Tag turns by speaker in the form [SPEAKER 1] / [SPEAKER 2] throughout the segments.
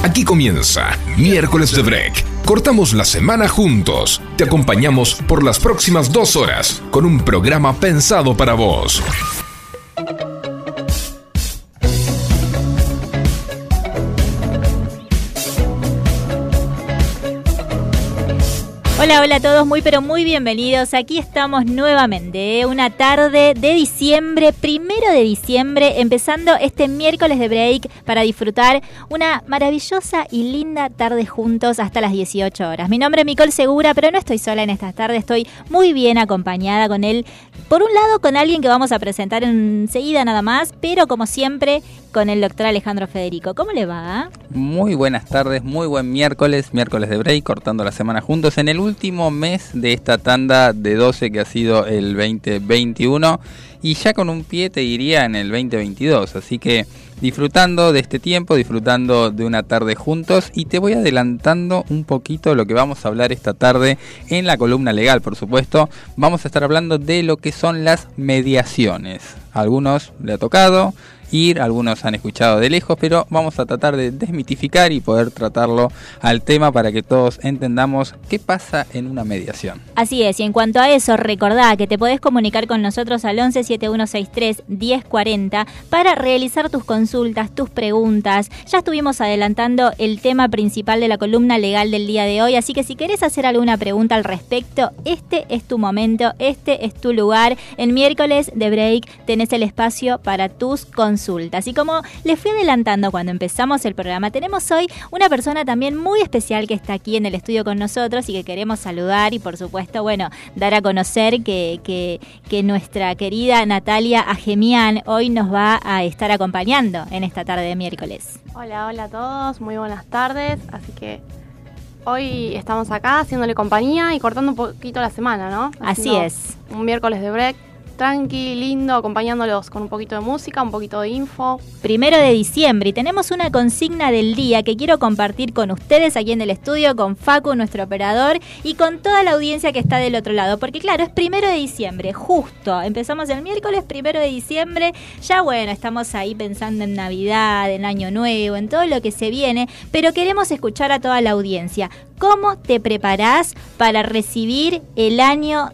[SPEAKER 1] Aquí comienza Miércoles de Break. Cortamos la semana juntos. Te acompañamos por las próximas 2 horas con un programa pensado para vos.
[SPEAKER 2] Hola a todos, muy pero muy bienvenidos. Aquí estamos nuevamente, una tarde de diciembre, 1 de diciembre, empezando este miércoles de break para disfrutar una maravillosa y linda tarde juntos hasta las 18 horas. Mi nombre es Micol Segura, pero no estoy sola en esta tarde, estoy muy bien acompañada con él. Por un lado, con alguien que vamos a presentar enseguida nada más, pero como siempre, con el doctor Alejandro Federico. ¿Cómo le va?
[SPEAKER 3] Muy buenas tardes, muy buen miércoles de break, cortando la semana juntos en el último mes de esta tanda de 12 que ha sido el 2021 y ya con un pie te diría en el 2022, así que disfrutando de este tiempo, disfrutando de una tarde juntos, y te voy adelantando un poquito lo que vamos a hablar esta tarde en la columna legal, por supuesto. Vamos a estar hablando de lo que son las mediaciones. A algunos le ha tocado ir, algunos han escuchado de lejos, pero vamos a tratar de desmitificar y poder tratarlo al tema para que todos entendamos qué pasa en una mediación.
[SPEAKER 2] Así es, y en cuanto a eso, recordá que te podés comunicar con nosotros al 11 7163 1040 para realizar tus consultas, tus preguntas. Ya estuvimos adelantando el tema principal de la columna legal del día de hoy, así que si querés hacer alguna pregunta al respecto, este es tu momento, este es tu lugar. En miércoles de break tenés el espacio para tus consultas. Y como les fui adelantando cuando empezamos el programa, tenemos hoy una persona también muy especial que está aquí en el estudio con nosotros y que queremos saludar y por supuesto, bueno, dar a conocer que nuestra querida Natalia Agemian hoy nos va a estar acompañando en esta tarde de miércoles.
[SPEAKER 4] Hola a todos, muy buenas tardes, así que hoy estamos acá haciéndole compañía y cortando un poquito la semana, ¿no?
[SPEAKER 2] Así es.
[SPEAKER 4] Un miércoles de break. Tranqui, lindo, acompañándolos con un poquito de música, un poquito de info.
[SPEAKER 2] 1 de diciembre y tenemos una consigna del día que quiero compartir con ustedes aquí en el estudio, con Facu, nuestro operador, y con toda la audiencia que está del otro lado. Porque claro, es 1 de diciembre, justo. Empezamos el miércoles 1 de diciembre. Ya bueno, estamos ahí pensando en Navidad, en Año Nuevo, en todo lo que se viene, pero queremos escuchar a toda la audiencia. ¿Cómo te preparás para recibir el año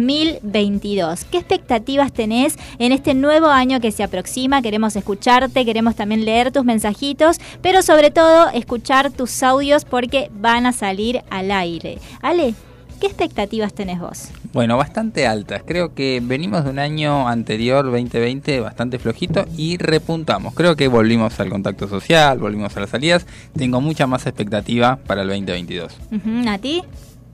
[SPEAKER 2] 2022? ¿Qué expectativas tenés en este nuevo año que se aproxima? Queremos escucharte, queremos también leer tus mensajitos, pero sobre todo escuchar tus audios porque van a salir al aire. Ale, ¿qué expectativas tenés vos?
[SPEAKER 3] Bueno, bastante altas. Creo que venimos de un año anterior, 2020, bastante flojito y repuntamos. Creo que volvimos al contacto social, volvimos a las salidas. Tengo mucha más expectativa para el 2022.
[SPEAKER 2] ¿A ti?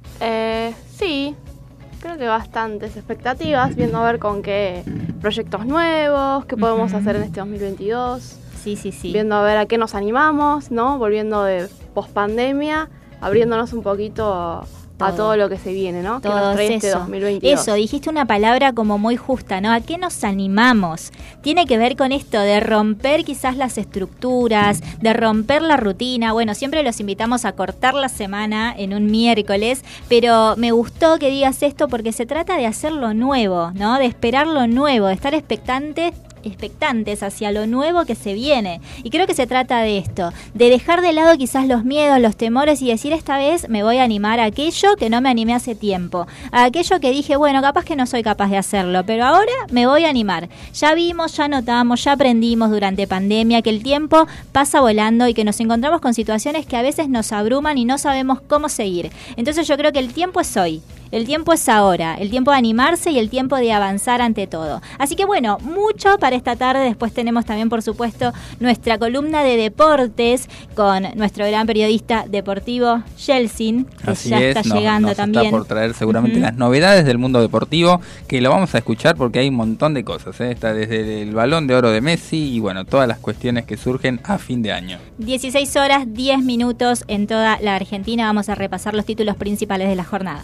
[SPEAKER 4] Sí, creo que bastantes expectativas, viendo a ver con qué proyectos nuevos, qué podemos hacer en este 2022.
[SPEAKER 2] Sí.
[SPEAKER 4] Viendo a ver a qué nos animamos, ¿no? Volviendo de pospandemia, abriéndonos un poquito a todo lo que se viene, ¿no? Que nos trae este 2022.
[SPEAKER 2] Eso, dijiste una palabra como muy justa, ¿no? ¿A qué nos animamos? Tiene que ver con esto de romper quizás las estructuras, de romper la rutina. Bueno, siempre los invitamos a cortar la semana en un miércoles, pero me gustó que digas esto porque se trata de hacer lo nuevo, ¿no? De esperar lo nuevo, de estar expectantes hacia lo nuevo que se viene. Y creo que se trata de esto, de dejar de lado quizás los miedos, los temores y decir esta vez me voy a animar a aquello que no me animé hace tiempo, a aquello que dije, bueno, capaz que no soy capaz de hacerlo, pero ahora me voy a animar. Ya vimos, ya notamos, ya aprendimos durante pandemia que el tiempo pasa volando y que nos encontramos con situaciones que a veces nos abruman y no sabemos cómo seguir. Entonces yo creo que el tiempo es hoy. El tiempo es ahora, el tiempo de animarse y el tiempo de avanzar ante todo. Así que bueno, mucho para esta tarde. Después tenemos también, por supuesto, nuestra columna de deportes con nuestro gran periodista deportivo, Yeltsin, que
[SPEAKER 3] Así
[SPEAKER 2] ya está llegando
[SPEAKER 3] nos
[SPEAKER 2] también.
[SPEAKER 3] Está por traer seguramente las novedades del mundo deportivo, que lo vamos a escuchar porque hay un montón de cosas. Está desde el Balón de Oro de Messi y bueno, todas las cuestiones que surgen a fin de año.
[SPEAKER 2] 16 horas, 10 minutos en toda la Argentina. Vamos a repasar los títulos principales de la jornada.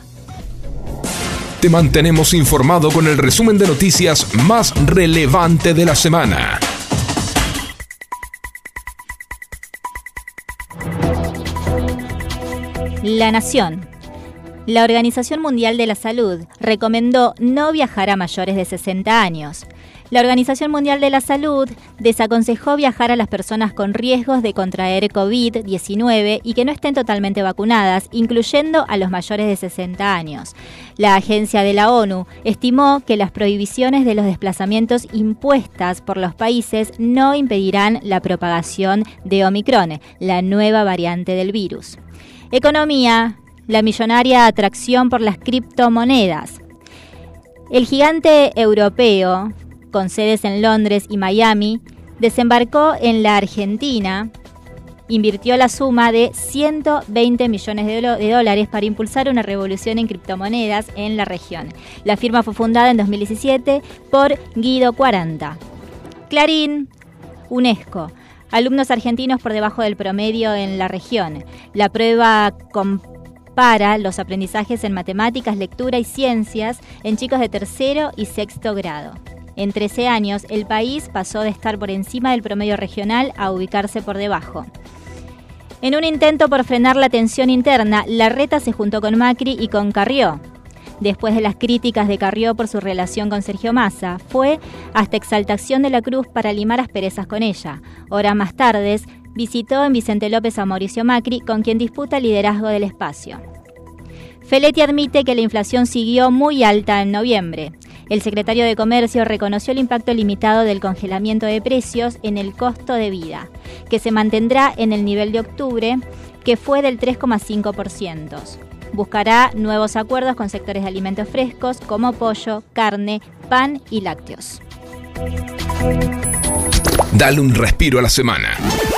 [SPEAKER 1] Te mantenemos informado con el resumen de noticias más relevante de la semana.
[SPEAKER 2] La Nación. La Organización Mundial de la Salud recomendó no viajar a mayores de 60 años. La Organización Mundial de la Salud desaconsejó viajar a las personas con riesgos de contraer COVID-19 y que no estén totalmente vacunadas, incluyendo a los mayores de 60 años. La agencia de la ONU estimó que las prohibiciones de los desplazamientos impuestas por los países no impedirán la propagación de Omicron, la nueva variante del virus. Economía, la millonaria atracción por las criptomonedas. El gigante europeo, con sedes en Londres y Miami, desembarcó en la Argentina, invirtió la suma de 120 millones de dólares para impulsar una revolución en criptomonedas en la región. La firma fue fundada en 2017 por Guido 40. Clarín, UNESCO. Alumnos argentinos por debajo del promedio en la región. La prueba compara los aprendizajes en matemáticas, lectura y ciencias en chicos de tercero y sexto grado. En 13 años, el país pasó de estar por encima del promedio regional a ubicarse por debajo. En un intento por frenar la tensión interna, Larreta se juntó con Macri y con Carrió. Después de las críticas de Carrió por su relación con Sergio Massa, fue hasta Exaltación de la Cruz para limar asperezas con ella. Horas más tarde, visitó en Vicente López a Mauricio Macri, con quien disputa el liderazgo del espacio. Feletti admite que la inflación siguió muy alta en noviembre. El secretario de Comercio reconoció el impacto limitado del congelamiento de precios en el costo de vida, que se mantendrá en el nivel de octubre, que fue del 3,5%. Buscará nuevos acuerdos con sectores de alimentos frescos como pollo, carne, pan y lácteos.
[SPEAKER 1] Dale un respiro a la semana.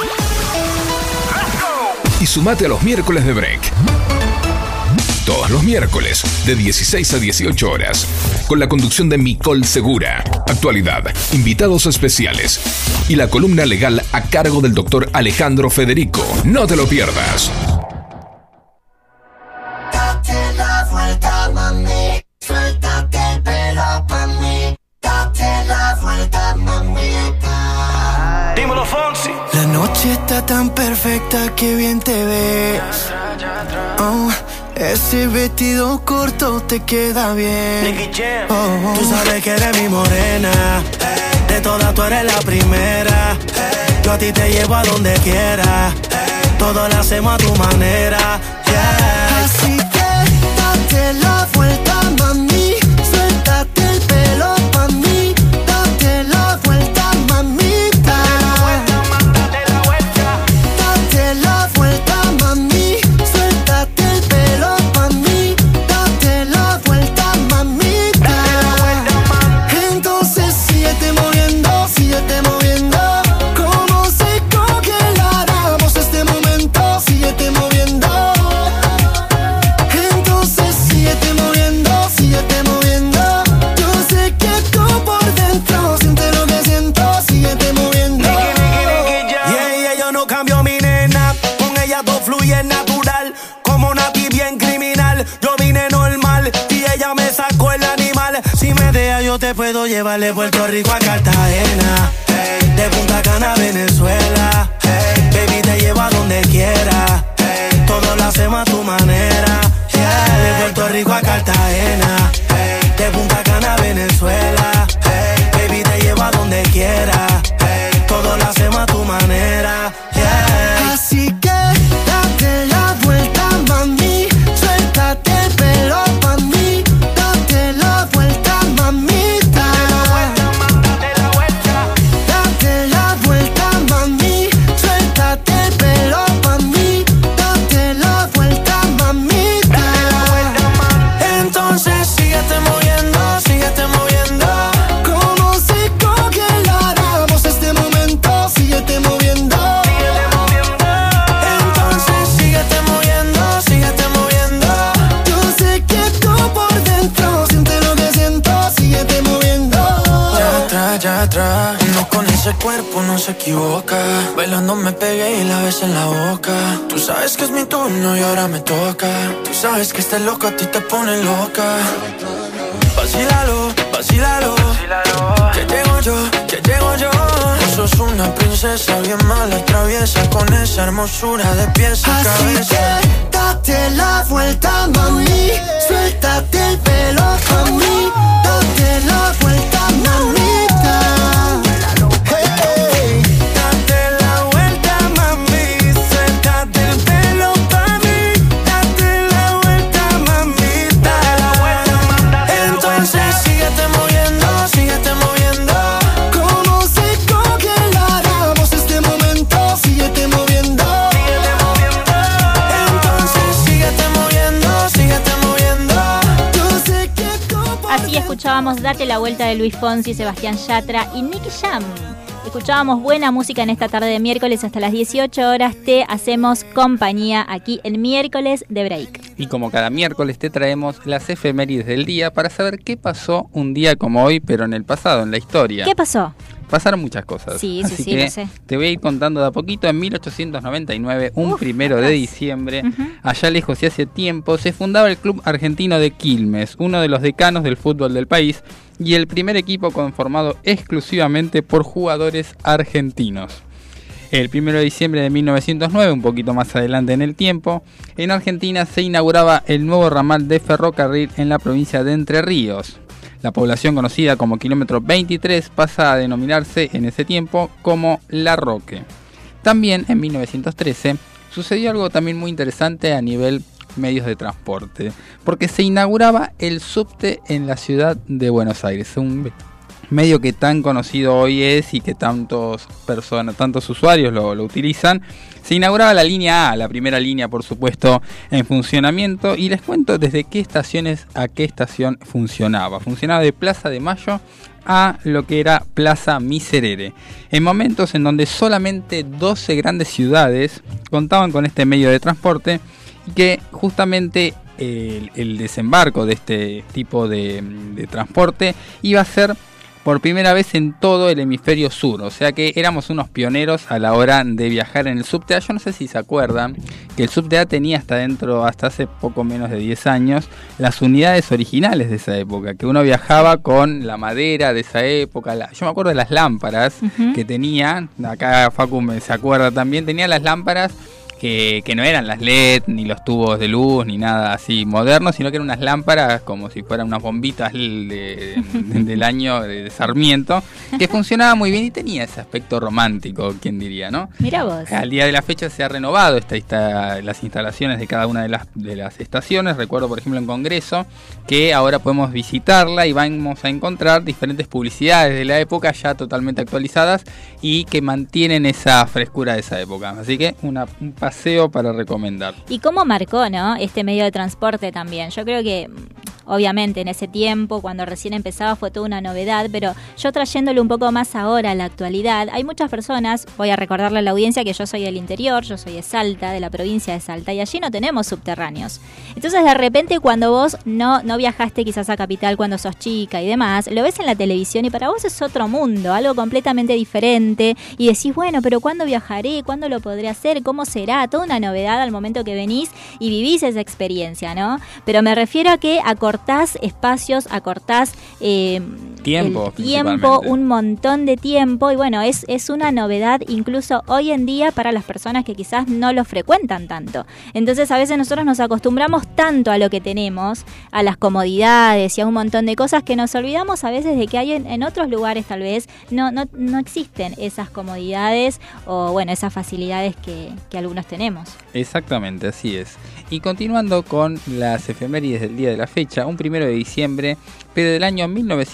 [SPEAKER 1] Y sumate a los miércoles de Break. Todos los miércoles, de 16 a 18 horas, con la conducción de Micol Segura, actualidad, invitados especiales y la columna legal a cargo del doctor Alejandro Federico. No te lo pierdas.
[SPEAKER 5] Date la vuelta, mami, suéltate el pelo, mami, date la vuelta, mamita.
[SPEAKER 6] Dímelo, Fonsi.
[SPEAKER 7] La noche está tan perfecta que bien te ves. Oh, ese vestido corto te queda bien. Oh, tú sabes que eres mi morena. De todas tú eres la primera. Yo a ti te llevo a donde quiera. Todo lo hacemos a tu manera. Yeah. Así que date la vuelta, mami. Suéltate el pelo, mami. Date la vuelta, mamita. Date la vuelta. Date la vuelta, mami. Suéltate el pelo, mami. Date la vuelta, mamita. Entonces síguete moviendo, síguete moviendo. Como se congelará este momento, síguete moviendo. Entonces síguete moviendo, síguete moviendo. Yo sé que tú por dentro sientes lo que siento, síguete moviendo.
[SPEAKER 6] Yeah, yo no cambio mi nena. Con ella todo fluye natural. Como Nati bien criminal. Yo vine normal y ella me sacó el animal. Si me deja yo te puedo llevar de Puerto Rico a Cartagena. Hey, de Punta Cana a Venezuela. Hey, baby te llevo a donde quiera. Hey, todo lo hacemos a tu manera. Yeah, de Puerto Rico a Cartagena. Hey, de Punta Cana a Venezuela. Hey, baby te llevo a donde quiera. Hey, todo lo hacemos a tu manera. Yeah.
[SPEAKER 7] Así que date la vuelta, mami. Suéltate el pelo, mami. Date la vuelta, mamita.
[SPEAKER 6] Date la vuelta.
[SPEAKER 7] Date la vuelta, mami. Suéltate el pelo, mami. Date la vuelta, mamita. Entonces síguete moviendo, síguete moviendo. Como se congelará este momento, síguete moviendo. Entonces síguete moviendo, síguete moviendo. Yo sé que tú por dentro sientes lo que siento, síguete moviendo.
[SPEAKER 8] Ya atrás, uno con ese cuerpo no se equivoca. Bailando me pegué y la besé en la boca. Tú sabes que es mi turno y ahora me toca. Tú sabes que este loco a ti te pone loca. Vacílalo, vacílalo. Que llego yo, que llego yo. Tú sos una princesa bien mala, traviesa. Con esa hermosura de pies a cabeza.
[SPEAKER 7] Así que date la vuelta, mami. Suéltate el pelo, mami. Date la vuelta, mamita.
[SPEAKER 2] escuchábamos Date la Vuelta de Luis Fonsi, Sebastián Yatra y Nicky Jam. Escuchábamos buena música en esta tarde de miércoles hasta las 18 horas. Te hacemos compañía aquí en Miércoles de Break.
[SPEAKER 3] Y como cada miércoles te traemos las efemérides del día para saber qué pasó un día como hoy, pero en el pasado, en la historia.
[SPEAKER 2] ¿Qué pasó?
[SPEAKER 3] Pasaron muchas cosas.
[SPEAKER 2] Sí,
[SPEAKER 3] Así
[SPEAKER 2] sí,
[SPEAKER 3] que
[SPEAKER 2] lo sé.
[SPEAKER 3] te voy a ir contando de a poquito. En 1899, un 1 de diciembre, allá lejos y hace tiempo, se fundaba el Club Argentino de Quilmes, uno de los decanos del fútbol del país y el primer equipo conformado exclusivamente por jugadores argentinos. El 1 de diciembre de 1909, un poquito más adelante en el tiempo, en Argentina se inauguraba el nuevo ramal de ferrocarril en la provincia de Entre Ríos. La población conocida como kilómetro 23 pasa a denominarse en ese tiempo como La Roque. También en 1913 sucedió algo también muy interesante a nivel medios de transporte, porque se inauguraba el subte en la ciudad de Buenos Aires, un medio que tan conocido hoy es y que tantos usuarios lo utilizan. Se inauguraba la línea A, la primera línea por supuesto en funcionamiento, y les cuento desde qué estaciones a qué estación funcionaba. Funcionaba de Plaza de Mayo a lo que era Plaza Miserere, en momentos en donde solamente 12 grandes ciudades contaban con este medio de transporte y que justamente el desembarco de este tipo de transporte iba a ser por primera vez en todo el hemisferio sur, o sea que éramos unos pioneros a la hora de viajar en el subte A. Yo no sé si se acuerdan que el subte A tenía hasta hace poco menos de 10 años las unidades originales de esa época, que uno viajaba con la madera de esa época. Yo me acuerdo de las lámparas que tenían, acá Facu se acuerda también, tenía las lámparas que no eran las LED, ni los tubos de luz, ni nada así moderno, sino que eran unas lámparas como si fueran unas bombitas del año de Sarmiento, que funcionaba muy bien y tenía ese aspecto romántico, quién diría, ¿no?
[SPEAKER 2] Mira vos.
[SPEAKER 3] Al día de la fecha se ha renovado las instalaciones de cada una de las estaciones. Recuerdo, por ejemplo, en Congreso, que ahora podemos visitarla y vamos a encontrar diferentes publicidades de la época ya totalmente actualizadas y que mantienen esa frescura de esa época. Así que un paseo para recomendar.
[SPEAKER 2] Y cómo marcó, ¿no?, este medio de transporte también. Yo creo que obviamente en ese tiempo, cuando recién empezaba, fue toda una novedad, pero yo trayéndolo un poco más ahora a la actualidad, hay muchas personas, voy a recordarle a la audiencia que yo soy del interior, yo soy de Salta, de la provincia de Salta, y allí no tenemos subterráneos. Entonces de repente cuando vos no viajaste quizás a Capital cuando sos chica y demás, lo ves en la televisión y para vos es otro mundo, algo completamente diferente, y decís, bueno, pero ¿cuándo viajaré? ¿Cuándo lo podré hacer? ¿Cómo será? Toda una novedad al momento que venís y vivís esa experiencia, ¿no? Pero me refiero a que acortás espacios, acortás
[SPEAKER 3] tiempo,
[SPEAKER 2] un montón de tiempo, y bueno, es una novedad incluso hoy en día para las personas que quizás no lo frecuentan tanto. Entonces a veces nosotros nos acostumbramos tanto a lo que tenemos, a las comodidades y a un montón de cosas, que nos olvidamos a veces de que hay en otros lugares tal vez no existen esas comodidades o bueno, esas facilidades que algunos tenemos.
[SPEAKER 3] Exactamente, así es. Y continuando con las efemérides del día de la fecha, un 1 de diciembre, pero del año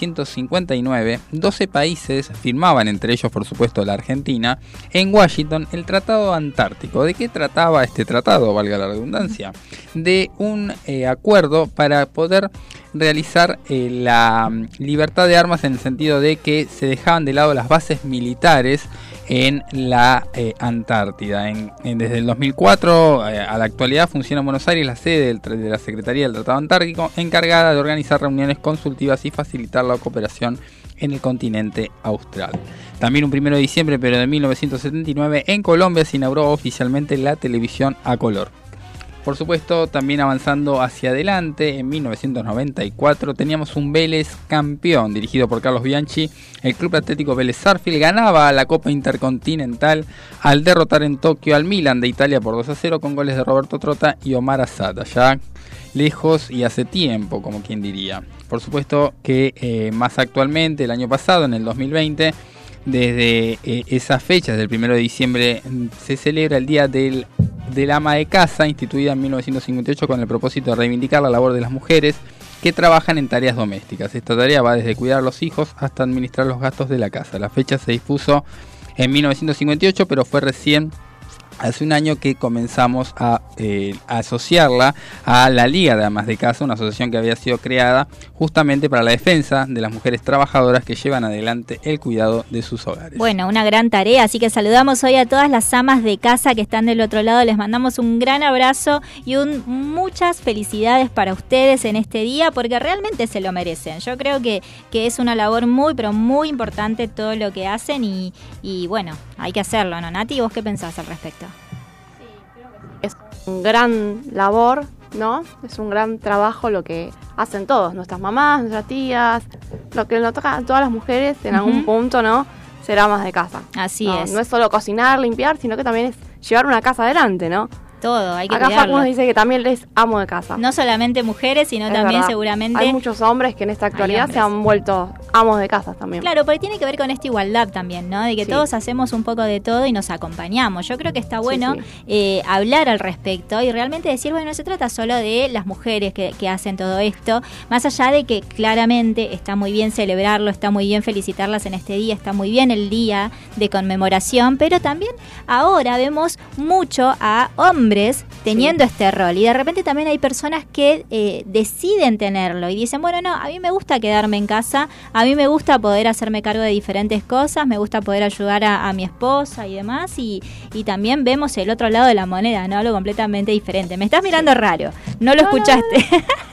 [SPEAKER 3] 1959, 12 países firmaban, entre ellos por supuesto la Argentina, en Washington el Tratado Antártico. ¿De qué trataba este tratado, valga la redundancia? De un acuerdo para poder realizar la libertad de armas, en el sentido de que se dejaban de lado las bases militares en la Antártida. Desde el 2004 a la actualidad funciona en Buenos Aires la sede de la Secretaría del Tratado Antártico, encargada de organizar reuniones consultivas y facilitar la cooperación en el continente austral. También un 1 de diciembre, pero de 1979, en Colombia se inauguró oficialmente la televisión a color. Por supuesto, también avanzando hacia adelante, en 1994 teníamos un Vélez campeón, dirigido por Carlos Bianchi. El Club Atlético Vélez Sarsfield ganaba la Copa Intercontinental al derrotar en Tokio al Milan de Italia por 2-0 con goles de Roberto Trota y Omar Azad, ya lejos y hace tiempo, como quien diría. Por supuesto que más actualmente, el año pasado, en el 2020, desde esas fechas del 1 de diciembre, se celebra el Día del ama de casa, instituida en 1958 con el propósito de reivindicar la labor de las mujeres que trabajan en tareas domésticas. Esta tarea va desde cuidar a los hijos hasta administrar los gastos de la casa. La fecha se dispuso en 1958, pero fue recién Hace un año que comenzamos a asociarla a la Liga de Amas de Casa, una asociación que había sido creada justamente para la defensa de las mujeres trabajadoras que llevan adelante el cuidado de sus hogares.
[SPEAKER 2] Bueno, una gran tarea, así que saludamos hoy a todas las amas de casa que están del otro lado, les mandamos un gran abrazo y muchas felicidades para ustedes en este día, porque realmente se lo merecen. Yo creo que es una labor muy, pero muy importante todo lo que hacen y bueno, hay que hacerlo, ¿no, Nati? ¿Vos qué pensás al respecto?
[SPEAKER 4] Es un gran labor, ¿no? Es un gran trabajo lo que hacen todos, nuestras mamás, nuestras tías, lo que nos toca a todas las mujeres en algún punto, ¿no? Ser amas de casa.
[SPEAKER 2] Así
[SPEAKER 4] ¿no?
[SPEAKER 2] es.
[SPEAKER 4] No es solo cocinar, limpiar, sino que también es llevar una casa adelante, ¿no?
[SPEAKER 2] Todo, hay que
[SPEAKER 4] acá
[SPEAKER 2] cuidarlo.
[SPEAKER 4] Facu nos dice que también es amo de casa.
[SPEAKER 2] No solamente mujeres, sino
[SPEAKER 4] es
[SPEAKER 2] también
[SPEAKER 4] verdad.
[SPEAKER 2] seguramente...
[SPEAKER 4] Hay muchos hombres que en esta actualidad se han vuelto amos de casa también.
[SPEAKER 2] Claro, porque tiene que ver con esta igualdad también, ¿no? De que
[SPEAKER 4] sí.
[SPEAKER 2] todos hacemos un poco de todo y nos acompañamos. Yo creo que está bueno hablar al respecto y realmente decir, bueno, no se trata solo de las mujeres que hacen todo esto, más allá de que claramente está muy bien celebrarlo, está muy bien felicitarlas en este día, está muy bien el día de conmemoración, pero también ahora vemos mucho a hombres teniendo este rol y de repente también hay personas que deciden tenerlo y dicen, bueno, no, a mí me gusta quedarme en casa, a mí me gusta poder hacerme cargo de diferentes cosas, me gusta poder ayudar a mi esposa y demás y también vemos el otro lado de la moneda, ¿no? Algo completamente diferente. Me estás mirando raro, no lo escuchaste.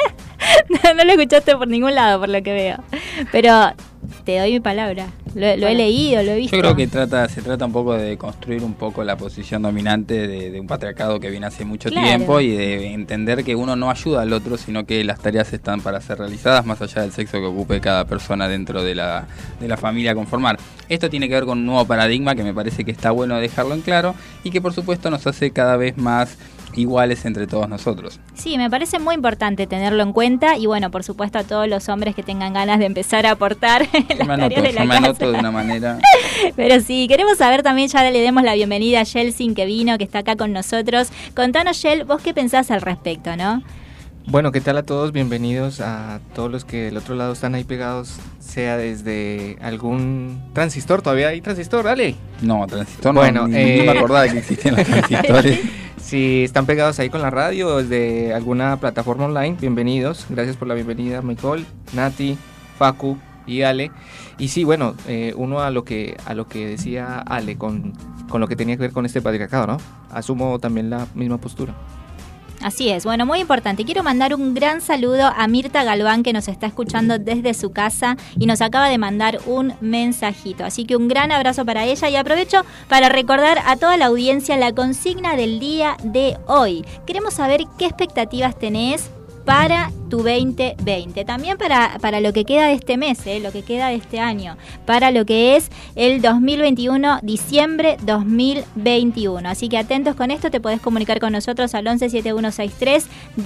[SPEAKER 2] No lo escuchaste por ningún lado, por lo que veo. Pero te doy mi palabra. Lo he leído, lo he visto.
[SPEAKER 3] Yo creo que se trata un poco de construir un poco la posición dominante de un patriarcado que viene hace mucho tiempo y de entender que uno no ayuda al otro, sino que las tareas están para ser realizadas más allá del sexo que ocupe cada persona dentro de la familia a conformar. Esto tiene que ver con un nuevo paradigma que me parece que está bueno dejarlo en claro y que por supuesto nos hace cada vez más iguales entre todos nosotros.
[SPEAKER 2] Sí, me parece muy importante tenerlo en cuenta y bueno, por supuesto a todos los hombres que tengan ganas de empezar a aportar las tareas de la
[SPEAKER 3] me
[SPEAKER 2] casa.
[SPEAKER 3] anoto de una manera.
[SPEAKER 2] Pero sí, queremos saber también, ya le demos la bienvenida a Yeltsin que vino, que está acá con nosotros. Contanos, Yel, vos qué pensás al respecto, ¿no?
[SPEAKER 9] Bueno, ¿qué tal a todos? Bienvenidos a todos los que del otro lado están ahí pegados, sea desde algún transistor. ¿Todavía hay transistor? Dale.
[SPEAKER 3] No, transistor
[SPEAKER 9] bueno,
[SPEAKER 3] no me acordaba que existían los transistores.
[SPEAKER 9] Si están pegados ahí con la radio o desde alguna plataforma online, bienvenidos. Gracias por la bienvenida, Nicole, Nati, Facu y Ale. Y sí, bueno, uno a lo que decía Ale con lo que tenía que ver con este patriarcado, ¿no? Asumo también la misma postura.
[SPEAKER 2] Así es, bueno, muy importante. Quiero mandar un gran saludo a Mirta Galván que nos está escuchando desde su casa y nos acaba de mandar un mensajito. Así que un gran abrazo para ella y aprovecho para recordar a toda la audiencia la consigna del día de hoy. Queremos saber qué expectativas tenés para tu 2020, también para lo que queda de este mes, lo que queda de este año, para lo que es el 2021, diciembre 2021. Así que atentos con esto, te podés comunicar con nosotros al 117163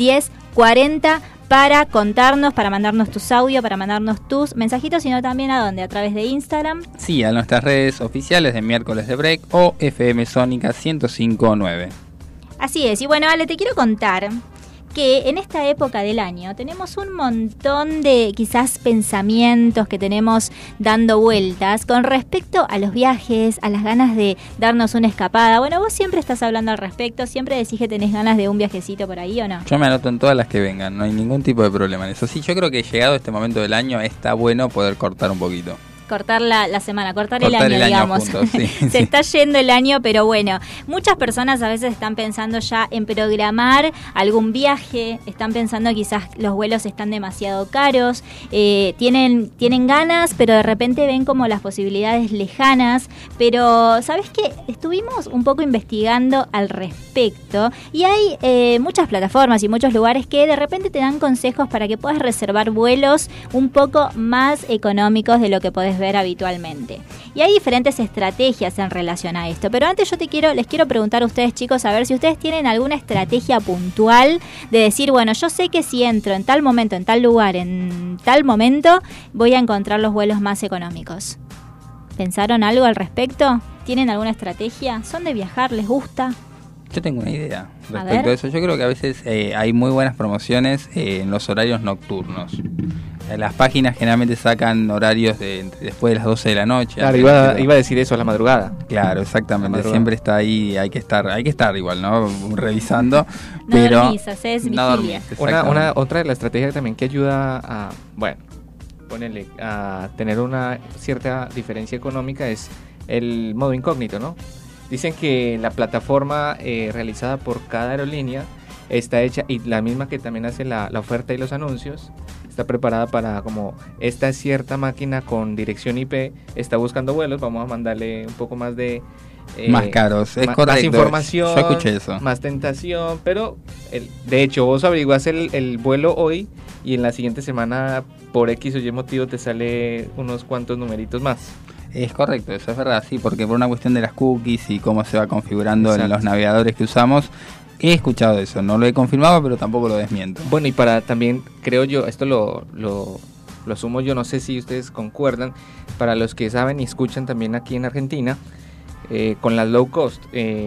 [SPEAKER 2] 1040 para contarnos, para mandarnos tus audios, para mandarnos tus mensajitos, sino también a dónde, a través de Instagram.
[SPEAKER 3] Sí, a nuestras redes oficiales de Miércoles de Break o FM Sónica 105.9.
[SPEAKER 2] Así es, y bueno, Ale, te quiero contar que en esta época del año tenemos un montón de quizás pensamientos que tenemos dando vueltas con respecto a los viajes, a las ganas de darnos una escapada. Bueno, vos siempre estás hablando al respecto, siempre decís que tenés ganas de un viajecito por ahí, ¿o no?
[SPEAKER 3] Yo me anoto en todas las que vengan, no hay ningún tipo de problema en eso. Sí, yo creo que llegado este momento del año está bueno poder cortar un poquito.
[SPEAKER 2] Cortar la semana, cortar el año, digamos.
[SPEAKER 3] Juntos, sí,
[SPEAKER 2] Se está yendo el año, pero bueno, muchas personas a veces están pensando ya en programar algún viaje, están pensando quizás los vuelos están demasiado caros, tienen ganas, pero de repente ven como las posibilidades lejanas, pero ¿sabes qué? Estuvimos un poco investigando al respecto y hay muchas plataformas y muchos lugares que de repente te dan consejos para que puedas reservar vuelos un poco más económicos de lo que podés ver habitualmente. Y hay diferentes estrategias en relación a esto. Pero antes les quiero preguntar a ustedes, chicos, a ver si ustedes tienen alguna estrategia puntual de decir, bueno, yo sé que si entro en tal momento, en tal lugar, en tal momento, voy a encontrar los vuelos más económicos. ¿Pensaron algo al respecto? ¿Tienen alguna estrategia? ¿Son de viajar? ¿Les gusta?
[SPEAKER 3] Yo tengo una idea respecto a eso. Yo creo que a veces hay muy buenas promociones en los horarios nocturnos. Las páginas generalmente sacan horarios después de las 12 de la noche.
[SPEAKER 9] Claro, iba a decir eso, a la madrugada.
[SPEAKER 3] Claro, exactamente. Siempre está ahí, hay que estar igual, ¿no? Revisando.
[SPEAKER 2] No
[SPEAKER 3] pero
[SPEAKER 2] dormís, hacés vigilia.
[SPEAKER 9] Otra de las estrategias también que ayuda a, a tener una cierta diferencia económica es el modo incógnito, ¿no? Dicen que la plataforma realizada por cada aerolínea está hecha, y la misma que también hace la oferta y los anuncios, está preparada para, como esta cierta máquina con dirección IP está buscando vuelos, vamos a mandarle un poco más de...
[SPEAKER 3] más caros, es correcto.
[SPEAKER 9] Más información,
[SPEAKER 3] yo escuché eso.
[SPEAKER 9] Más tentación, pero de hecho vos averiguás el vuelo hoy y en la siguiente semana por X o Y motivo te sale unos cuantos numeritos más.
[SPEAKER 3] Es correcto, eso es verdad, sí, porque por una cuestión de las cookies y cómo se va configurando en los navegadores que usamos, he escuchado eso, no lo he confirmado, pero tampoco lo desmiento.
[SPEAKER 9] Bueno, y para también, creo yo, esto lo asumo yo, no sé si ustedes concuerdan, para los que saben y escuchan también aquí en Argentina, con las low cost,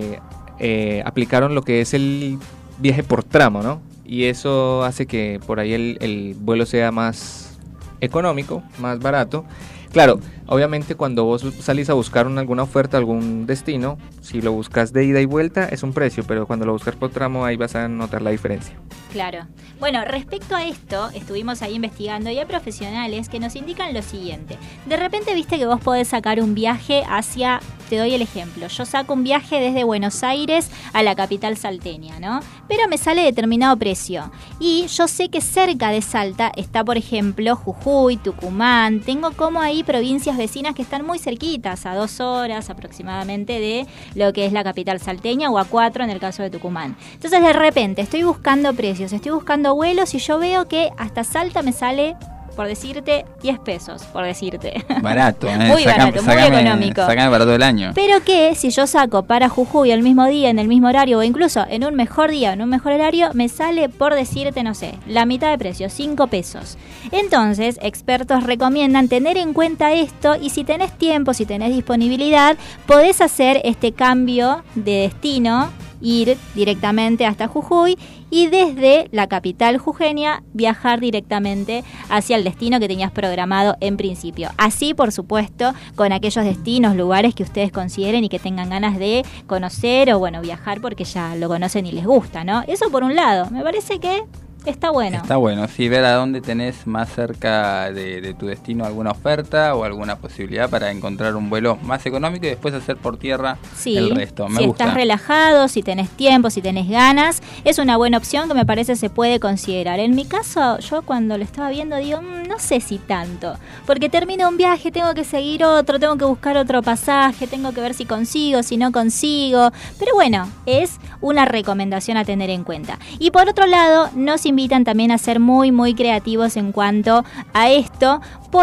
[SPEAKER 9] aplicaron lo que es el viaje por tramo, ¿no? Y eso hace que por ahí el vuelo sea más económico, más barato. Claro, obviamente cuando vos salís a buscar alguna oferta, algún destino, si lo buscas de ida y vuelta es un precio, pero cuando lo buscas por tramo ahí vas a notar la diferencia.
[SPEAKER 2] Claro. Bueno, respecto a esto, estuvimos ahí investigando y hay profesionales que nos indican lo siguiente. De repente viste que vos podés sacar un viaje hacia, te doy el ejemplo, yo saco un viaje desde Buenos Aires a la capital salteña, ¿no? Pero me sale determinado precio. Y yo sé que cerca de Salta está, por ejemplo, Jujuy, Tucumán, tengo como ahí provincias vecinas que están muy cerquitas, a 2 horas aproximadamente de lo que es la capital salteña o a 4 en el caso de Tucumán. Entonces de repente estoy buscando precios, estoy buscando vuelos y yo veo que hasta Salta me sale, por decirte, 10 pesos, por decirte.
[SPEAKER 3] Barato,
[SPEAKER 2] muy barato, muy económico.
[SPEAKER 3] Sácame para todo el año.
[SPEAKER 2] Pero que si yo saco para Jujuy el mismo día, en el mismo horario o incluso en un mejor día, en un mejor horario, me sale, por decirte, no sé, la mitad de precio, 5 pesos. Entonces, expertos recomiendan tener en cuenta esto y si tenés tiempo, si tenés disponibilidad, podés hacer este cambio de destino, ir directamente hasta Jujuy y desde la capital jujeña viajar directamente hacia el destino que tenías programado en principio. Así, por supuesto, con aquellos destinos, lugares que ustedes consideren y que tengan ganas de conocer o, bueno, viajar porque ya lo conocen y les gusta, ¿no? Eso por un lado. Me parece que está bueno.
[SPEAKER 3] Está bueno, sí, ver a dónde tenés más cerca de tu destino alguna oferta o alguna posibilidad para encontrar un vuelo más económico y después hacer por tierra el resto. Me gusta.
[SPEAKER 2] Estás relajado, si tenés tiempo, si tenés ganas, es una buena opción que me parece se puede considerar. En mi caso, yo cuando lo estaba viendo digo, no sé si tanto, porque termino un viaje, tengo que seguir otro, tengo que buscar otro pasaje, tengo que ver si consigo, si no consigo, pero bueno, es una recomendación a tener en cuenta. Y por otro lado, nos invitan también a ser muy muy creativos en cuanto a esto,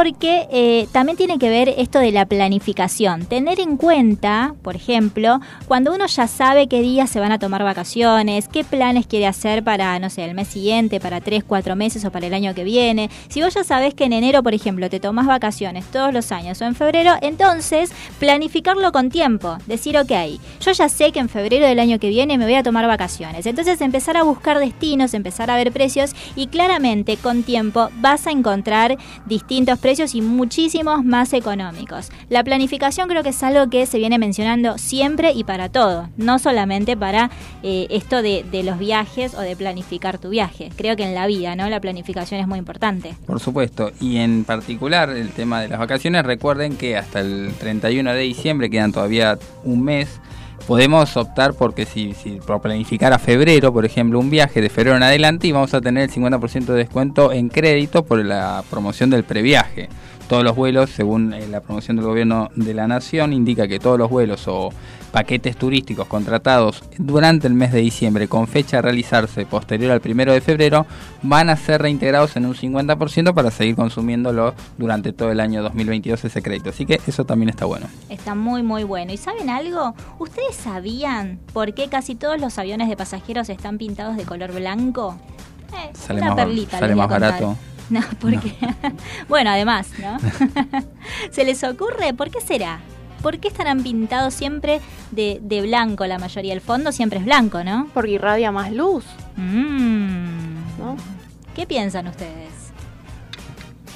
[SPEAKER 2] porque también tiene que ver esto de la planificación, tener en cuenta, por ejemplo, cuando uno ya sabe qué días se van a tomar vacaciones, qué planes quiere hacer para, no sé, el mes siguiente, para 3-4 meses o para el año que viene. Si vos ya sabés que en enero, por ejemplo, te tomás vacaciones todos los años o en febrero, entonces planificarlo con tiempo, decir, ok, yo ya sé que en febrero del año que viene me voy a tomar vacaciones, entonces empezar a buscar destinos, empezar a ver precios y claramente con tiempo vas a encontrar distintos precios y muchísimos más económicos. La planificación creo que es algo que se viene mencionando siempre y para todo, no solamente para esto de los viajes o de planificar tu viaje. Creo que en la vida, ¿no? La planificación es muy importante.
[SPEAKER 3] Por supuesto, y en particular el tema de las vacaciones, recuerden que hasta el 31 de diciembre quedan todavía un mes. Podemos optar porque si por planificar a febrero, por ejemplo, un viaje de febrero en adelante y vamos a tener el 50% de descuento en crédito por la promoción del previaje. Todos los vuelos, según la promoción del gobierno de la nación, indica que todos los vuelos o paquetes turísticos contratados durante el mes de diciembre con fecha a realizarse posterior al 1 de febrero van a ser reintegrados en un 50% para seguir consumiéndolo durante todo el año 2022 ese crédito. Así que eso también está bueno.
[SPEAKER 2] Está muy muy bueno. ¿Y saben algo? ¿Ustedes sabían por qué casi todos los aviones de pasajeros están pintados de color blanco?
[SPEAKER 3] Sale
[SPEAKER 2] una
[SPEAKER 3] más,
[SPEAKER 2] perlita.
[SPEAKER 3] Sale más barato.
[SPEAKER 2] No, porque... Bueno, además, ¿no? ¿Se les ocurre? ¿Por qué será? ¿Por qué estarán pintados siempre de blanco la mayoría? El fondo siempre es blanco, ¿no?
[SPEAKER 4] Porque irradia más luz. ¿No?
[SPEAKER 2] ¿Qué piensan ustedes?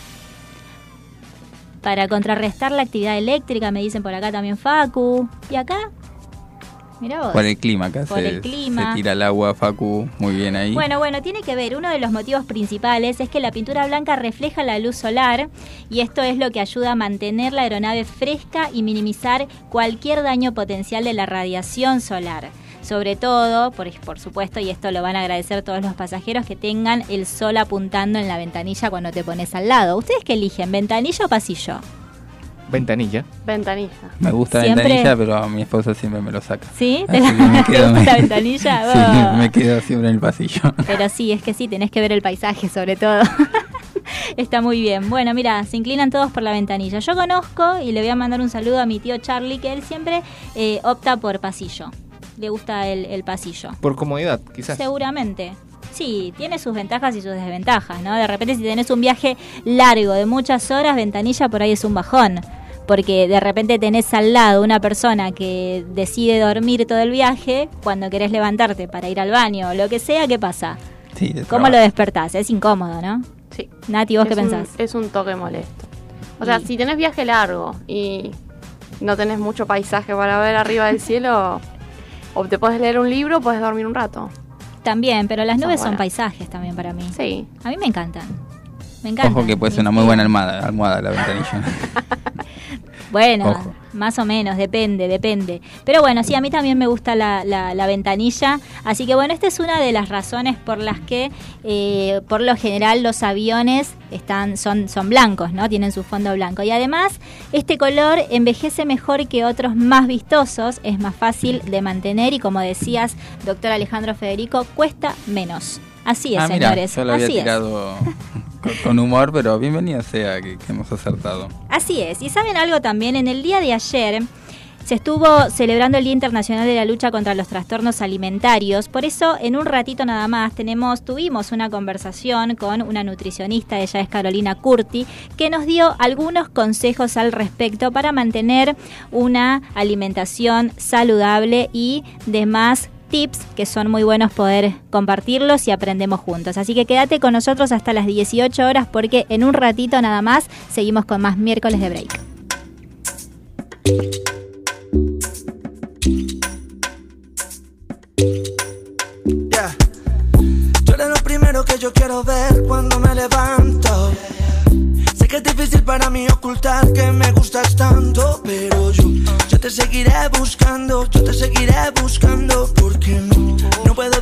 [SPEAKER 2] para contrarrestar la actividad eléctrica, me dicen por acá también Facu. ¿Y acá? Mirá vos.
[SPEAKER 3] Por el clima, acá
[SPEAKER 2] Por el clima.
[SPEAKER 3] se tira el agua, Facu, muy bien ahí.
[SPEAKER 2] Bueno, tiene que ver, uno de los motivos principales es que la pintura blanca refleja la luz solar y esto es lo que ayuda a mantener la aeronave fresca y minimizar cualquier daño potencial de la radiación solar. Sobre todo, por supuesto, y esto lo van a agradecer todos los pasajeros, que tengan el sol apuntando en la ventanilla cuando te pones al lado. ¿Ustedes qué eligen, ventanilla o pasillo?
[SPEAKER 9] Ventanilla.
[SPEAKER 4] Ventanilla.
[SPEAKER 3] Me gusta
[SPEAKER 2] ¿Siempre?
[SPEAKER 3] ventanilla, pero mi esposa siempre me lo saca.
[SPEAKER 2] ¿Sí?
[SPEAKER 3] ¿Te
[SPEAKER 2] gusta la ventanilla?
[SPEAKER 3] Sí, me quedo siempre en el pasillo.
[SPEAKER 2] Pero sí, es que sí, tenés que ver el paisaje sobre todo. Está muy bien. Bueno, mira, se inclinan todos por la ventanilla. Yo conozco, y le voy a mandar un saludo a mi tío Charlie, que él siempre opta por pasillo. Le gusta el pasillo.
[SPEAKER 9] Por comodidad, quizás.
[SPEAKER 2] Seguramente. Sí, tiene sus ventajas y sus desventajas, ¿no? De repente, si tenés un viaje largo de muchas horas, ventanilla por ahí es un bajón. Porque de repente tenés al lado una persona que decide dormir todo el viaje, cuando querés levantarte para ir al baño o lo que sea, ¿qué pasa?
[SPEAKER 3] Sí,
[SPEAKER 2] ¿Cómo lo despertás? Es incómodo, ¿no?
[SPEAKER 4] Sí.
[SPEAKER 2] Nati, ¿vos qué pensás?
[SPEAKER 4] Es un toque molesto. O sea, si tenés viaje largo y no tenés mucho paisaje para ver arriba del cielo, o te podés leer un libro, podés dormir un rato.
[SPEAKER 2] También, pero las nubes
[SPEAKER 4] buenas.
[SPEAKER 2] son paisajes también para mí.
[SPEAKER 4] Sí.
[SPEAKER 2] A mí me encantan. Me encantan.
[SPEAKER 3] Ojo que puede ser una muy buena almohada la ventanilla.
[SPEAKER 2] Bueno,
[SPEAKER 3] Ojo.
[SPEAKER 2] Más o menos, depende. Pero bueno, sí, a mí también me gusta la ventanilla. Así que bueno, esta es una de las razones por las que por lo general los aviones son blancos, ¿no? Tienen su fondo blanco. Y además, este color envejece mejor que otros más vistosos, es más fácil de mantener y, como decías, doctor Alejandro Federico, cuesta menos. Así es,
[SPEAKER 3] Mira,
[SPEAKER 2] señores.
[SPEAKER 3] yo lo había
[SPEAKER 2] así
[SPEAKER 3] tirado con humor, pero bienvenido sea que hemos acertado.
[SPEAKER 2] Así es. Y saben algo también, en el día de ayer se estuvo celebrando el Día Internacional de la Lucha contra los Trastornos Alimentarios. Por eso, en un ratito nada más, tuvimos una conversación con una nutricionista, ella es Carolina Curti, que nos dio algunos consejos al respecto para mantener una alimentación saludable y demás tips que son muy buenos poder compartirlos y aprendemos juntos. Así que quédate con nosotros hasta las 18 horas porque en un ratito nada más seguimos con más miércoles de break.
[SPEAKER 7] Yeah. Tú eres lo primero que yo quiero ver cuando me levanto. Sé que es difícil para mí ocultar que me gustas tanto, pero yo te seguiré buscando, porque no puedo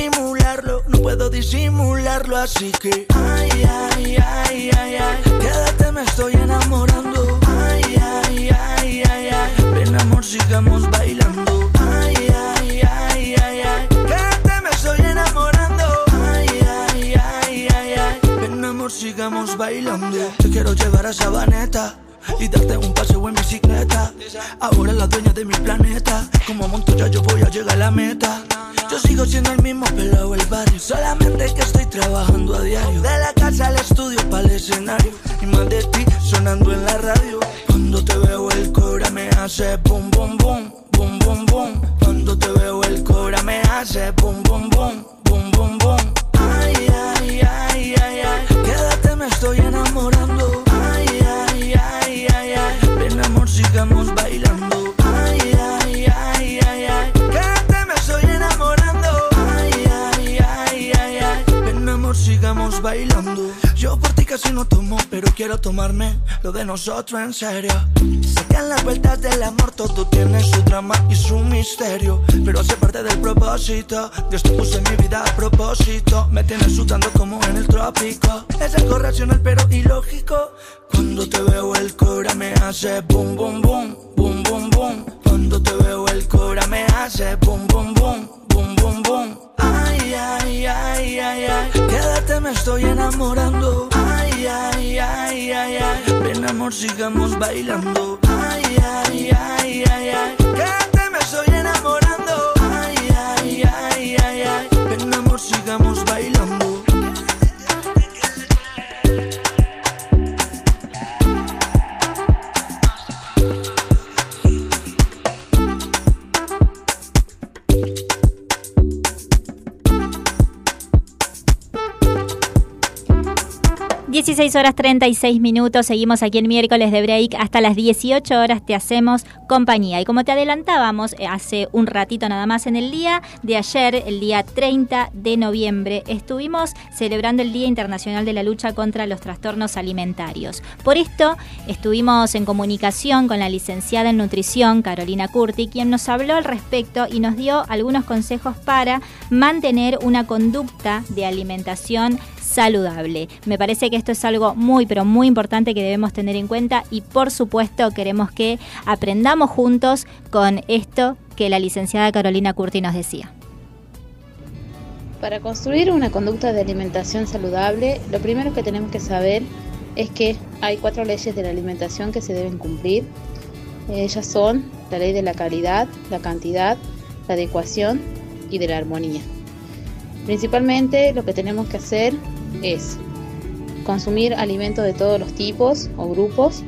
[SPEAKER 7] disimularlo, así que ay, quédate, me estoy enamorando, ay, ven amor, sigamos bailando, ay, quédate, me estoy enamorando, ay, ven amor, sigamos bailando. Te quiero llevar a Sabaneta y darte un paseo en bicicleta. Ahora la dueña de mi planeta. Como Montoya yo voy a llegar a la meta. Yo sigo siendo el mismo pelado del barrio, solamente que estoy trabajando a diario. De la casa al estudio para el escenario, y más de ti sonando en la radio. Cuando te veo el cora me hace bum bum bum, bum bum bum. Cuando te veo el cora me hace bum bum bum, bum bum bum. Ay, quédate, me estoy enamorando. Ven amor, sigamos bailando. Ay, quédate, me estoy enamorando. Ay, ven amor, sigamos bailando. Yo por ti casi no tomo, pero quiero tomarme lo de nosotros en serio. Sé que en las vueltas del amor todo tiene su drama y su misterio, pero hace parte del propósito. Dios te puso en mi vida a propósito. Me tienes sudando como en el trópico. Es algo racional pero ilógico. Cuando te veo el cora me hace bum bum bum, bum bum bum. Cuando te veo el cora me hace bum bum bum, bum bum bum. Ay, quédate, me estoy enamorando. Ay, ven amor, sigamos bailando. Ay, quédate, me estoy enamorando. Ay, ven amor, sigamos bailando.
[SPEAKER 2] 16 horas 36 minutos, seguimos aquí en Miércoles de Break, hasta las 18 horas te hacemos compañía. Y como te adelantábamos hace un ratito nada más, en el día de ayer, el día 30 de noviembre, estuvimos celebrando el Día Internacional de la Lucha contra los Trastornos Alimentarios. Por esto estuvimos en comunicación con la licenciada en nutrición, Carolina Curti, quien nos habló al respecto y nos dio algunos consejos para mantener una conducta de alimentación saludable. Me parece que esto es algo muy, pero muy importante que debemos tener en cuenta y por supuesto queremos que aprendamos juntos con esto que la licenciada Carolina Curti nos decía.
[SPEAKER 10] Para construir una conducta de alimentación saludable, lo primero que tenemos que saber es que hay 4 leyes de la alimentación que se deben cumplir. Ellas son la ley de la calidad, la cantidad, la adecuación y de la armonía. Principalmente lo que tenemos que hacer es consumir alimentos de todos los tipos o grupos,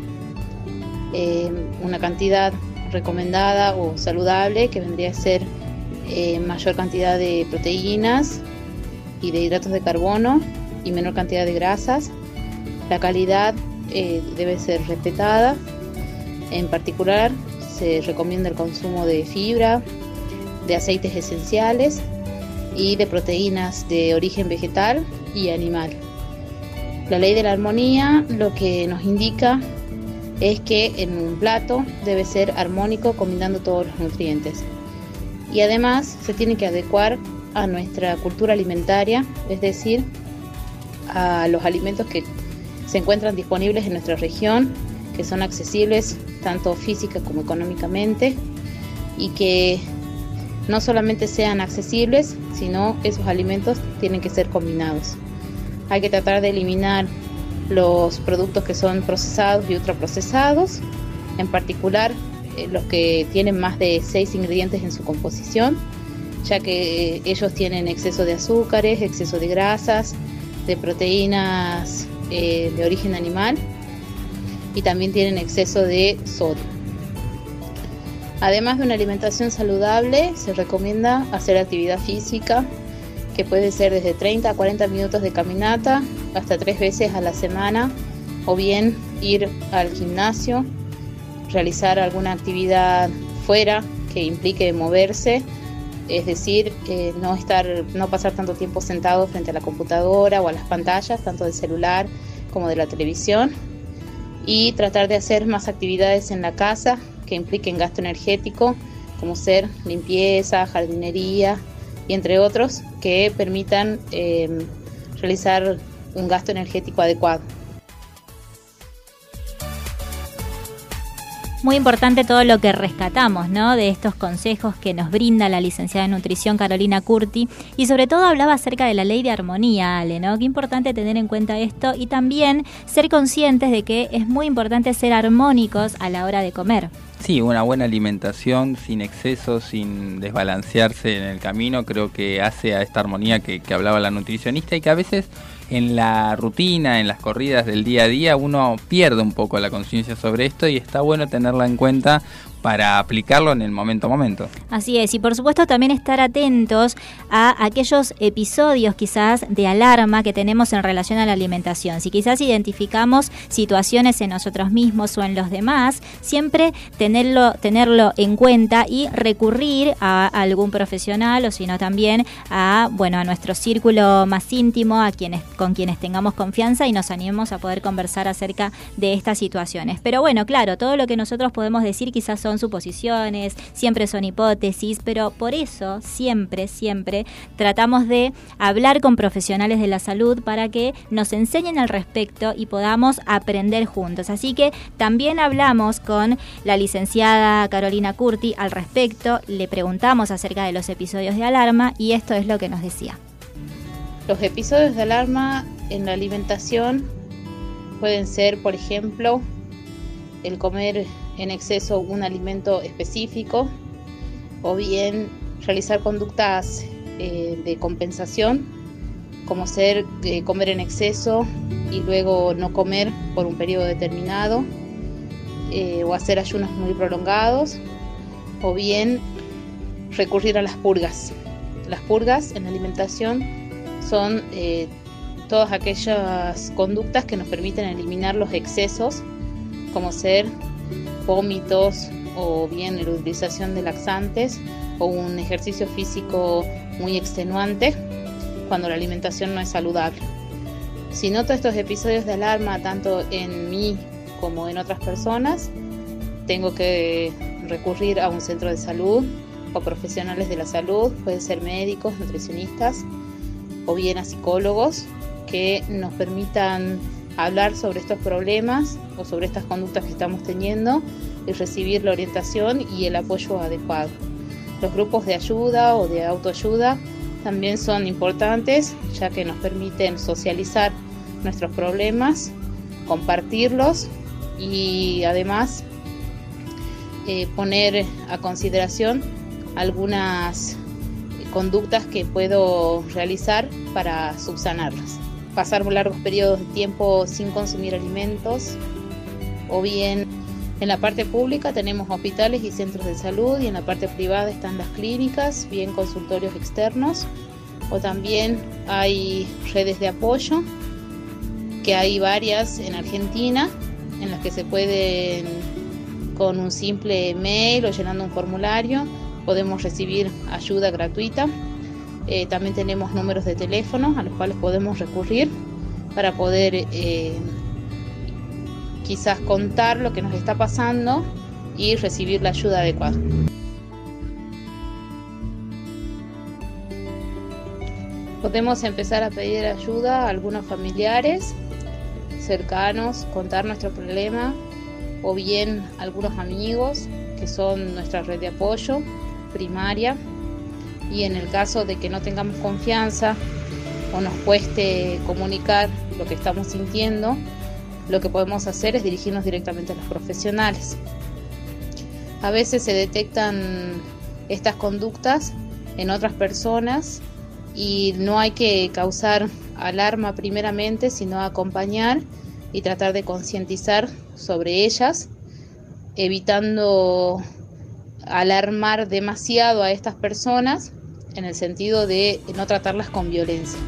[SPEAKER 10] una cantidad recomendada o saludable que vendría a ser mayor cantidad de proteínas y de hidratos de carbono y menor cantidad de grasas. La calidad debe ser respetada. En particular se recomienda el consumo de fibra, de aceites esenciales y de proteínas de origen vegetal y animal. La ley de la armonía lo que nos indica es que en un plato debe ser armónico combinando todos los nutrientes. Y además se tiene que adecuar a nuestra cultura alimentaria, es decir, a los alimentos que se encuentran disponibles en nuestra región, que son accesibles tanto física como económicamente y que no solamente sean accesibles, sino esos alimentos tienen que ser combinados. Hay que tratar de eliminar los productos que son procesados y ultraprocesados, en particular los que tienen más de 6 ingredientes en su composición, ya que ellos tienen exceso de azúcares, exceso de grasas, de proteínas de origen animal y también tienen exceso de sodio. Además de una alimentación saludable, se recomienda hacer actividad física, que puede ser desde 30 a 40 minutos de caminata, hasta 3 veces a la semana, o bien ir al gimnasio, realizar alguna actividad fuera que implique moverse, es decir, no pasar tanto tiempo sentado frente a la computadora o a las pantallas, tanto del celular como de la televisión, y tratar de hacer más actividades en la casa que impliquen gasto energético, como ser limpieza, jardinería y entre otros que permitan realizar un gasto energético adecuado.
[SPEAKER 2] Muy importante todo lo que rescatamos, ¿no?, de estos consejos que nos brinda la licenciada en nutrición Carolina Curti, y sobre todo hablaba acerca de la ley de armonía, Ale, ¿no? Qué importante tener en cuenta esto y también ser conscientes de que es muy importante ser armónicos a la hora de comer.
[SPEAKER 3] Sí, una buena alimentación sin exceso, sin desbalancearse en el camino, creo que hace a esta armonía que hablaba la nutricionista y que a veces en la rutina, en las corridas del día a día, uno pierde un poco la conciencia sobre esto y está bueno tenerla en cuenta para aplicarlo en el momento a momento.
[SPEAKER 2] Así es, y por supuesto también estar atentos a aquellos episodios quizás de alarma que tenemos en relación a la alimentación. Si quizás identificamos situaciones en nosotros mismos o en los demás, siempre tenerlo en cuenta y recurrir a algún profesional o sino también a nuestro círculo más íntimo, con quienes tengamos confianza y nos animemos a poder conversar acerca de estas situaciones. Pero bueno, claro, todo lo que nosotros podemos decir quizás son suposiciones, siempre son hipótesis, pero por eso siempre tratamos de hablar con profesionales de la salud para que nos enseñen al respecto y podamos aprender juntos. Así que también hablamos con la licenciada Carolina Curti al respecto, le preguntamos acerca de los episodios de alarma y esto es lo que nos decía.
[SPEAKER 10] Los episodios de alarma en la alimentación pueden ser, por ejemplo, el comer en exceso un alimento específico o bien realizar conductas de compensación, como ser comer en exceso y luego no comer por un periodo determinado, o hacer ayunos muy prolongados, o bien recurrir a las purgas. Las purgas en la alimentación son todas aquellas conductas que nos permiten eliminar los excesos, como ser vómitos o bien la utilización de laxantes o un ejercicio físico muy extenuante cuando la alimentación no es saludable. Si noto estos episodios de alarma tanto en mí como en otras personas, tengo que recurrir a un centro de salud o profesionales de la salud, pueden ser médicos, nutricionistas o bien a psicólogos que nos permitan hablar sobre estos problemas o sobre estas conductas que estamos teniendo y recibir la orientación y el apoyo adecuado. Los grupos de ayuda o de autoayuda también son importantes, ya que nos permiten socializar nuestros problemas, compartirlos y además poner a consideración algunas conductas que puedo realizar para subsanarlas. Pasar largos periodos de tiempo sin consumir alimentos, o bien en la parte pública tenemos hospitales y centros de salud, y en la parte privada están las clínicas, bien consultorios externos, o también hay redes de apoyo, que hay varias en Argentina, en las que se pueden, con un simple mail o llenando un formulario, podemos recibir ayuda gratuita. También tenemos números de teléfono a los cuales podemos recurrir para poder quizás contar lo que nos está pasando y recibir la ayuda adecuada. Podemos empezar a pedir ayuda a algunos familiares cercanos, contar nuestro problema, o bien algunos amigos que son nuestra red de apoyo primaria, y en el caso de que no tengamos confianza o nos cueste comunicar lo que estamos sintiendo, lo que podemos hacer es dirigirnos directamente a los profesionales. A veces se detectan estas conductas en otras personas y no hay que causar alarma primeramente, sino acompañar y tratar de concientizar sobre ellas, evitando alarmar demasiado a estas personas en el sentido de no tratarlas con violencia.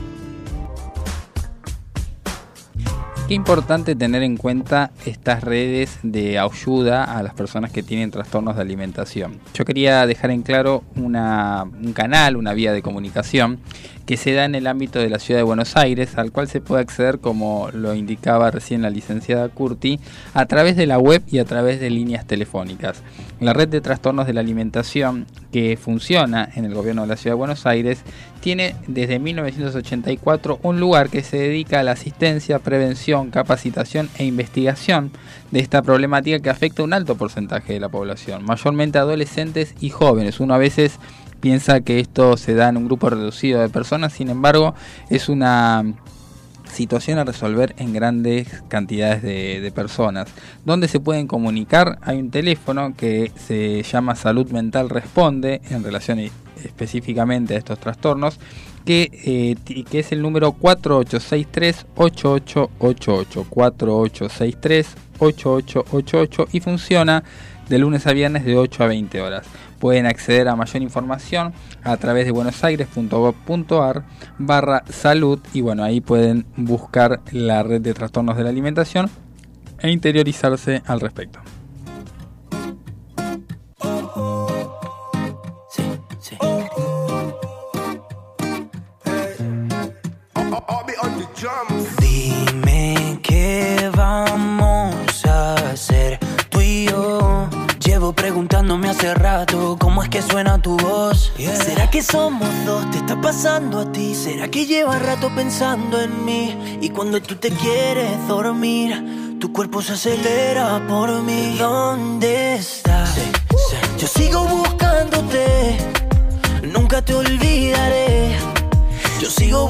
[SPEAKER 3] Qué importante tener en cuenta estas redes de ayuda a las personas que tienen trastornos de alimentación. Yo quería dejar en claro un canal, una vía de comunicación que se da en el ámbito de la ciudad de Buenos Aires, al cual se puede acceder, como lo indicaba recién la licenciada Curti, a través de la web y a través de líneas telefónicas. La red de trastornos de la alimentación, que funciona en el gobierno de la ciudad de Buenos Aires, tiene desde 1984 un lugar que se dedica a la asistencia, prevención, capacitación e investigación de esta problemática que afecta a un alto porcentaje de la población, mayormente adolescentes y jóvenes. Uno a veces piensa que esto se da en un grupo reducido de personas, sin embargo es una situación a resolver en grandes cantidades de personas. ¿Dónde se pueden comunicar? Hay un teléfono que se llama Salud Mental Responde en relación específicamente a estos trastornos, que es el número 4863-8888, 4863-8888, y funciona de lunes a viernes de 8 a 20 horas. Pueden acceder a mayor información a través de buenosaires.gov.ar/salud, y bueno, ahí pueden buscar la red de trastornos de la alimentación e interiorizarse al respecto.
[SPEAKER 8] Dime qué vamos a hacer tú y yo. Llevo preguntándome hace rato cómo es que suena tu voz. ¿Será que somos dos? ¿Te está pasando a ti? ¿Será que llevas rato pensando en mí? Y cuando tú te quieres dormir, tu cuerpo se acelera por mí. ¿Dónde estás? Yo sigo buscándote, nunca te olvidaré. Yo sigo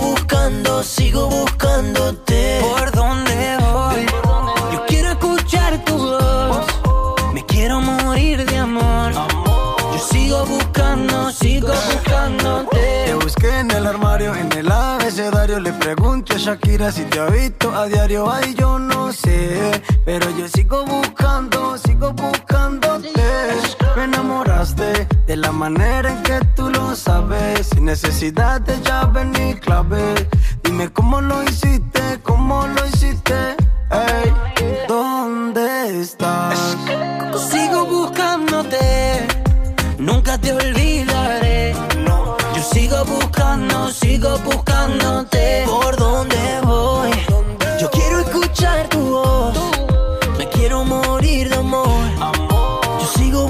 [SPEAKER 8] buscándote. ¿Por dónde voy? Yo quiero escuchar tu voz. Me quiero morir de amor. Yo sigo buscándote.
[SPEAKER 7] Te busqué en el armario, en el abecedario. Le pregunto a Shakira si te ha visto a diario. Ay, yo no sé, pero yo sigo buscándote. Me enamoraste de la manera en que tú lo sabes, sin necesidad de llave ni clave. Dime Dime cómo lo hiciste, ey. ¿Dónde estás?
[SPEAKER 6] Sigo buscándote, nunca te olvidaré. Yo sigo buscándote. ¿Por dónde voy? Yo quiero escuchar tu voz, me quiero morir de amor. Yo sigo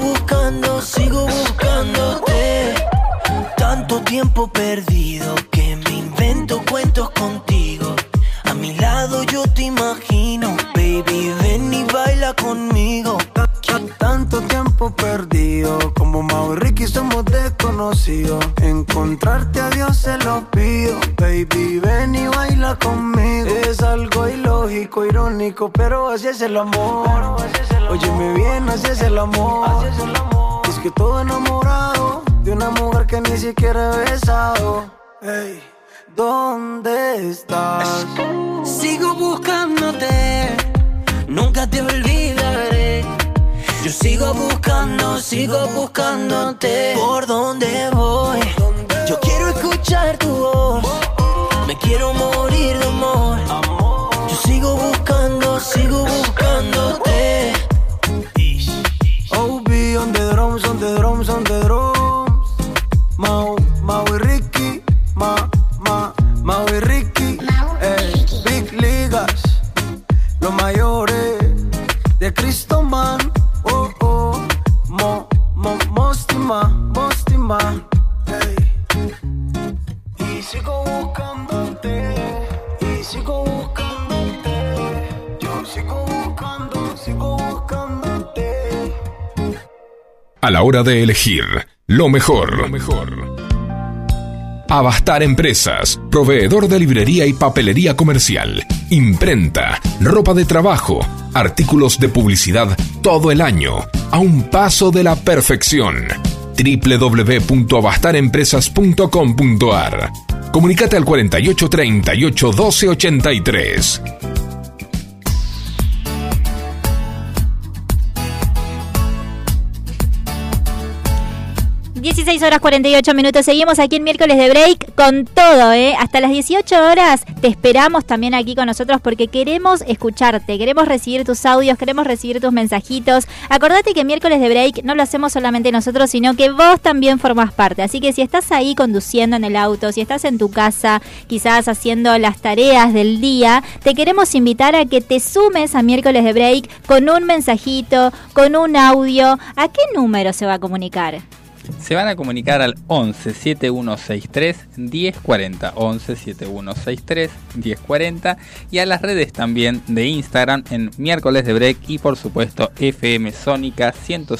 [SPEAKER 6] buscándote. Tanto tiempo perdido que me invento cuentos contigo. A mi lado yo te imagino, baby, ven y baila conmigo.
[SPEAKER 7] Tanto tiempo perdido, como Mau y Ricky somos desconocidos. Encontrarte a Dios se lo pido, baby, ven y baila conmigo. Es algo ilógico, irónico, pero así es el amor. Óyeme bien, así es el amor. Es que todo enamorado de una mujer que ni siquiera he besado. Hey, ¿dónde estás?
[SPEAKER 6] Sigo buscándote, nunca te olvidaré. Yo sigo buscándote. ¿Por dónde voy? Yo quiero escuchar tu voz, me quiero morir de amor. Yo sigo buscándote.
[SPEAKER 7] OB on the drums, on the drums, on the drums. Mau y Ricky, Mau y Ricky, Big Ligas, los mayores de Cristo Man. Mostima, hey. Y sigo buscándote, yo sigo buscándote.
[SPEAKER 1] A la hora de elegir lo mejor. Abastar Empresas, proveedor de librería y papelería comercial, imprenta, ropa de trabajo, artículos de publicidad todo el año, a un paso de la perfección. www.abastarempresas.com.ar. Comunícate al 48 38 12 83.
[SPEAKER 2] 16 horas 48 minutos. Seguimos aquí en Miércoles de Break con todo, hasta las 18 horas te esperamos también aquí con nosotros porque queremos escucharte, queremos recibir tus audios, queremos recibir tus mensajitos. Acordate que Miércoles de Break no lo hacemos solamente nosotros, sino que vos también formás parte. Así que si estás ahí conduciendo en el auto, si estás en tu casa, quizás haciendo las tareas del día, te queremos invitar a que te sumes a Miércoles de Break con un mensajito, con un audio. ¿A qué número se va a comunicar?
[SPEAKER 3] Se van a comunicar al 11 7163 1040, 11 7163 1040 y a las redes también de Instagram en Miércoles de Break y por supuesto FM Sónica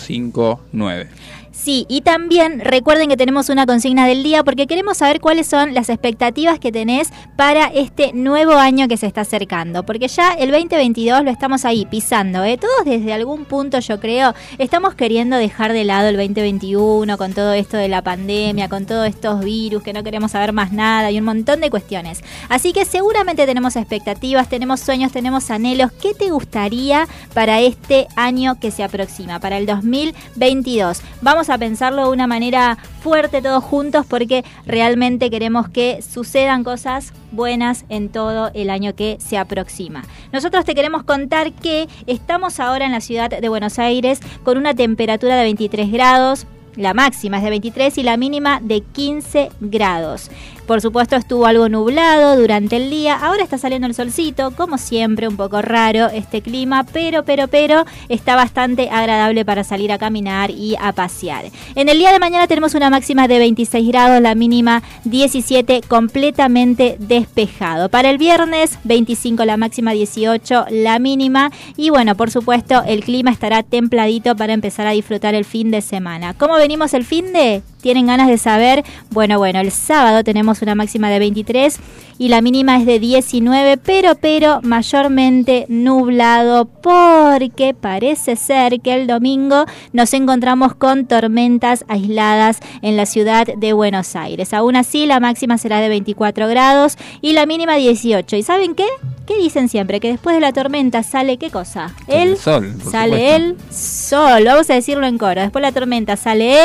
[SPEAKER 3] 105.9.
[SPEAKER 2] Sí, y también recuerden que tenemos una consigna del día porque queremos saber cuáles son las expectativas que tenés para este nuevo año que se está acercando, porque ya el 2022 lo estamos ahí pisando, todos desde algún punto yo creo estamos queriendo dejar de lado el 2021 con todo esto de la pandemia, con todos estos virus que no queremos saber más nada y un montón de cuestiones, así que seguramente tenemos expectativas, tenemos sueños, tenemos anhelos. ¿Qué te gustaría para este año que se aproxima, para el 2022? Vamos a pensarlo de una manera fuerte todos juntos porque realmente queremos que sucedan cosas buenas en todo el año que se aproxima. Nosotros te queremos contar que estamos ahora en la ciudad de Buenos Aires con una temperatura de 23 grados. La máxima es de 23 y la mínima de 15 grados. Por supuesto estuvo algo nublado durante el día. Ahora está saliendo el solcito, como siempre, un poco raro este clima, pero está bastante agradable para salir a caminar y a pasear. En el día de mañana tenemos una máxima de 26 grados, la mínima 17, completamente despejado. Para el viernes 25 la máxima, 18 la mínima y bueno, por supuesto el clima estará templadito para empezar a disfrutar el fin de semana. ¿Cómo venimos el fin de? ¿Tienen ganas de saber? Bueno, el sábado tenemos una máxima de 23 y la mínima es de 19, pero mayormente nublado porque parece ser que el domingo nos encontramos con tormentas aisladas en la ciudad de Buenos Aires. Aún así, la máxima será de 24 grados y la mínima 18. ¿Y saben qué? ¿Qué dicen siempre? Que después de la tormenta sale ¿qué cosa?
[SPEAKER 3] El sol.
[SPEAKER 2] Sale el sol. Vamos a decirlo en coro. Después de la tormenta sale el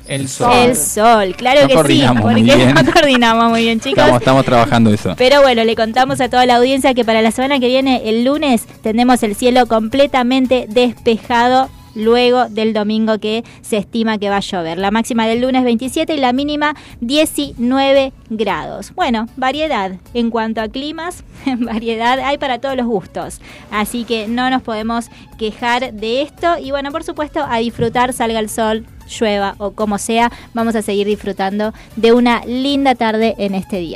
[SPEAKER 9] El sol.
[SPEAKER 2] El sol, claro
[SPEAKER 3] No
[SPEAKER 2] que sí,
[SPEAKER 3] coordinamos muy
[SPEAKER 2] porque
[SPEAKER 3] bien.
[SPEAKER 2] no coordinamos muy bien, chicos.
[SPEAKER 3] Estamos trabajando eso.
[SPEAKER 2] Pero bueno, le contamos a toda la audiencia que para la semana que viene, el lunes, tendremos el cielo completamente despejado luego del domingo que se estima que va a llover. La máxima del lunes 27 y la mínima 19 grados. Bueno, variedad en cuanto a climas, variedad hay para todos los gustos. Así que no nos podemos quejar de esto. Y bueno, por supuesto, a disfrutar, salga el sol, llueva o como sea, vamos a seguir disfrutando de una linda tarde en este día.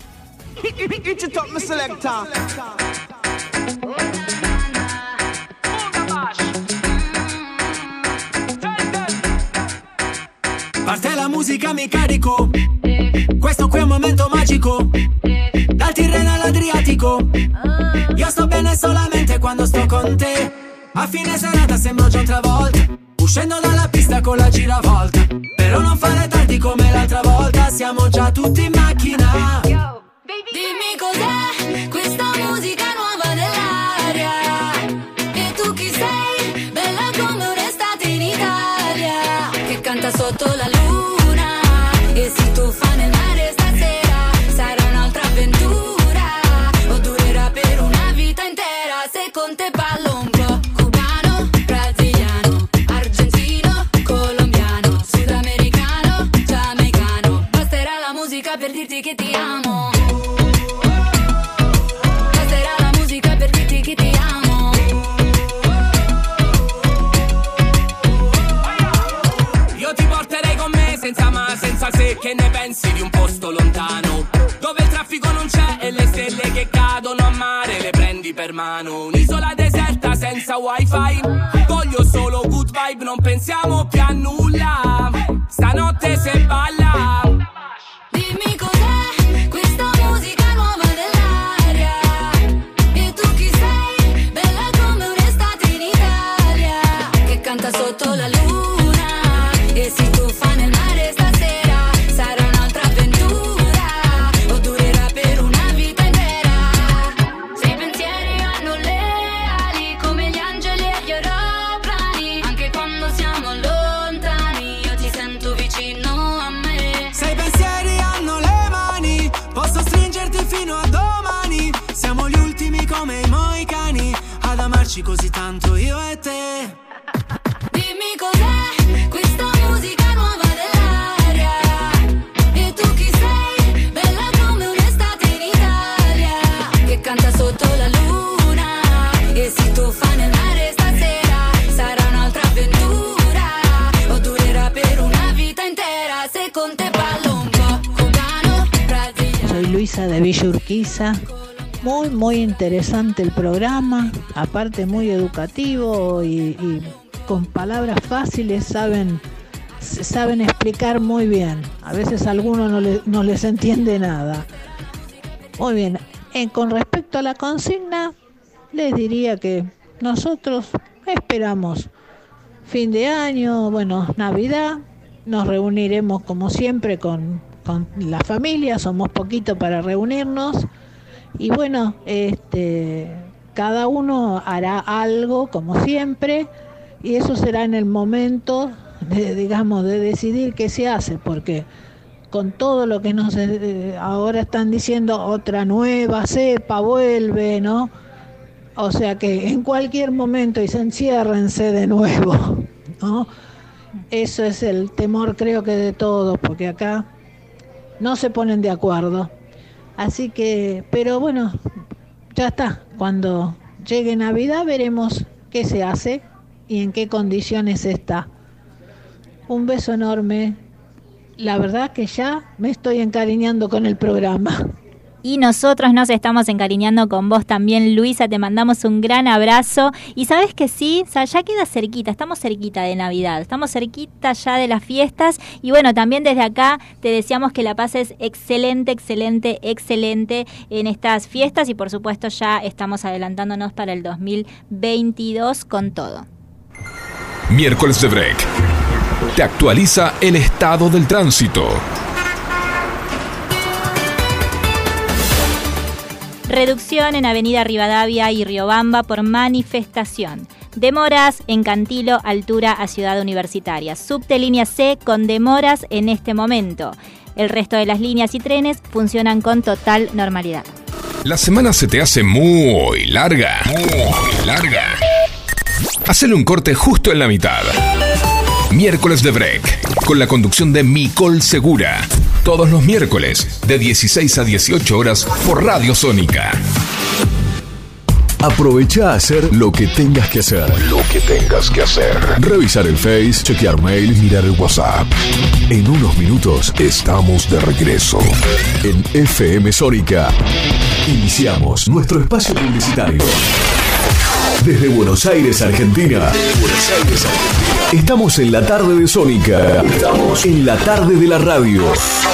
[SPEAKER 6] Parte la musica, mi carico. Questo qui è un momento magico. Dal Tirreno all'Adriatico. Io sto bene solamente quando sto con te. A fine serata sembro John Travolta, uscendo dalla pista con la giravolta. Però non fare tardi come l'altra volta, siamo già tutti in macchina.
[SPEAKER 11] Dimmi cos'è questa musica nuova nell'aria. E tu chi sei? Bella come un'estate in Italia, che canta sotto la luna e si tuffa nel mare stasera. Sarà un'altra avventura o durerà per una vita intera. Se con te ballo un po' cubano, brasiliano, argentino, colombiano, sudamericano, giamaicano. Basterà la musica per dirti che ti amo. Basterà la musica per dirti che ti amo.
[SPEAKER 6] Io ti porterei con me senza ma, senza se. Che ne pensi di un posto lontano, dove il traffico non c'è e le stelle che cadono a mare le prendi per mano. Un'isola deserta senza wifi, voglio solo good vibe, non pensiamo più a nulla. Stanotte se balla.
[SPEAKER 11] Dimmi cos'è questa musica nuova nell'aria. E tu chi sei? Bella come un'estate in Italia, che canta sotto la luna e si tuffa nel mare stasera. Sarà un'altra avventura o durerà per una vita intera. Se i pensieri hanno le ali come gli angeli e gli aeroplani, anche quando siamo lontani io ti sento vicino a me.
[SPEAKER 6] Se i pensieri hanno le mani, posso stringerti fino a domani. Siamo gli ultimi come i moicani ad amarci così tanto io e te.
[SPEAKER 11] Dimmi cos'è questa musica nuova nell'aria. E tu chi sei? Bella come un'estate in Italia, che canta sotto la luna e si tuffa nel mare stasera. Sarà un'altra avventura o durerà per una vita intera. Se con te ballo un po' cubano, brasiliano.
[SPEAKER 12] Soy Luisa de Villa Urquiza. Muy interesante el programa, aparte muy educativo y con palabras fáciles saben explicar muy bien. A veces a algunos no les entiende nada. Muy bien, con respecto a la consigna, les diría que nosotros esperamos fin de año, bueno, Navidad, nos reuniremos como siempre con la familia, somos poquitos para reunirnos. Y bueno, cada uno hará algo como siempre y eso será en el momento de decidir qué se hace, porque con todo lo que nos ahora están diciendo, otra nueva cepa vuelve, ¿no? O sea que en cualquier momento y se enciérrense de nuevo, ¿no? Eso es el temor, creo que de todos, porque acá no se ponen de acuerdo. Así que, pero bueno, ya está. Cuando llegue Navidad veremos qué se hace y en qué condiciones está. Un beso enorme. La verdad que ya me estoy encariñando con el programa.
[SPEAKER 2] Y nosotros nos estamos encariñando con vos también, Luisa, te mandamos un gran abrazo. Y sabes que sí, o sea, ya queda cerquita, estamos cerquita de Navidad, estamos cerquita ya de las fiestas. Y bueno, también desde acá te deseamos que la pases excelente en estas fiestas. Y por supuesto ya estamos adelantándonos para el 2022 con todo.
[SPEAKER 1] Miércoles de Break te actualiza el estado del tránsito.
[SPEAKER 2] Reducción en Avenida Rivadavia y Riobamba por manifestación. Demoras en Cantilo, altura a Ciudad Universitaria. Subte línea C con demoras en este momento. El resto de las líneas y trenes funcionan con total normalidad.
[SPEAKER 1] La semana se te hace muy larga. Muy larga. Hacele un corte justo en la mitad. Miércoles de Break, con la conducción de Micol Segura. Todos los miércoles, de 16 a 18 horas, por Radio Sónica.
[SPEAKER 13] Aprovecha a hacer lo que tengas que hacer. Revisar el Face, chequear mail, mirar el WhatsApp. En unos minutos estamos de regreso. En FM Sónica iniciamos nuestro espacio publicitario. Desde Buenos Aires, Argentina. Estamos en la tarde de Sónica. Estamos en la tarde de la radio.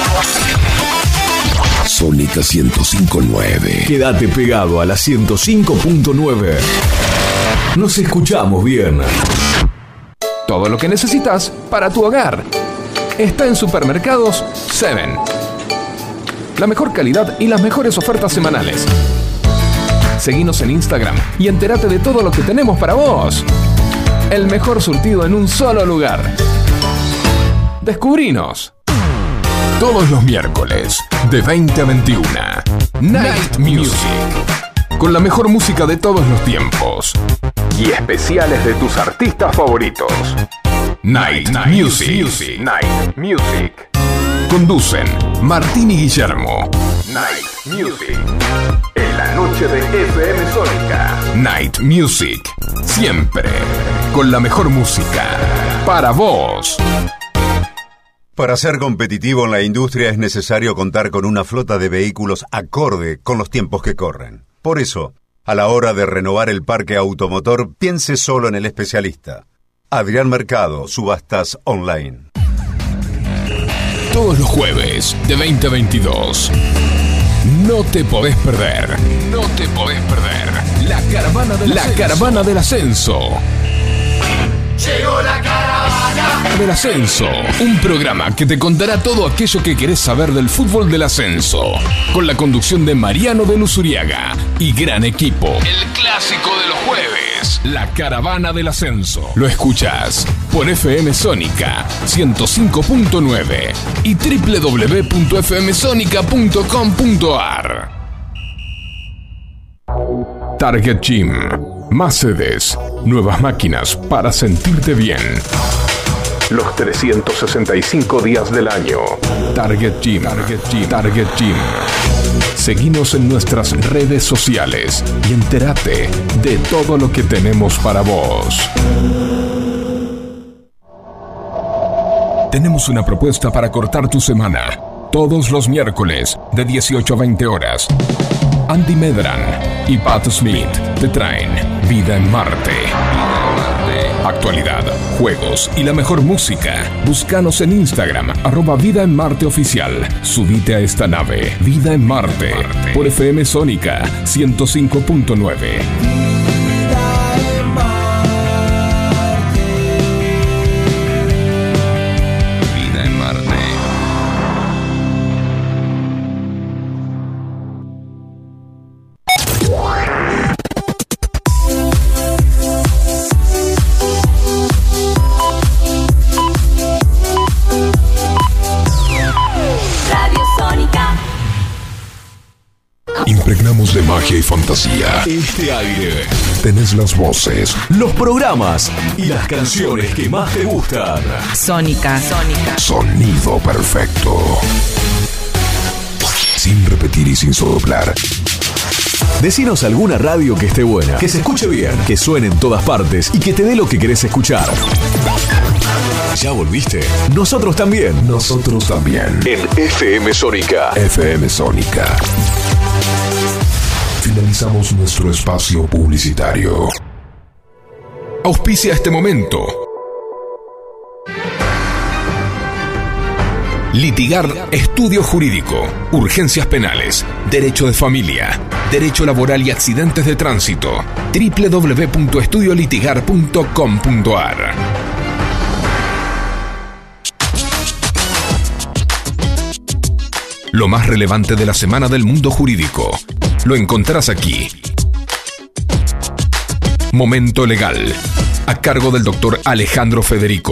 [SPEAKER 13] Sónica 105.9. Quédate pegado a la 105.9. Nos escuchamos bien.
[SPEAKER 1] Todo lo que necesitas para tu hogar está en Supermercados 7. La mejor calidad y las mejores ofertas semanales. Seguinos en Instagram y entérate de todo lo que tenemos para vos. El mejor surtido en un solo lugar. Descubrinos. Todos los miércoles, de 20 a 21. Night Music. Con la mejor música de todos los tiempos. Y especiales de tus artistas favoritos. Night Music. Night Music. Conducen Martín y Guillermo. Night Music. En la noche de FM Sónica. Night Music. Siempre con la mejor música. Para vos.
[SPEAKER 14] Para ser competitivo en la industria es necesario contar con una flota de vehículos acorde con los tiempos que corren. Por eso, a la hora de renovar el parque automotor, piense solo en el especialista. Adrián Mercado, Subastas Online.
[SPEAKER 1] Todos los jueves, de 20 a 22. No te podés perder. No te podés perder. La caravana del ascenso.
[SPEAKER 5] Llegó la caravana
[SPEAKER 1] del ascenso, un programa que te contará todo aquello que querés saber del fútbol del ascenso, con la conducción de Mariano de Luzuriaga y gran equipo. El clásico de los jueves, la caravana del ascenso. Lo escuchás por FM Sónica 105.9 y www.fmsonica.com.ar. Target Gym. Más sedes, nuevas máquinas para sentirte bien. Los 365 días del año. Target Gym. Target Gym. Seguinos en nuestras redes sociales y entérate de todo lo que tenemos para vos. Tenemos una propuesta para cortar tu semana. Todos los miércoles, de 18 a 20 horas. Andy Medran y Pat Smith te traen Vida en Marte. Actualidad, juegos y la mejor música. Búscanos en Instagram, @Vida en Marte Oficial. Subite a esta nave, Vida en Marte, por FM Sónica 105.9. Vida en Marte. Impregnamos de magia y fantasía este aire. Tenés las voces,
[SPEAKER 13] los programas y las canciones que más te gustan.
[SPEAKER 15] Sónica.
[SPEAKER 1] Sonido perfecto. Sin repetir y sin soplar.
[SPEAKER 13] Decinos alguna radio que esté buena, que se escuche bien, que suene en todas partes y que te dé lo que querés escuchar. ¿Ya volviste? Nosotros también.
[SPEAKER 1] Nosotros también.
[SPEAKER 13] En FM Sónica.
[SPEAKER 1] FM Sónica. Finalizamos nuestro espacio publicitario. Auspicia este momento. Litigar Estudio Jurídico, Urgencias Penales, Derecho de Familia, Derecho Laboral y Accidentes de Tránsito. www.estudiolitigar.com.ar. Lo más relevante de la semana del mundo jurídico lo encontrarás aquí. Momento Legal, a cargo del doctor Alejandro Federico.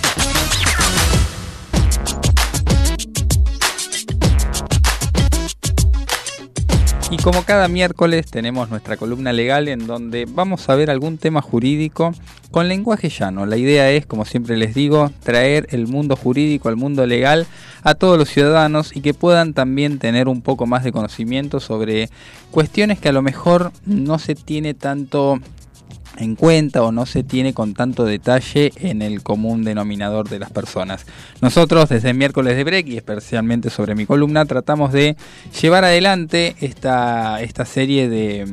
[SPEAKER 3] Y como cada miércoles tenemos nuestra columna legal en donde vamos a ver algún tema jurídico con lenguaje llano. La idea es, como siempre les digo, traer el mundo jurídico, el mundo legal a todos los ciudadanos y que puedan también tener un poco más de conocimiento sobre cuestiones que a lo mejor no se tiene tanto en cuenta o no se tiene con tanto detalle en el común denominador de las personas. Nosotros desde Miércoles de Break y especialmente sobre mi columna tratamos de llevar adelante esta serie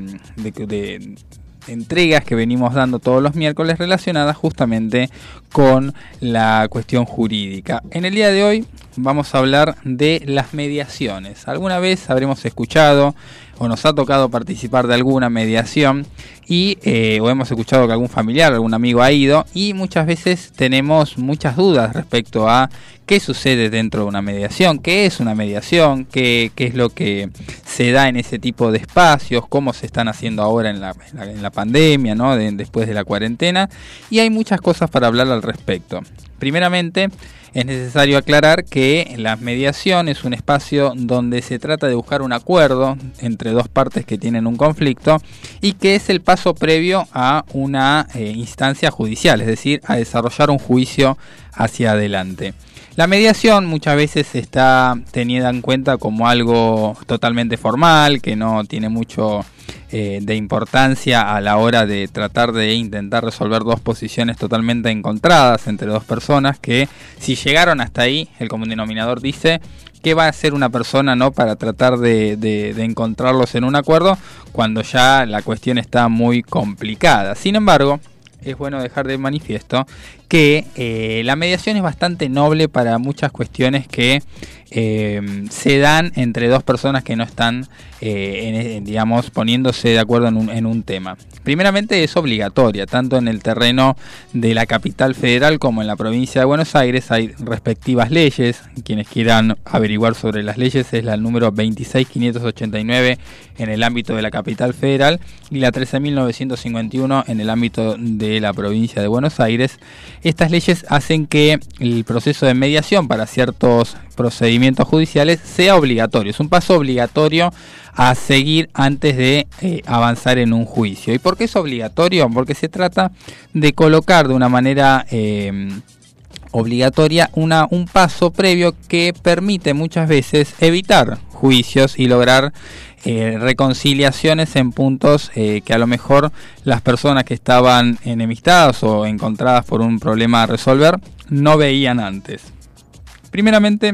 [SPEAKER 3] de entregas que venimos dando todos los miércoles relacionadas justamente con la cuestión jurídica. En el día de hoy vamos a hablar de las mediaciones. Alguna vez habremos escuchado o nos ha tocado participar de alguna mediación o hemos escuchado que algún familiar, algún amigo ha ido, y muchas veces tenemos muchas dudas respecto a qué sucede dentro de una mediación, qué es una mediación, qué es lo que se da en ese tipo de espacios, cómo se están haciendo ahora en la pandemia, ¿no? Después de la cuarentena, y hay muchas cosas para hablar al respecto. Primeramente, es necesario aclarar que la mediación es un espacio donde se trata de buscar un acuerdo entre dos partes que tienen un conflicto y que es el paso previo a una instancia judicial, es decir, a desarrollar un juicio hacia adelante. La mediación muchas veces está tenida en cuenta como algo totalmente formal, que no tiene mucho de importancia a la hora de tratar de intentar resolver dos posiciones totalmente encontradas entre dos personas que, si llegaron hasta ahí, el común denominador dice que va a hacer una persona, ¿no?, para tratar de encontrarlos en un acuerdo cuando ya la cuestión está muy complicada. Sin embargo, es bueno dejar de manifiesto que la mediación es bastante noble para muchas cuestiones que se dan entre dos personas que no están, digamos, poniéndose de acuerdo en un tema. Primeramente es obligatoria, tanto en el terreno de la capital federal como en la provincia de Buenos Aires hay respectivas leyes. Quienes quieran averiguar sobre las leyes es la número 26589 en el ámbito de la capital federal y la 13951 en el ámbito de la provincia de Buenos Aires. Estas leyes hacen que el proceso de mediación para ciertos procedimientos judiciales sea obligatorio. Es un paso obligatorio a seguir antes de avanzar en un juicio. ¿Y por qué es obligatorio? Porque se trata de colocar de una manera obligatoria un paso previo que permite muchas veces evitar juicios y lograr reconciliaciones en puntos que a lo mejor las personas que estaban enemistadas o encontradas por un problema a resolver no veían antes. Primeramente,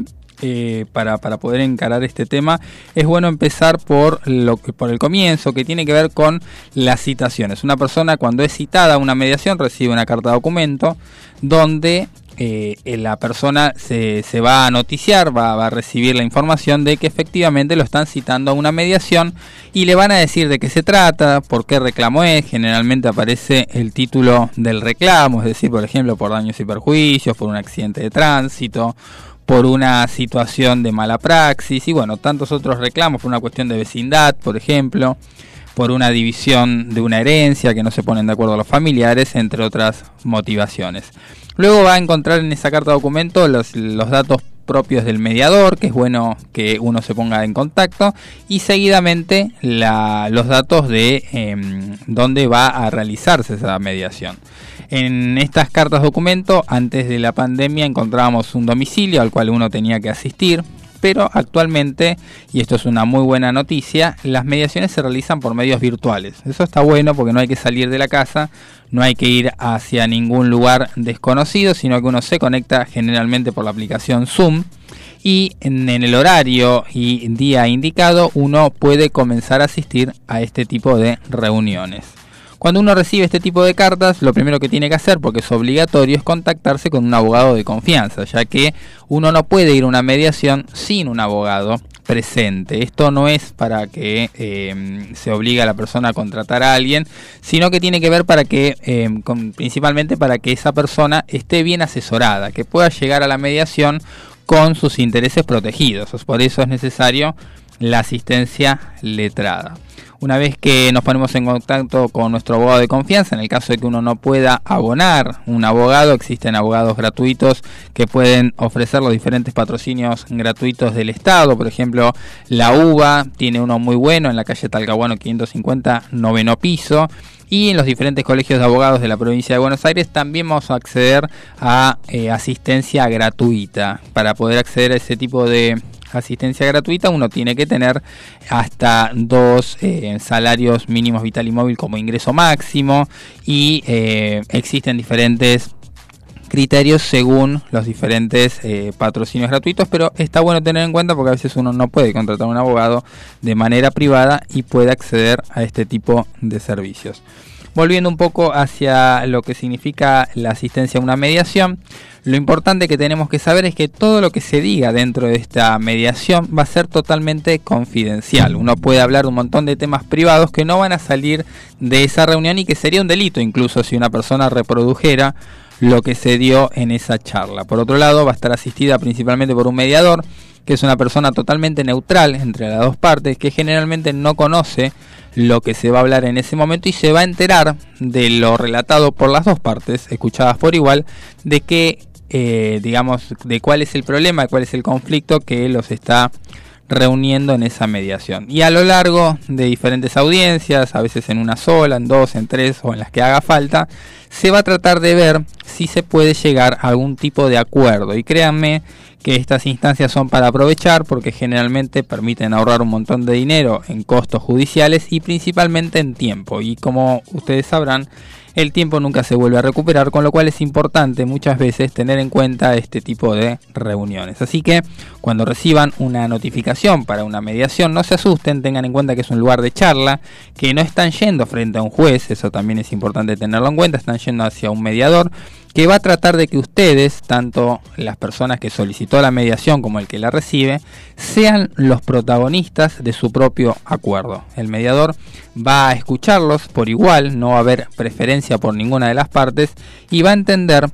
[SPEAKER 3] para poder encarar este tema es bueno empezar por el comienzo, que tiene que ver con las citaciones. Una persona, cuando es citada a una mediación, recibe una carta de documento donde la persona se va a noticiar, va a recibir la información de que efectivamente lo están citando a una mediación y le van a decir de qué se trata, por qué reclamo es. Generalmente aparece el título del reclamo, es decir, por ejemplo, por daños y perjuicios, por un accidente de tránsito, por una situación de mala praxis y bueno, tantos otros reclamos, por una cuestión de vecindad, por ejemplo, por una división de una herencia que no se ponen de acuerdo los familiares, entre otras motivaciones. Luego va a encontrar en esa carta de documento los datos propios del mediador, que es bueno que uno se ponga en contacto, y seguidamente los datos de dónde va a realizarse esa mediación. En estas cartas documento, antes de la pandemia, encontrábamos un domicilio al cual uno tenía que asistir, pero actualmente, y esto es una muy buena noticia, las mediaciones se realizan por medios virtuales. Eso está bueno porque no hay que salir de la casa, no hay que ir hacia ningún lugar desconocido, sino que uno se conecta generalmente por la aplicación Zoom y en el horario y día indicado uno puede comenzar a asistir a este tipo de reuniones. Cuando uno recibe este tipo de cartas, lo primero que tiene que hacer, porque es obligatorio, es contactarse con un abogado de confianza, ya que uno no puede ir a una mediación sin un abogado presente. Esto no es para que se obligue a la persona a contratar a alguien, sino que tiene que ver para que, principalmente para que esa persona esté bien asesorada, que pueda llegar a la mediación con sus intereses protegidos. Por eso es necesario la asistencia letrada. Una vez que nos ponemos en contacto con nuestro abogado de confianza, en el caso de que uno no pueda abonar un abogado, existen abogados gratuitos que pueden ofrecer los diferentes patrocinios gratuitos del Estado. Por ejemplo, la UBA tiene uno muy bueno en la calle Talcahuano 550, 9º piso. Y en los diferentes colegios de abogados de la provincia de Buenos Aires también vamos a acceder a asistencia gratuita. Para poder acceder a ese tipo de asistencia gratuita, uno tiene que tener hasta 2 salarios mínimos vital y móvil como ingreso máximo, y existen diferentes criterios según los diferentes patrocinios gratuitos, pero está bueno tener en cuenta porque a veces uno no puede contratar a un abogado de manera privada y puede acceder a este tipo de servicios. Volviendo un poco hacia lo que significa la asistencia a una mediación, lo importante que tenemos que saber es que todo lo que se diga dentro de esta mediación va a ser totalmente confidencial. Uno puede hablar de un montón de temas privados que no van a salir de esa reunión y que sería un delito incluso si una persona reprodujera lo que se dio en esa charla. Por otro lado, va a estar asistida principalmente por un mediador, que es una persona totalmente neutral entre las dos partes, que generalmente no conoce lo que se va a hablar en ese momento y se va a enterar de lo relatado por las dos partes, escuchadas por igual, de que, de cuál es el problema, cuál es el conflicto que los está reuniendo en esa mediación. Y a lo largo de diferentes audiencias, a veces en una sola, en 2, en 3 o en las que haga falta, se va a tratar de ver si se puede llegar a algún tipo de acuerdo. Y créanme que estas instancias son para aprovechar porque generalmente permiten ahorrar un montón de dinero en costos judiciales y principalmente en tiempo. Y como ustedes sabrán, el tiempo nunca se vuelve a recuperar, con lo cual es importante muchas veces tener en cuenta este tipo de reuniones. Así que cuando reciban una notificación para una mediación, no se asusten, tengan en cuenta que es un lugar de charla, que no están yendo frente a un juez, eso también es importante tenerlo en cuenta, están yendo hacia un mediador que va a tratar de que ustedes, tanto las personas que solicitó la mediación como el que la recibe, sean los protagonistas de su propio acuerdo. El mediador va a escucharlos por igual, no va a haber preferencia por ninguna de las partes y va a entender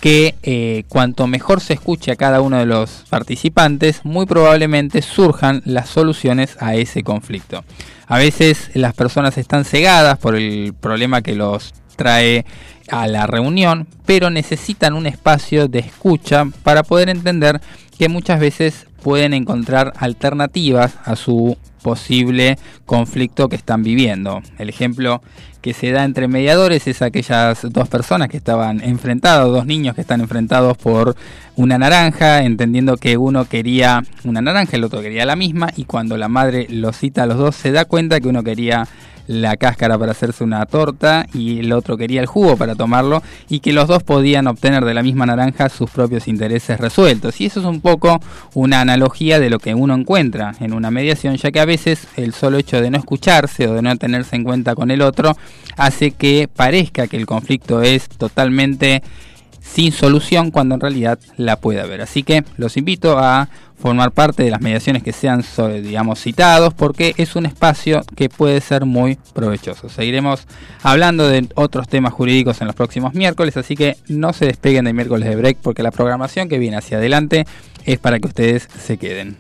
[SPEAKER 3] que cuanto mejor se escuche a cada uno de los participantes, muy probablemente surjan las soluciones a ese conflicto. A veces las personas están cegadas por el problema que los trae a la reunión, pero necesitan un espacio de escucha para poder entender que muchas veces pueden encontrar alternativas a su posible conflicto que están viviendo. El ejemplo que se da entre mediadores es aquellas dos personas que estaban enfrentados, dos niños que están enfrentados por una naranja, entendiendo que uno quería una naranja, el otro quería la misma, y cuando la madre los cita a los dos se da cuenta que uno quería la cáscara para hacerse una torta y el otro quería el jugo para tomarlo, y que los dos podían obtener de la misma naranja sus propios intereses resueltos. Y eso es un poco una analogía de lo que uno encuentra en una mediación, ya que a veces el solo hecho de no escucharse o de no tenerse en cuenta con el otro hace que parezca que el conflicto es totalmente sin solución cuando en realidad la puede haber. Así que los invito a formar parte de las mediaciones que sean, digamos, citados, porque es un espacio que puede ser muy provechoso. Seguiremos hablando de otros temas jurídicos en los próximos miércoles, así que no se despeguen de Miércoles de Break, porque la programación que viene hacia adelante es para que ustedes se queden.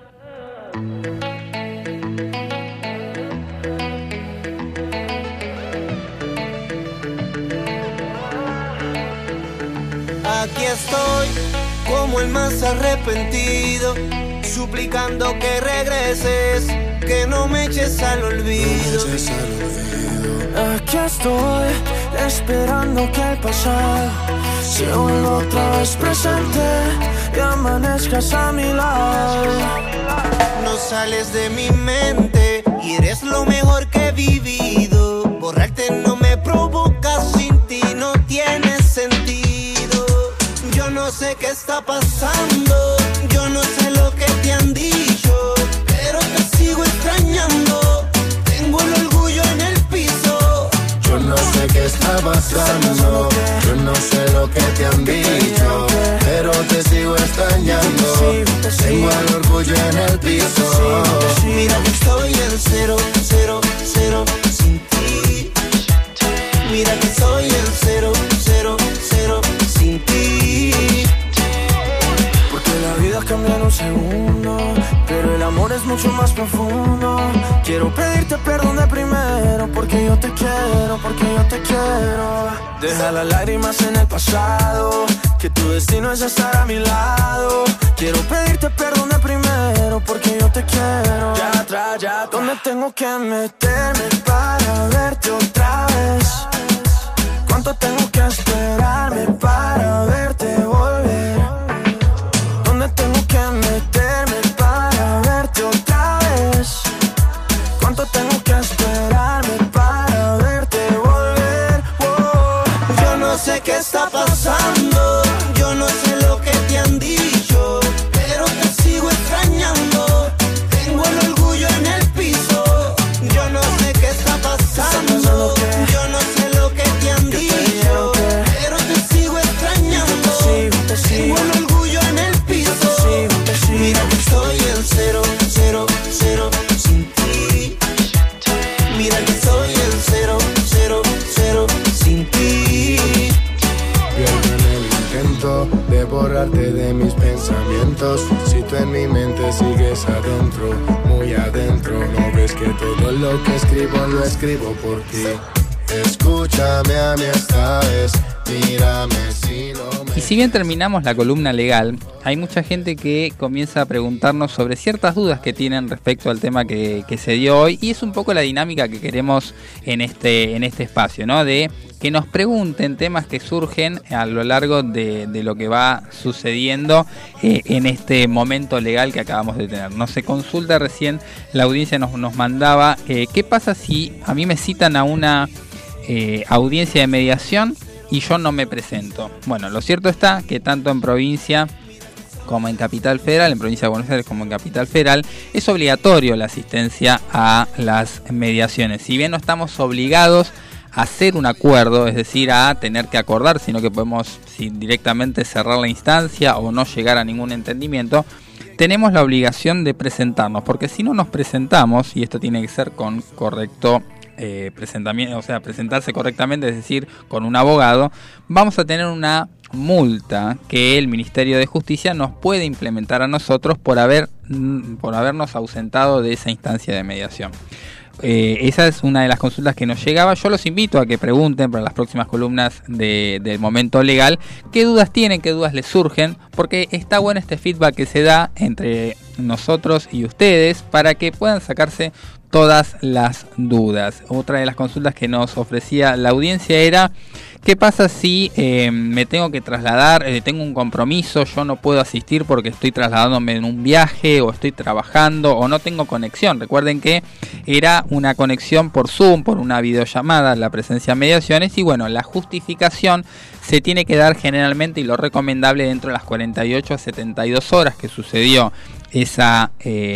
[SPEAKER 6] Aquí estoy, como el más arrepentido, suplicando que regreses, que no me eches al olvido.
[SPEAKER 8] Aquí estoy, esperando que el pasado se vuelva otra vez presente y amanezcas a mi lado.
[SPEAKER 6] No sales de mi mente y eres lo mejor que he vivido. Borrarte no me provoca, sin ti no tiene sentido. Yo no sé qué está pasando, yo no sé lo que te han dicho, pero te sigo extrañando, tengo el orgullo en el piso.
[SPEAKER 5] Yo no sé qué está pasando, yo no sé lo que te han dicho, pero te sigo extrañando, tengo el orgullo en el piso.
[SPEAKER 6] Mira que estoy en 0, 0, 0 sin ti. Mira que estoy en 0, 0, 0 sin ti.
[SPEAKER 8] Porque la vida cambia en un segundo, pero el amor es
[SPEAKER 7] es mucho más profundo. Quiero pedirte perdón de primero, porque yo te quiero, porque yo te quiero. Deja las lágrimas en el pasado, que tu destino es estar a mi lado. Quiero pedirte perdón de primero, porque yo te quiero. Ya atrás, ¿dónde tengo que meterme para verte otra vez? ¿Cuánto tengo que esperarme para verte volver? ¿Dónde tengo que meterme para verte otra vez? ¿Cuánto tengo que esperarme para verte volver? Oh, yo no sé qué está pasando, yo no sé lo que te han dicho, pero te sigo extrañando. Tengo el orgullo en el piso. Yo no sé qué está pasando, yo no sé lo que te han dicho, pero te sigo extrañando. Tengo el orgullo en el piso. Mira que estoy en 0, 0, 0 sin ti. Mira que estoy en 0, 0, 0 sin ti.
[SPEAKER 5] Pierdo en el intento de borrarte de mis pensamientos. Si tú en mi mente sigues adentro, muy adentro. No ves que todo lo que escribo lo escribo por ti. Escúchame a mí esta vez, mírame si no me...
[SPEAKER 3] Y si bien terminamos la columna legal, hay mucha gente que comienza a preguntarnos sobre ciertas dudas que tienen respecto al tema que se dio hoy, y es un poco la dinámica que queremos en este espacio, ¿no? De que nos pregunten temas que surgen a lo largo de lo que va sucediendo en este momento legal que acabamos de tener. Nos se consulta recién, la audiencia nos mandaba, ¿qué pasa si a mí me citan a una audiencia de mediación y yo no me presento? Bueno, lo cierto está que tanto en provincia como en Capital Federal, en provincia de Buenos Aires como en Capital Federal, es obligatorio la asistencia a las mediaciones. Si bien no estamos obligados a hacer un acuerdo, es decir, a tener que acordar, sino que podemos directamente cerrar la instancia o no llegar a ningún entendimiento, tenemos la obligación de presentarnos, porque si no nos presentamos, y esto tiene que ser con correcto presentamiento, o sea, presentarse correctamente, es decir, con un abogado, vamos a tener una multa que el Ministerio de Justicia nos puede implementar a nosotros por habernos ausentado de esa instancia de mediación. Esa es una de las consultas que nos llegaba. Yo los invito a que pregunten para las próximas columnas del momento legal qué dudas tienen, qué dudas les surgen, porque está bueno este feedback que se da entre nosotros y ustedes para que puedan sacarse todas las dudas. Otra de las consultas que nos ofrecía la audiencia era: ¿qué pasa si me tengo que trasladar, tengo un compromiso, yo no puedo asistir porque estoy trasladándome en un viaje o estoy trabajando o no tengo conexión? Recuerden que era una conexión por Zoom, por una videollamada, la presencia de mediaciones, y bueno, la justificación se tiene que dar generalmente, y lo recomendable, dentro de las 48 a 72 horas que sucedió esa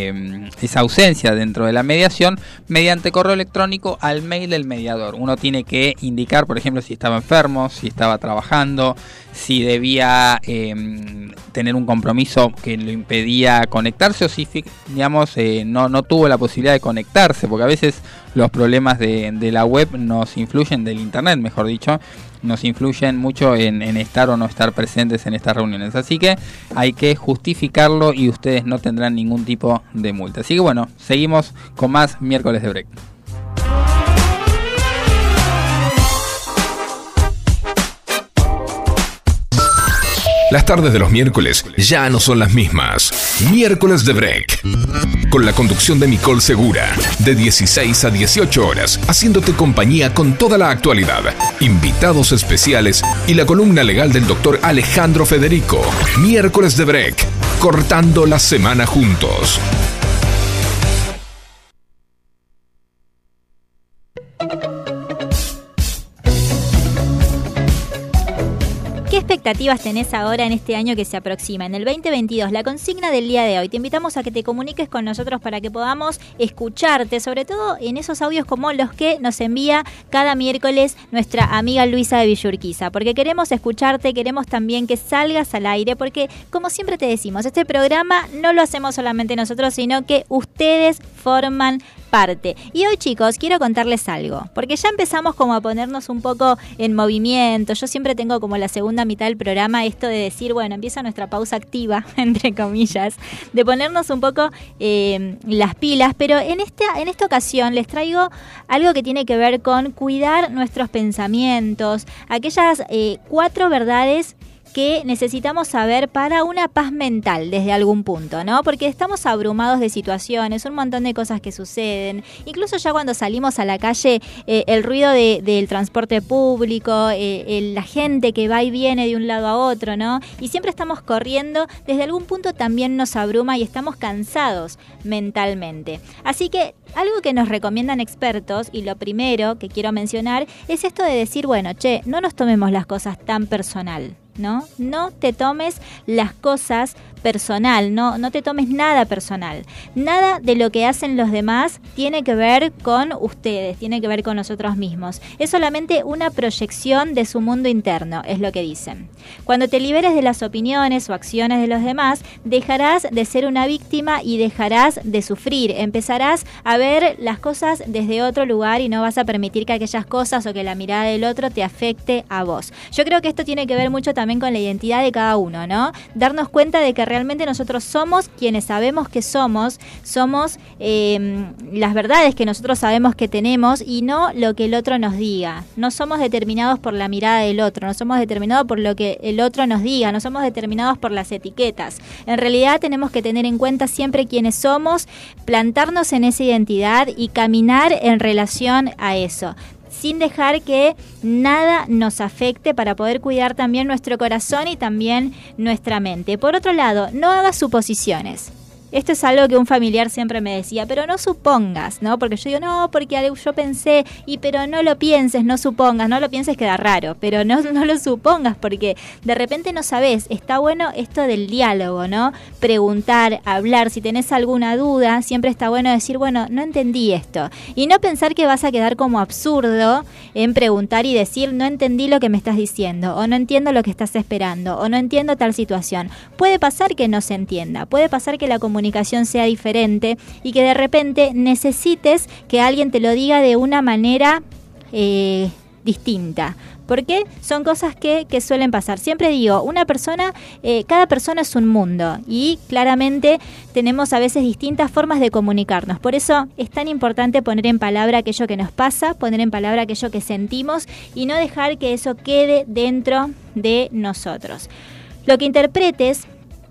[SPEAKER 3] ausencia dentro de la mediación, mediante correo electrónico al mail del mediador. Uno tiene que indicar, por ejemplo, si estaba enfermo, si estaba trabajando, si debía tener un compromiso que lo impedía conectarse, o si, digamos, no tuvo la posibilidad de conectarse, porque a veces los problemas de la web nos influyen, del internet mejor dicho, nos influyen mucho en estar o no estar presentes en estas reuniones. Así que hay que justificarlo y ustedes no tendrán ningún tipo de multa. Así que bueno, seguimos con más Miércoles de Break.
[SPEAKER 1] Las tardes de los miércoles ya no son las mismas. Miércoles de Break. Con la conducción de Micol Segura. De 16 a 18 horas. Haciéndote compañía con toda la actualidad. Invitados especiales y la columna legal del doctor Alejandro Federico. Miércoles de Break. Cortando la semana juntos.
[SPEAKER 2] ¿Qué expectativas tenés ahora en este año que se aproxima, en el 2022? La consigna del día de hoy. Te invitamos a que te comuniques con nosotros para que podamos escucharte, sobre todo en esos audios como los que nos envía cada miércoles nuestra amiga Luisa de Villurquiza, porque queremos escucharte, queremos también que salgas al aire, porque como siempre te decimos, este programa no lo hacemos solamente nosotros, sino que ustedes forman parte. Y hoy, chicos, quiero contarles algo, porque ya empezamos como a ponernos un poco en movimiento. Yo siempre tengo como la segunda mitad del programa esto de decir, bueno, empieza nuestra pausa activa, entre comillas, de ponernos un poco las pilas, pero en esta ocasión les traigo algo que tiene que ver con cuidar nuestros pensamientos, aquellas 4 verdades que necesitamos saber para una paz mental desde algún punto, ¿no? Porque estamos abrumados de situaciones, un montón de cosas que suceden, incluso ya cuando salimos a la calle, el ruido del transporte público, la gente que va y viene de un lado a otro, ¿no? Y siempre estamos corriendo, desde algún punto también nos abruma y estamos cansados mentalmente. Así que algo que nos recomiendan expertos, y lo primero que quiero mencionar, es esto de decir, bueno, no nos tomemos las cosas tan personal, ¿no? No te tomes las cosas personal, no te tomes nada personal. Nada de lo que hacen los demás tiene que ver con ustedes, tiene que ver con nosotros mismos. Es solamente una proyección de su mundo interno, es lo que dicen. Cuando te liberes de las opiniones o acciones de los demás, dejarás de ser una víctima y dejarás de sufrir. Empezarás a ver las cosas desde otro lugar y no vas a permitir que aquellas cosas o que la mirada del otro te afecte a vos. Yo creo que esto tiene que ver mucho también con la identidad de cada uno, ¿no? Darnos cuenta de que realmente nosotros somos quienes sabemos que somos las verdades que nosotros sabemos que tenemos y no lo que el otro nos diga. No somos determinados por la mirada del otro, no somos determinados por lo que el otro nos diga, no somos determinados por las etiquetas. En realidad tenemos que tener en cuenta siempre quiénes somos, plantarnos en esa identidad y caminar en relación a eso, sin dejar que nada nos afecte, para poder cuidar también nuestro corazón y también nuestra mente. Por otro lado, no hagas suposiciones. Esto es algo que un familiar siempre me decía, pero no supongas, ¿no? Porque yo digo, no, porque yo pensé, pero no lo pienses, no supongas, no lo pienses, queda raro, pero no lo supongas, porque de repente no sabés. Está bueno esto del diálogo, ¿no? Preguntar, hablar, si tenés alguna duda, siempre está bueno decir, bueno, no entendí esto. Y no pensar que vas a quedar como absurdo en preguntar y decir, no entendí lo que me estás diciendo, o no entiendo lo que estás esperando, o no entiendo tal situación. Puede pasar que no se entienda, puede pasar que la comunicación sea diferente y que de repente necesites que alguien te lo diga de una manera distinta. Porque son cosas que suelen pasar. Siempre digo, cada persona es un mundo y claramente tenemos a veces distintas formas de comunicarnos. Por eso es tan importante poner en palabra aquello que nos pasa, poner en palabra aquello que sentimos y no dejar que eso quede dentro de nosotros. Lo que interpretes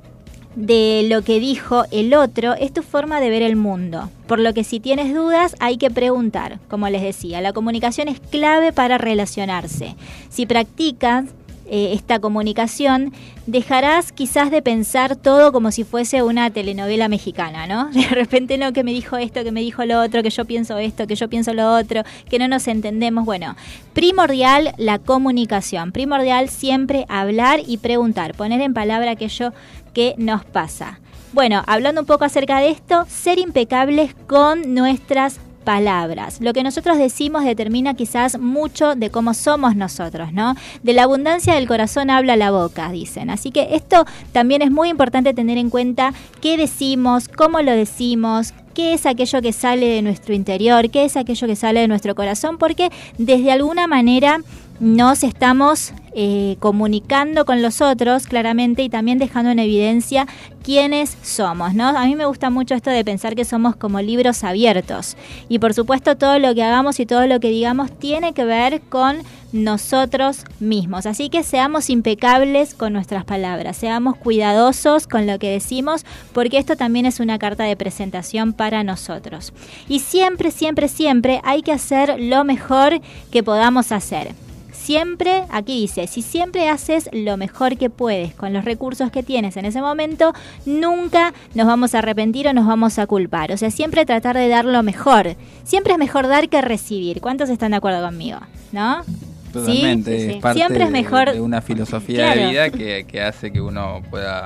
[SPEAKER 2] de lo que dijo el otro es tu forma de ver el mundo, por lo que si tienes dudas hay que preguntar. Como les decía, la comunicación es clave para relacionarse. Si practicas esta comunicación, dejarás quizás de pensar todo como si fuese una telenovela mexicana, ¿no? De repente no, que me dijo esto, que me dijo lo otro, que yo pienso esto, que yo pienso lo otro, que no nos entendemos. Bueno, primordial la comunicación, primordial siempre hablar y preguntar, poner en palabra aquello que nos pasa. Bueno, hablando un poco acerca de esto, ser impecables con nuestras palabras. Lo que nosotros decimos determina quizás mucho de cómo somos nosotros, ¿no? De la abundancia del corazón habla la boca, dicen. Así que esto también es muy importante tener en cuenta qué decimos, cómo lo decimos, qué es aquello que sale de nuestro interior, qué es aquello que sale de nuestro corazón, porque desde alguna manera nos estamos comunicando con los otros claramente y también dejando en evidencia quiénes somos, ¿no? A mí me gusta mucho esto de pensar que somos como libros abiertos y por supuesto todo lo que hagamos y todo lo que digamos tiene que ver con nosotros mismos, así que seamos impecables con nuestras palabras, seamos cuidadosos con lo que decimos, porque esto también es una carta de presentación para nosotros. Y siempre, siempre, siempre hay que hacer lo mejor que podamos hacer. Siempre, aquí dice, si siempre haces lo mejor que puedes con los recursos que tienes en ese momento, nunca nos vamos a arrepentir o nos vamos a culpar. O sea, siempre tratar de dar lo mejor. Siempre es mejor dar que recibir. ¿Cuántos están de acuerdo conmigo? ¿No?
[SPEAKER 3] Totalmente,
[SPEAKER 2] ¿Sí?
[SPEAKER 3] es parte
[SPEAKER 2] siempre es mejor
[SPEAKER 3] de una filosofía de vida que hace que uno pueda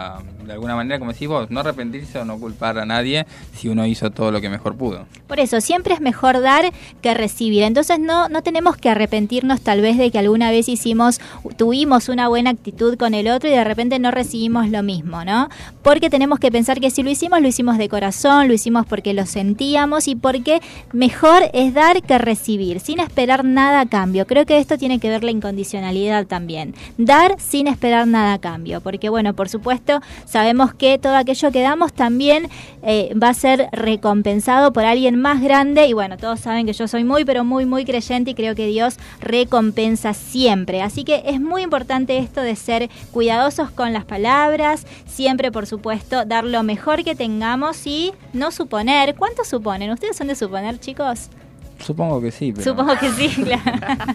[SPEAKER 3] de alguna manera, como decís vos, no arrepentirse o no culpar a nadie si uno hizo todo lo que mejor pudo.
[SPEAKER 2] Por eso, siempre es mejor dar que recibir. Entonces no tenemos que arrepentirnos tal vez de que alguna vez tuvimos una buena actitud con el otro y de repente no recibimos lo mismo, ¿no? Porque tenemos que pensar que si lo hicimos de corazón, lo hicimos porque lo sentíamos y porque mejor es dar que recibir, sin esperar nada a cambio. Creo que esto tiene que ver la incondicionalidad también. Dar sin esperar nada a cambio, porque bueno, por supuesto, sabemos que todo aquello que damos también va a ser recompensado por alguien más grande y bueno, todos saben que yo soy muy creyente y creo que Dios recompensa siempre. Así que es muy importante esto de ser cuidadosos con las palabras, siempre por supuesto dar lo mejor que tengamos y no suponer. ¿Cuánto suponen? ¿Ustedes son de suponer, chicos?
[SPEAKER 3] Supongo que sí. Pero...
[SPEAKER 2] Supongo que sí, claro.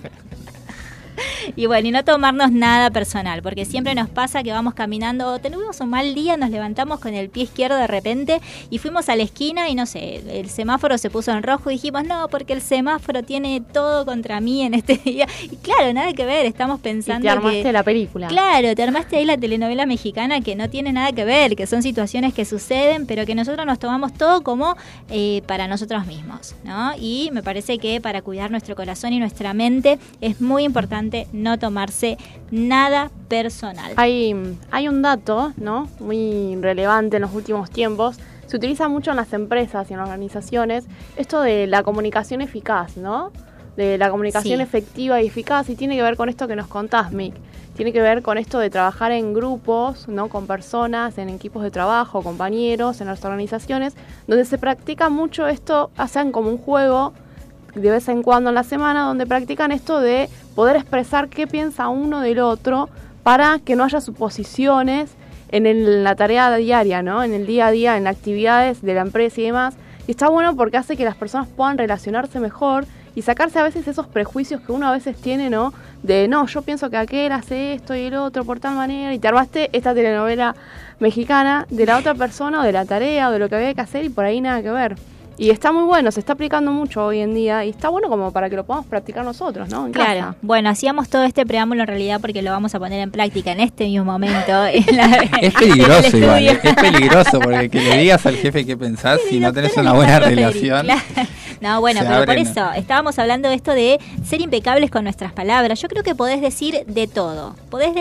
[SPEAKER 2] Y bueno, y no tomarnos nada personal, porque siempre nos pasa que vamos caminando, tenemos un mal día, nos levantamos con el pie izquierdo de repente y fuimos a la esquina y no sé, el semáforo se puso en rojo y dijimos, no, porque el semáforo tiene todo contra mí en este día. Y claro, nada que ver, estamos pensando
[SPEAKER 4] y te armaste la película.
[SPEAKER 2] Claro, te armaste ahí la telenovela mexicana que no tiene nada que ver, que son situaciones que suceden, pero que nosotros nos tomamos todo como para nosotros mismos, ¿no? Y me parece que para cuidar nuestro corazón y nuestra mente es muy importante no tomarse nada personal.
[SPEAKER 4] Hay un dato, ¿no?, muy relevante en los últimos tiempos. Se utiliza mucho en las empresas y en las organizaciones esto de la comunicación eficaz, ¿no? De la comunicación efectiva y eficaz, y tiene que ver con esto que nos contás, Mick. Tiene que ver con esto de trabajar en grupos, ¿no?, con personas, en equipos de trabajo, compañeros, en las organizaciones, donde se practica mucho esto, hacen como un juego de vez en cuando en la semana, donde practican esto de poder expresar qué piensa uno del otro para que no haya suposiciones en la tarea diaria, ¿no? En el día a día, en las actividades de la empresa y demás. Y está bueno porque hace que las personas puedan relacionarse mejor y sacarse a veces esos prejuicios que uno a veces tiene, ¿no? De, no, yo pienso que aquel hace esto y el otro por tal manera, y te armaste esta telenovela mexicana de la otra persona o de la tarea o de lo que había que hacer y por ahí nada que ver. Y está muy bueno, se está aplicando mucho hoy en día y está bueno como para que lo podamos practicar nosotros, ¿no? En
[SPEAKER 2] claro,
[SPEAKER 4] casa.
[SPEAKER 2] Bueno, hacíamos todo este preámbulo en realidad porque lo vamos a poner en práctica en este mismo momento.
[SPEAKER 3] Es peligroso igual, es peligroso porque que le digas al jefe qué pensás si no tenés una buena relación.
[SPEAKER 2] Claro. No, bueno, pero por eso estábamos hablando de esto de ser impecables con nuestras palabras. Yo creo que podés decir de todo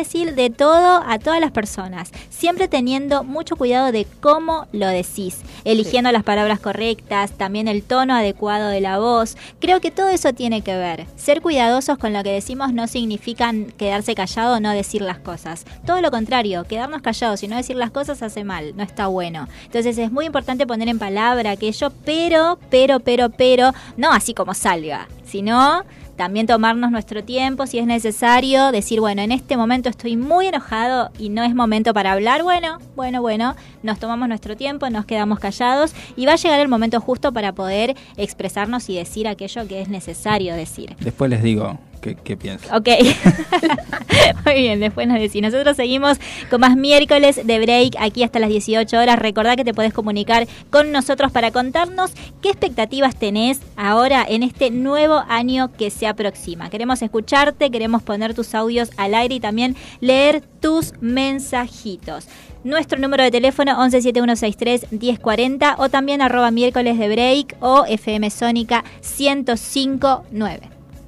[SPEAKER 2] a todas las personas, siempre teniendo mucho cuidado de cómo lo decís, eligiendo las palabras correctas, también el tono adecuado de la voz. Creo que todo eso tiene que ver. Ser cuidadosos con lo que decimos no significa quedarse callado o no decir las cosas. Todo lo contrario, quedarnos callados y no decir las cosas hace mal, no está bueno. Entonces es muy importante poner en palabra aquello, pero no así como salga, sino también tomarnos nuestro tiempo si es necesario, decir, bueno, en este momento estoy muy enojado y no es momento para hablar, bueno, nos tomamos nuestro tiempo, nos quedamos callados y va a llegar el momento justo para poder expresarnos y decir aquello que es necesario decir.
[SPEAKER 3] Después les digo qué pienso.
[SPEAKER 2] Ok, muy bien, después nos decís. Nosotros seguimos con más miércoles de break aquí hasta las 18 horas. Recordá que te podés comunicar con nosotros para contarnos qué expectativas tenés ahora en este nuevo año que se aproxima. Queremos escucharte, queremos poner tus audios al aire y también leer tus mensajitos. Nuestro número de teléfono 1171631040 o también @miércoles de break o FM Sónica 105.9.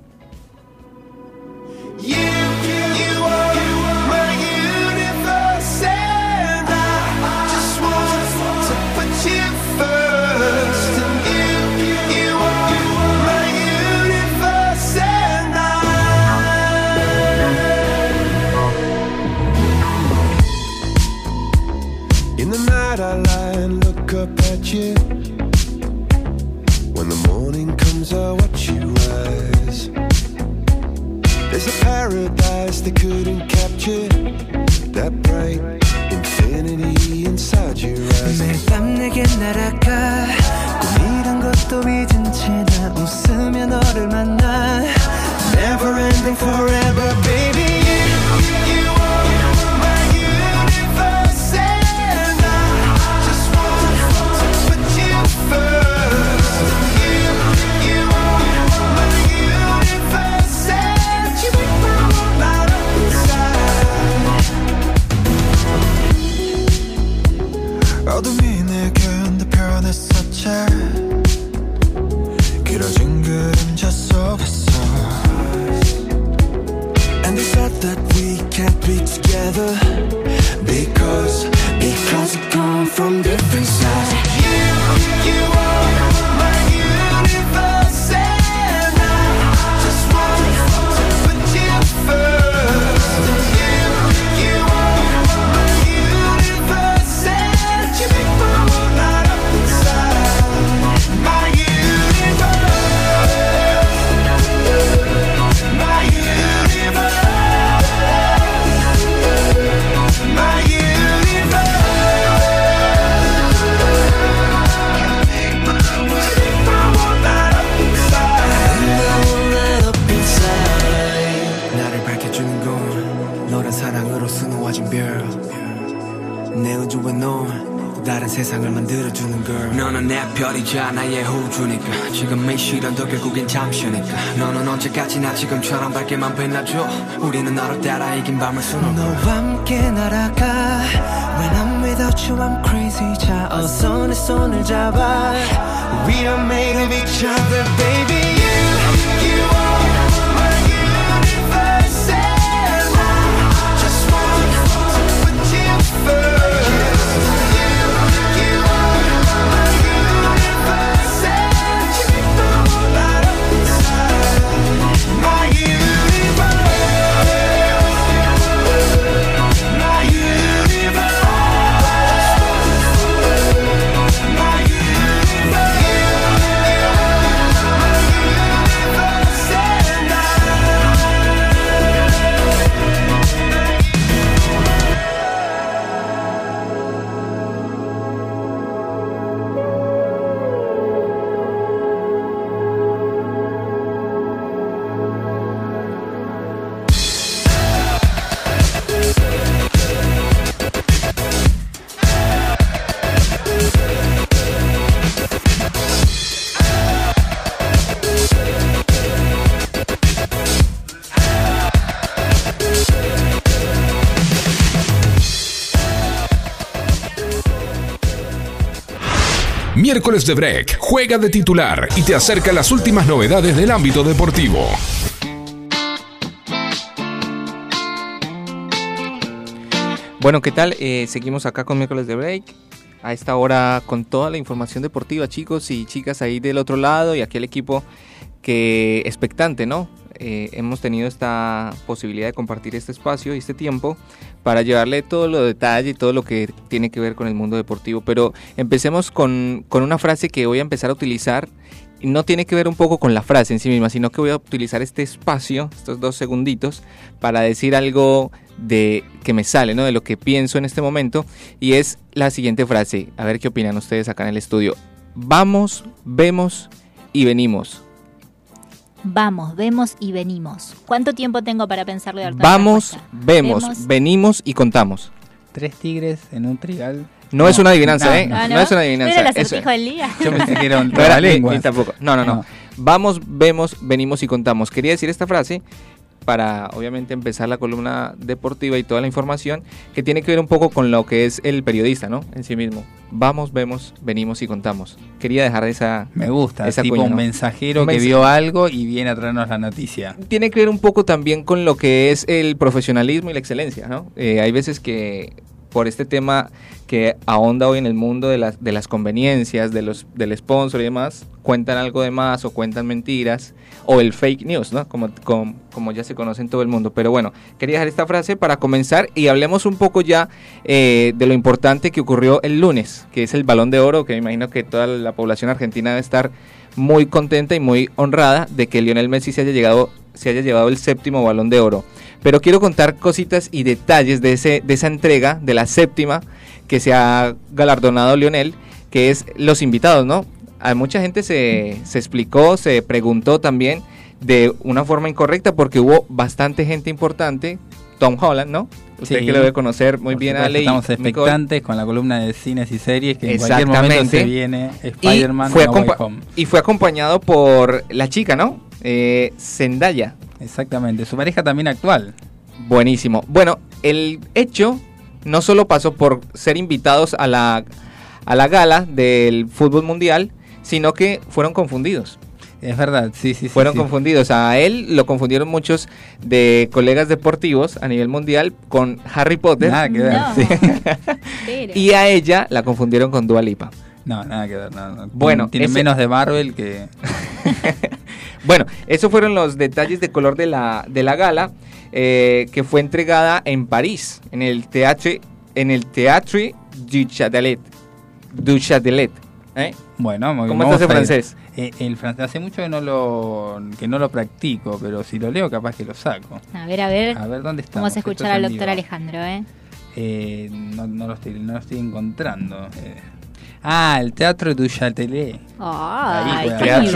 [SPEAKER 15] You are my universe, and I just want to put you first. And you are my universe, and in the night I lie and look up at you. When the morning comes I watch you rise. There's a paradise they couldn't capture, that bright infinity inside your eyes. 매일 밤 내게 날아가 꿈이란 것도 잊은 채 나 웃으며 너를 만나. Never ending forever, baby. You are my universe, and I just want to put you first.
[SPEAKER 8] 길어진 그림자 속에서 And they said that we can't be together Because we come from different sides You are my universe And I just want to put you first You are my universe And you make my world light up inside My universe My universe My universe 나를 밝혀주는 건 너란 사랑으로 수놓아진 별 내 우주에 넌 또 다른 세상을 만들어주는 걸 너는 내 별이자 나의 호주니까 지금의 시련도 결국엔 잠시니까 너는 언제까지나 지금처럼 밝게만 빛나줘 우리는 너를 따라 이긴 밤을 수놓고 너와 함께 날아가 When I'm without you I'm crazy 자 어서 내 손을 잡아 We are made of each other baby You are my universe And I just want to put you first You are my universe And you make the world light up inside My universe My universe My
[SPEAKER 1] Miércoles de Break juega de titular y te acerca las últimas novedades del ámbito deportivo.
[SPEAKER 9] Bueno, ¿qué tal? Seguimos acá con Miércoles de Break. A esta hora con toda la información deportiva, chicos y chicas ahí del otro lado y aquí el equipo que expectante, ¿no? Hemos tenido esta posibilidad de compartir este espacio y este tiempo para llevarle todo lo detalle y todo lo que tiene que ver con el mundo deportivo. Pero empecemos con una frase que voy a empezar a utilizar. Y no tiene que ver un poco con la frase en sí misma, sino que voy a utilizar este espacio, estos 2 segunditos, para decir algo de que me sale, ¿no? De lo que pienso en este momento. Y es la siguiente frase. A ver qué opinan ustedes acá en el estudio. Vamos, vemos y venimos.
[SPEAKER 2] Vamos, vemos y venimos. ¿Cuánto tiempo tengo para pensarlo y darte una
[SPEAKER 9] Vamos,
[SPEAKER 2] respuesta?
[SPEAKER 9] vemos, venimos y contamos.
[SPEAKER 3] 3 tigres en un trigal.
[SPEAKER 9] No es una adivinanza,
[SPEAKER 3] no,
[SPEAKER 9] ¿eh? No es una adivinanza.
[SPEAKER 2] ¿No era el acertijo del día?
[SPEAKER 3] Yo pensé que era un
[SPEAKER 9] No era
[SPEAKER 3] trabalengua.
[SPEAKER 9] ni tampoco. No. Vamos, vemos, venimos y contamos. Quería decir esta frase para, obviamente, empezar la columna deportiva y toda la información que tiene que ver un poco con lo que es el periodista, ¿no? En sí mismo. Vamos, vemos, venimos y contamos. Quería dejar esa...
[SPEAKER 3] Me gusta,
[SPEAKER 9] esa
[SPEAKER 3] tipo
[SPEAKER 9] cuña,
[SPEAKER 3] un
[SPEAKER 9] ¿no?
[SPEAKER 3] mensajero que vio algo y viene a traernos la noticia.
[SPEAKER 9] Tiene que ver un poco también con lo que es el profesionalismo y la excelencia, ¿no? Hay veces que por este tema que ahonda hoy en el mundo de las conveniencias, del sponsor y demás, cuentan algo de más o cuentan mentiras, o el fake news, ¿no? Como ya se conoce en todo el mundo. Pero bueno, quería dejar esta frase para comenzar y hablemos un poco ya de lo importante que ocurrió el lunes, que es el Balón de Oro, que me imagino que toda la población argentina debe estar muy contenta y muy honrada de que Lionel Messi se haya llevado el 7º Balón de Oro. Pero quiero contar cositas y detalles de esa entrega, de la 7ª, que se ha galardonado Lionel, que es los invitados, ¿no? A mucha gente se explicó, se preguntó también de una forma incorrecta porque hubo bastante gente importante. Tom Holland, ¿no? Usted
[SPEAKER 3] Sí.
[SPEAKER 9] que lo debe conocer muy bien, Ale.
[SPEAKER 3] Estamos
[SPEAKER 9] y
[SPEAKER 3] expectantes con la columna de cines y series que en cualquier momento se viene Spider-Man
[SPEAKER 9] y fue,
[SPEAKER 3] No Way Home.
[SPEAKER 9] y fue acompañado por la chica, ¿no? Zendaya.
[SPEAKER 3] Exactamente, su pareja también actual.
[SPEAKER 9] Buenísimo. Bueno, el hecho no solo pasó por ser invitados a la gala del fútbol mundial, sino que fueron confundidos.
[SPEAKER 3] Es verdad, sí.
[SPEAKER 9] Fueron confundidos. A él lo confundieron muchos de colegas deportivos a nivel mundial con Harry Potter.
[SPEAKER 3] Nada que ver.
[SPEAKER 2] No.
[SPEAKER 9] Sí. Y a ella la confundieron con Dua Lipa.
[SPEAKER 3] No, nada que ver. No.
[SPEAKER 9] Bueno,
[SPEAKER 3] tiene menos de Marvel que...
[SPEAKER 9] Bueno, esos fueron los detalles de color de la gala, que fue entregada en París, en el Théâtre du Châtelet.
[SPEAKER 3] Bueno, muy bien.
[SPEAKER 9] ¿Cómo estás en francés?
[SPEAKER 3] El francés hace mucho que no lo practico, pero si lo leo capaz que lo saco.
[SPEAKER 2] A ver.
[SPEAKER 3] A ver dónde está.
[SPEAKER 2] Vamos a escuchar al doctor Alejandro,
[SPEAKER 3] No lo estoy encontrando. El Teatro du Châtelet.
[SPEAKER 2] ¡Ay, qué
[SPEAKER 9] Teatro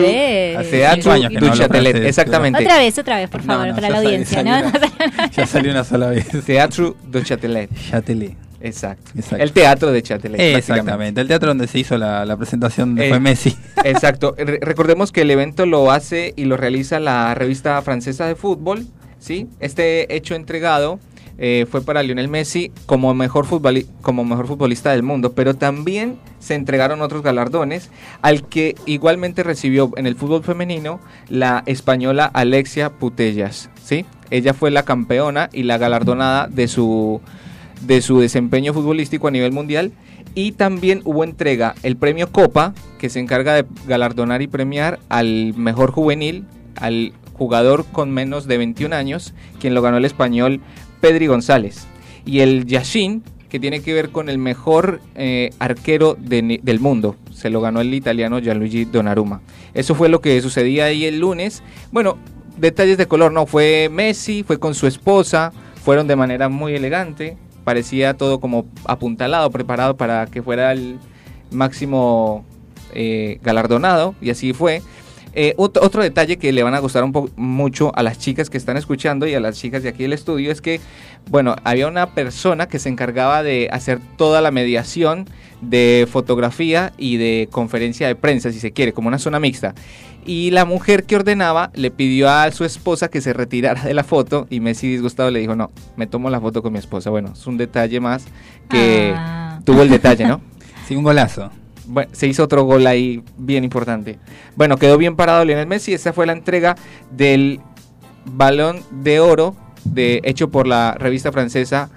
[SPEAKER 9] du Châtelet, exactamente.
[SPEAKER 2] Otra vez, por favor, para la audiencia, ¿no?
[SPEAKER 3] Ya salió una sola vez.
[SPEAKER 9] Teatro du Châtelet.
[SPEAKER 3] Châtelet.
[SPEAKER 9] Exacto. El teatro de Châtelet.
[SPEAKER 3] Exactamente, el teatro donde se hizo la presentación fue Messi.
[SPEAKER 9] Exacto. Recordemos que el evento lo hace y lo realiza la revista francesa de fútbol, ¿sí? Este hecho entregado fue para Lionel Messi como mejor futbolista del mundo, pero también se entregaron otros galardones, al que igualmente recibió en el fútbol femenino la española Alexia Putellas, ¿sí? Ella fue la campeona y la galardonada de su desempeño futbolístico a nivel mundial. Y también hubo entrega el premio Copa, que se encarga de galardonar y premiar al mejor juvenil, al jugador con menos de 21 años, quien lo ganó el español Pedri González. Y el Yashin, que tiene que ver con el mejor arquero del mundo, se lo ganó el italiano Gianluigi Donnarumma. Eso fue lo que sucedía ahí el lunes. Bueno, detalles de color, no, fue Messi, fue con su esposa, fueron de manera muy elegante. Parecía todo como apuntalado, preparado para que fuera el máximo galardonado, y así fue. Otro detalle que le van a gustar mucho a las chicas que están escuchando y a las chicas de aquí del estudio es que, bueno, había una persona que se encargaba de hacer toda la mediación de fotografía y de conferencia de prensa, si se quiere, como una zona mixta. Y la mujer que ordenaba le pidió a su esposa que se retirara de la foto, y Messi, disgustado, le dijo: no, me tomo la foto con mi esposa. Bueno, es un detalle más que tuvo el detalle, ¿no?
[SPEAKER 3] Sí, un golazo.
[SPEAKER 9] Bueno, se hizo otro gol ahí bien importante. Bueno, quedó bien parado Lionel Messi. Esta fue la entrega del Balón de Oro hecho por la revista francesa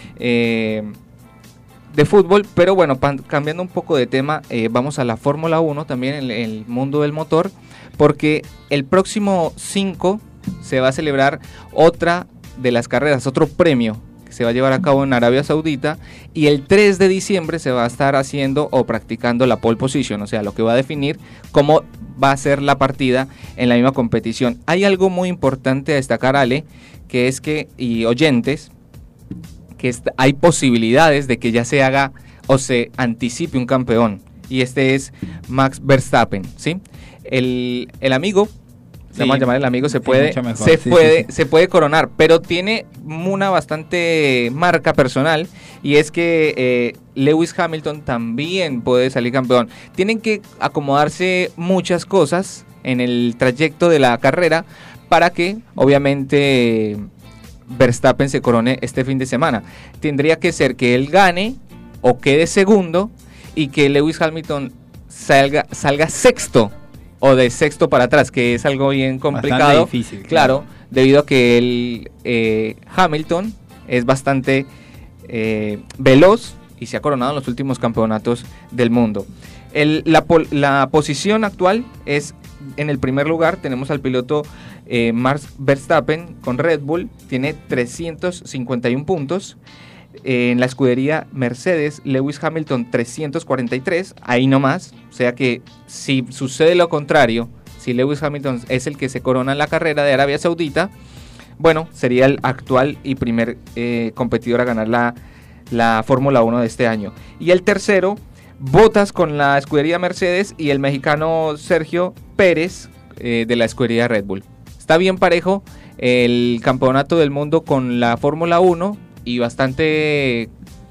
[SPEAKER 9] de fútbol. Pero bueno, cambiando un poco de tema, vamos a la Fórmula 1 también, en el mundo del motor, porque el próximo 5 se va a celebrar otra de las carreras, otro premio que se va a llevar a cabo en Arabia Saudita, y el 3 de diciembre se va a estar haciendo o practicando la pole position, o sea, lo que va a definir cómo va a ser la partida en la misma competición. Hay algo muy importante a destacar, Ale, que es que, y oyentes, que hay posibilidades de que ya se haga o se anticipe un campeón, y este es Max Verstappen, ¿sí? El amigo, sí, vamos a llamar el amigo, se puede coronar, pero tiene una bastante marca personal, y es que Lewis Hamilton también puede salir campeón. Tienen que acomodarse muchas cosas en el trayecto de la carrera para que, obviamente, Verstappen se corone este fin de semana. Tendría que ser que él gane o quede segundo, y que Lewis Hamilton salga sexto o de sexto para atrás, que es algo bien complicado.
[SPEAKER 3] Bastante difícil.
[SPEAKER 9] Claro, debido a que Hamilton es bastante veloz y se ha coronado en los últimos campeonatos del mundo. La posición actual es: en el primer lugar tenemos al piloto Max Verstappen con Red Bull, tiene 351 puntos. En la escudería Mercedes, Lewis Hamilton 343, ahí nomás. O sea que si sucede lo contrario, si Lewis Hamilton es el que se corona en la carrera de Arabia Saudita, bueno, sería el actual y primer competidor a ganar la Fórmula 1 de este año. Y el tercero, Bottas con la escudería Mercedes, y el mexicano Sergio Pérez de la escudería Red Bull. Está bien parejo el campeonato del mundo con la Fórmula 1, y bastante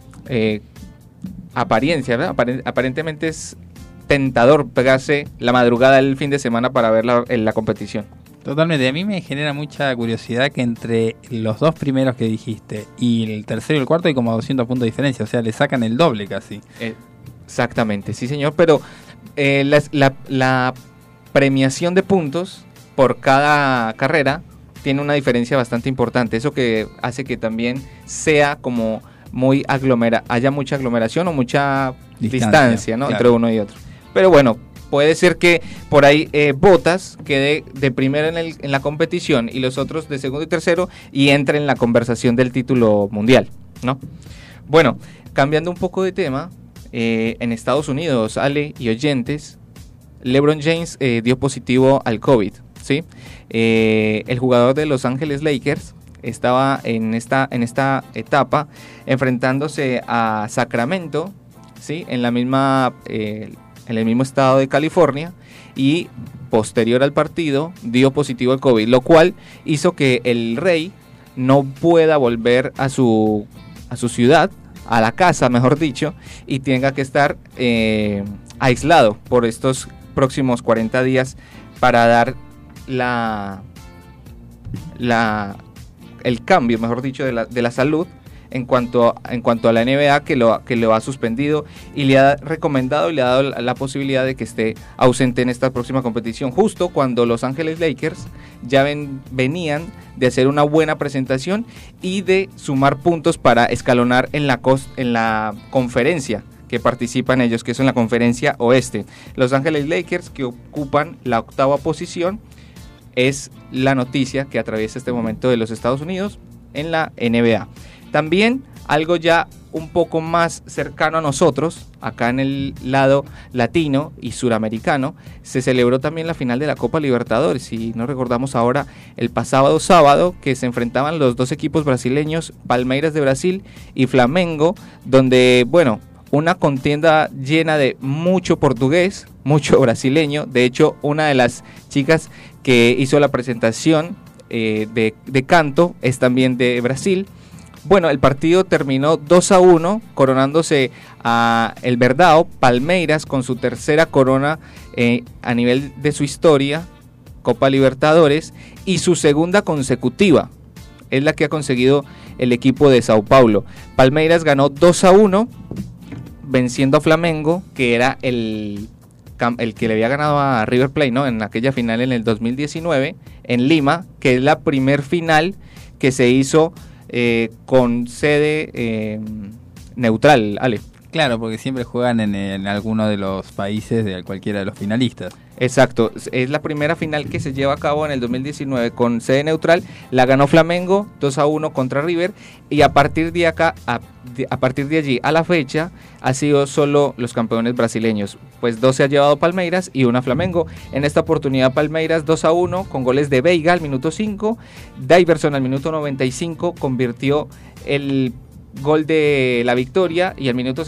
[SPEAKER 9] apariencia, ¿verdad? Aparentemente es tentador pegarse la madrugada del fin de semana para ver la competición.
[SPEAKER 3] Totalmente, a mí me genera mucha curiosidad que entre los dos primeros que dijiste y el tercero y el cuarto hay como 200 puntos de diferencia, o sea, le sacan el doble casi.
[SPEAKER 9] Exactamente, sí señor, pero la premiación de puntos por cada carrera tiene una diferencia bastante importante. Eso que hace que también sea como muy haya mucha aglomeración o mucha distancia, ¿no? Claro, entre uno y otro. Pero bueno, puede ser que por ahí Bottas quede de primero en la competición y los otros de segundo y tercero y entre en la conversación del título mundial, ¿no? Bueno, cambiando un poco de tema, en Estados Unidos, Ale y oyentes, LeBron James dio positivo al COVID, ¿sí? El jugador de Los Ángeles Lakers estaba en esta etapa enfrentándose a Sacramento, ¿sí? En el mismo estado de California, y posterior al partido dio positivo al COVID, lo cual hizo que el rey no pueda volver a su ciudad, a la casa, mejor dicho, y tenga que estar aislado por estos próximos 40 días para dar el cambio, mejor dicho, de la salud en cuanto a la NBA, que lo ha suspendido y le ha recomendado y le ha dado la posibilidad de que esté ausente en esta próxima competición, justo cuando Los Ángeles Lakers ya venían de hacer una buena presentación y de sumar puntos para escalonar en la conferencia que participan ellos, que es en la conferencia oeste. Los Ángeles Lakers, que ocupan la 8ª posición, es la noticia que atraviesa este momento de los Estados Unidos en la NBA. También algo ya un poco más cercano a nosotros, acá en el lado latino y suramericano, se celebró también la final de la Copa Libertadores. Y no recordamos ahora el pasado sábado que se enfrentaban los dos equipos brasileños, Palmeiras de Brasil y Flamengo, donde, bueno, una contienda llena de mucho portugués, mucho brasileño. De hecho, una de las chicas que hizo la presentación de canto es también de Brasil. Bueno, el partido terminó 2-1, coronándose a el Verdão Palmeiras con su tercera corona a nivel de su historia, Copa Libertadores, y su segunda consecutiva. Es la que ha conseguido el equipo de Sao Paulo. Palmeiras ganó 2-1, venciendo a Flamengo, que era el que le había ganado a River Plate, ¿no? En aquella final en el 2019 en Lima, que es la primer final que se hizo con sede neutral, Ale.
[SPEAKER 3] Claro, porque siempre juegan en alguno de los países de cualquiera de los finalistas.
[SPEAKER 9] Exacto, es la primera final que se lleva a cabo en el 2019 con sede neutral. La ganó Flamengo 2-1 contra River, y a partir de allí a la fecha ha sido solo los campeones brasileños. Pues 2 se ha llevado Palmeiras y una Flamengo. En esta oportunidad Palmeiras 2-1 con goles de Veiga al minuto 5, Diverson al minuto 95 convirtió el gol de la victoria, y al minuto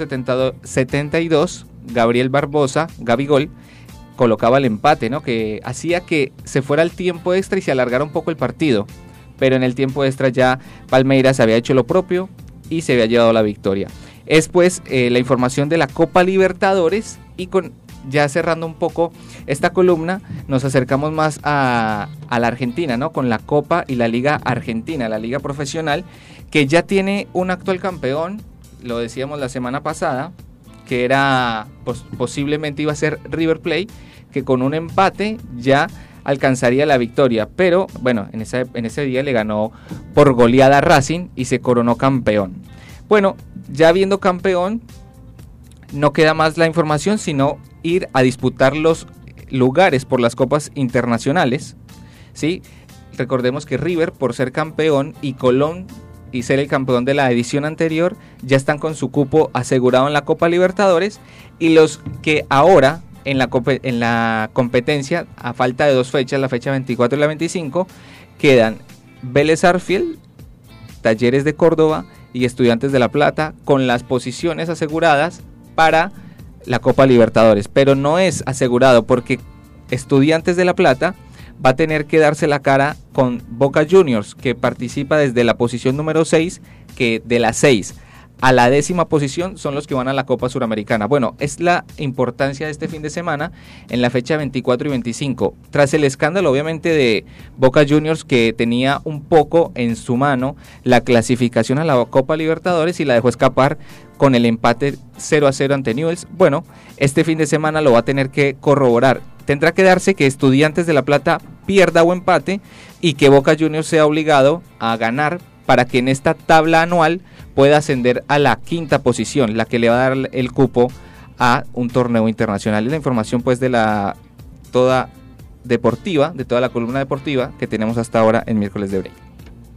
[SPEAKER 9] 72 Gabriel Barbosa, Gabigol, colocaba el empate, ¿no? Que hacía que se fuera el tiempo extra y se alargara un poco el partido, pero en el tiempo extra ya Palmeiras había hecho lo propio y se había llevado la victoria. Es pues la información de la Copa Libertadores, y ya cerrando un poco esta columna, nos acercamos más a la Argentina, ¿no? Con la Copa y la Liga Argentina, la Liga Profesional, que ya tiene un actual campeón. Lo decíamos la semana pasada, que era posiblemente iba a ser River Plate, que con un empate ya alcanzaría la victoria, pero bueno, en ese día le ganó por goleada a Racing y se coronó campeón. Bueno, ya viendo campeón, no queda más la información sino ir a disputar los lugares por las copas internacionales, ¿sí? Recordemos que River, por ser campeón, y Colón y ser el campeón de la edición anterior, ya están con su cupo asegurado en la Copa Libertadores, y los que ahora en la competencia, a falta de 2 fechas, la fecha 24 y la 25, quedan Vélez Sarsfield, Talleres de Córdoba y Estudiantes de La Plata, con las posiciones aseguradas para la Copa Libertadores. Pero no es asegurado, porque Estudiantes de La Plata va a tener que darse la cara con Boca Juniors, que participa desde la posición número 6, que de las 6 a la 10ª posición son los que van a la Copa Suramericana. Bueno, es la importancia de este fin de semana en la fecha 24 y 25. Tras el escándalo, obviamente, de Boca Juniors, que tenía un poco en su mano la clasificación a la Copa Libertadores y la dejó escapar con el empate 0-0 ante Newell's. Bueno, este fin de semana lo va a tener que corroborar. Tendrá que darse que Estudiantes de La Plata pierda o empate y que Boca Juniors sea obligado a ganar para que en esta tabla anual pueda ascender a la 5ª posición, la que le va a dar el cupo a un torneo internacional. Y la información pues de la toda deportiva, de toda la columna deportiva que tenemos hasta ahora en Miércoles de Break.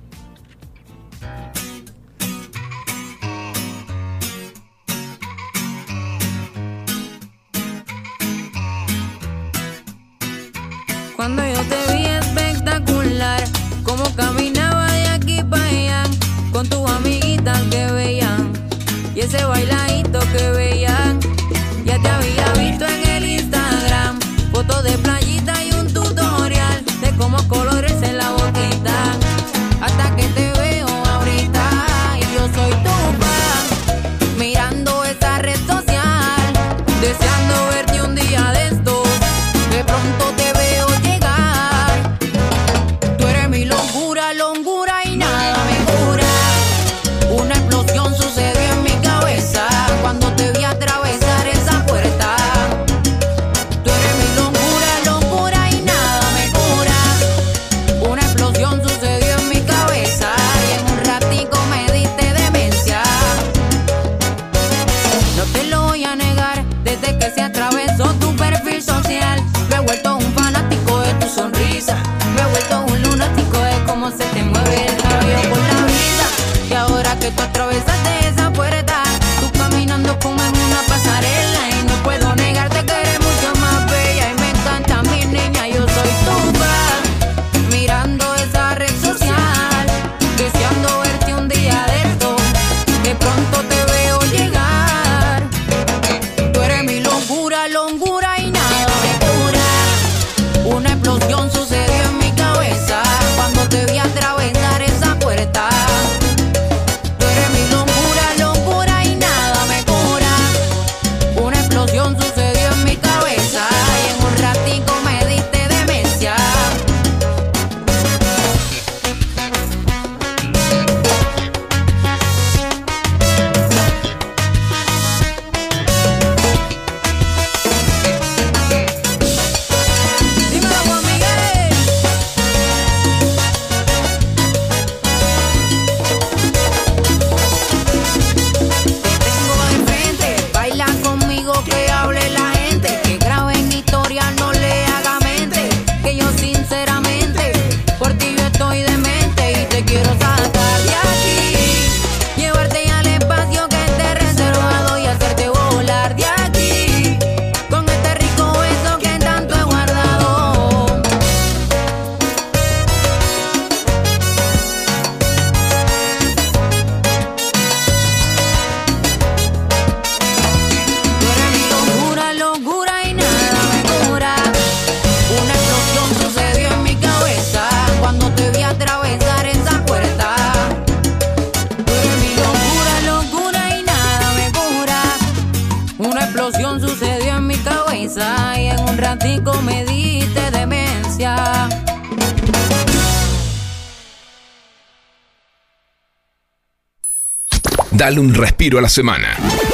[SPEAKER 16] Cuando yo te vi espectacular, como caminaba de aquí para allá, con tus amiguitas que veían, y ese bailadito que veían. Ya te había visto en el Instagram, fotos de playita y un tutorial de cómo colorarse la boquita, hasta que te veo ahorita y yo soy tu fan, mirando esa red social, deseando verte un día de estos, de pronto te veo llegar. Tú eres mi locura, locura y nada me cura. Una explosión sucedió en mi cabeza cuando te vi atravesar esa puerta. Tú eres mi locura, locura y nada me cura. Una explosión sucedió en mi cabeza y en un ratico me diste demencia. No te lo voy a negar, desde que se atravesó tu perfil social, me he vuelto un fanático de tu sonrisa, me he vuelto un lunático de cómo se te mueve el cabello por la brisa. Y ahora que tú atravesaste esa puerta, tú caminando como en una pasarela, y no puedo negarte que eres mucho más bella y me encanta mi niña, yo soy tu fan, mirando esa red social, deseando verte un día de esto, de pronto te veo llegar. Tú eres mi locura, locura y nada me cura. Una explosión sucedió en mi cabeza cuando te vi atravesar esa puerta. Tú eres mi locura, locura y nada me cura. Una explosión sucedió en mi cabeza y en un ratico me diste demencia. Dímelo, Juan Miguel. Te tengo de frente, baila conmigo que hable la gente, que graben historia, no le haga mente, que yo sinceramente por ti yo estoy demente y te quiero sacar de aquí, llevarte al espacio que esté reservado y hacerte volar de aquí, con este rico beso que tanto he guardado. Tú eres mi locura, locura y nada me cura. Una explosión sucedió en mi cabeza cuando te vi atravesar esa puerta. Tú eres mi locura, locura y nada me cura. Una explosión sucedió en mi cabeza y en un ratico me diste demencia.
[SPEAKER 1] Dale un respiro a la semana.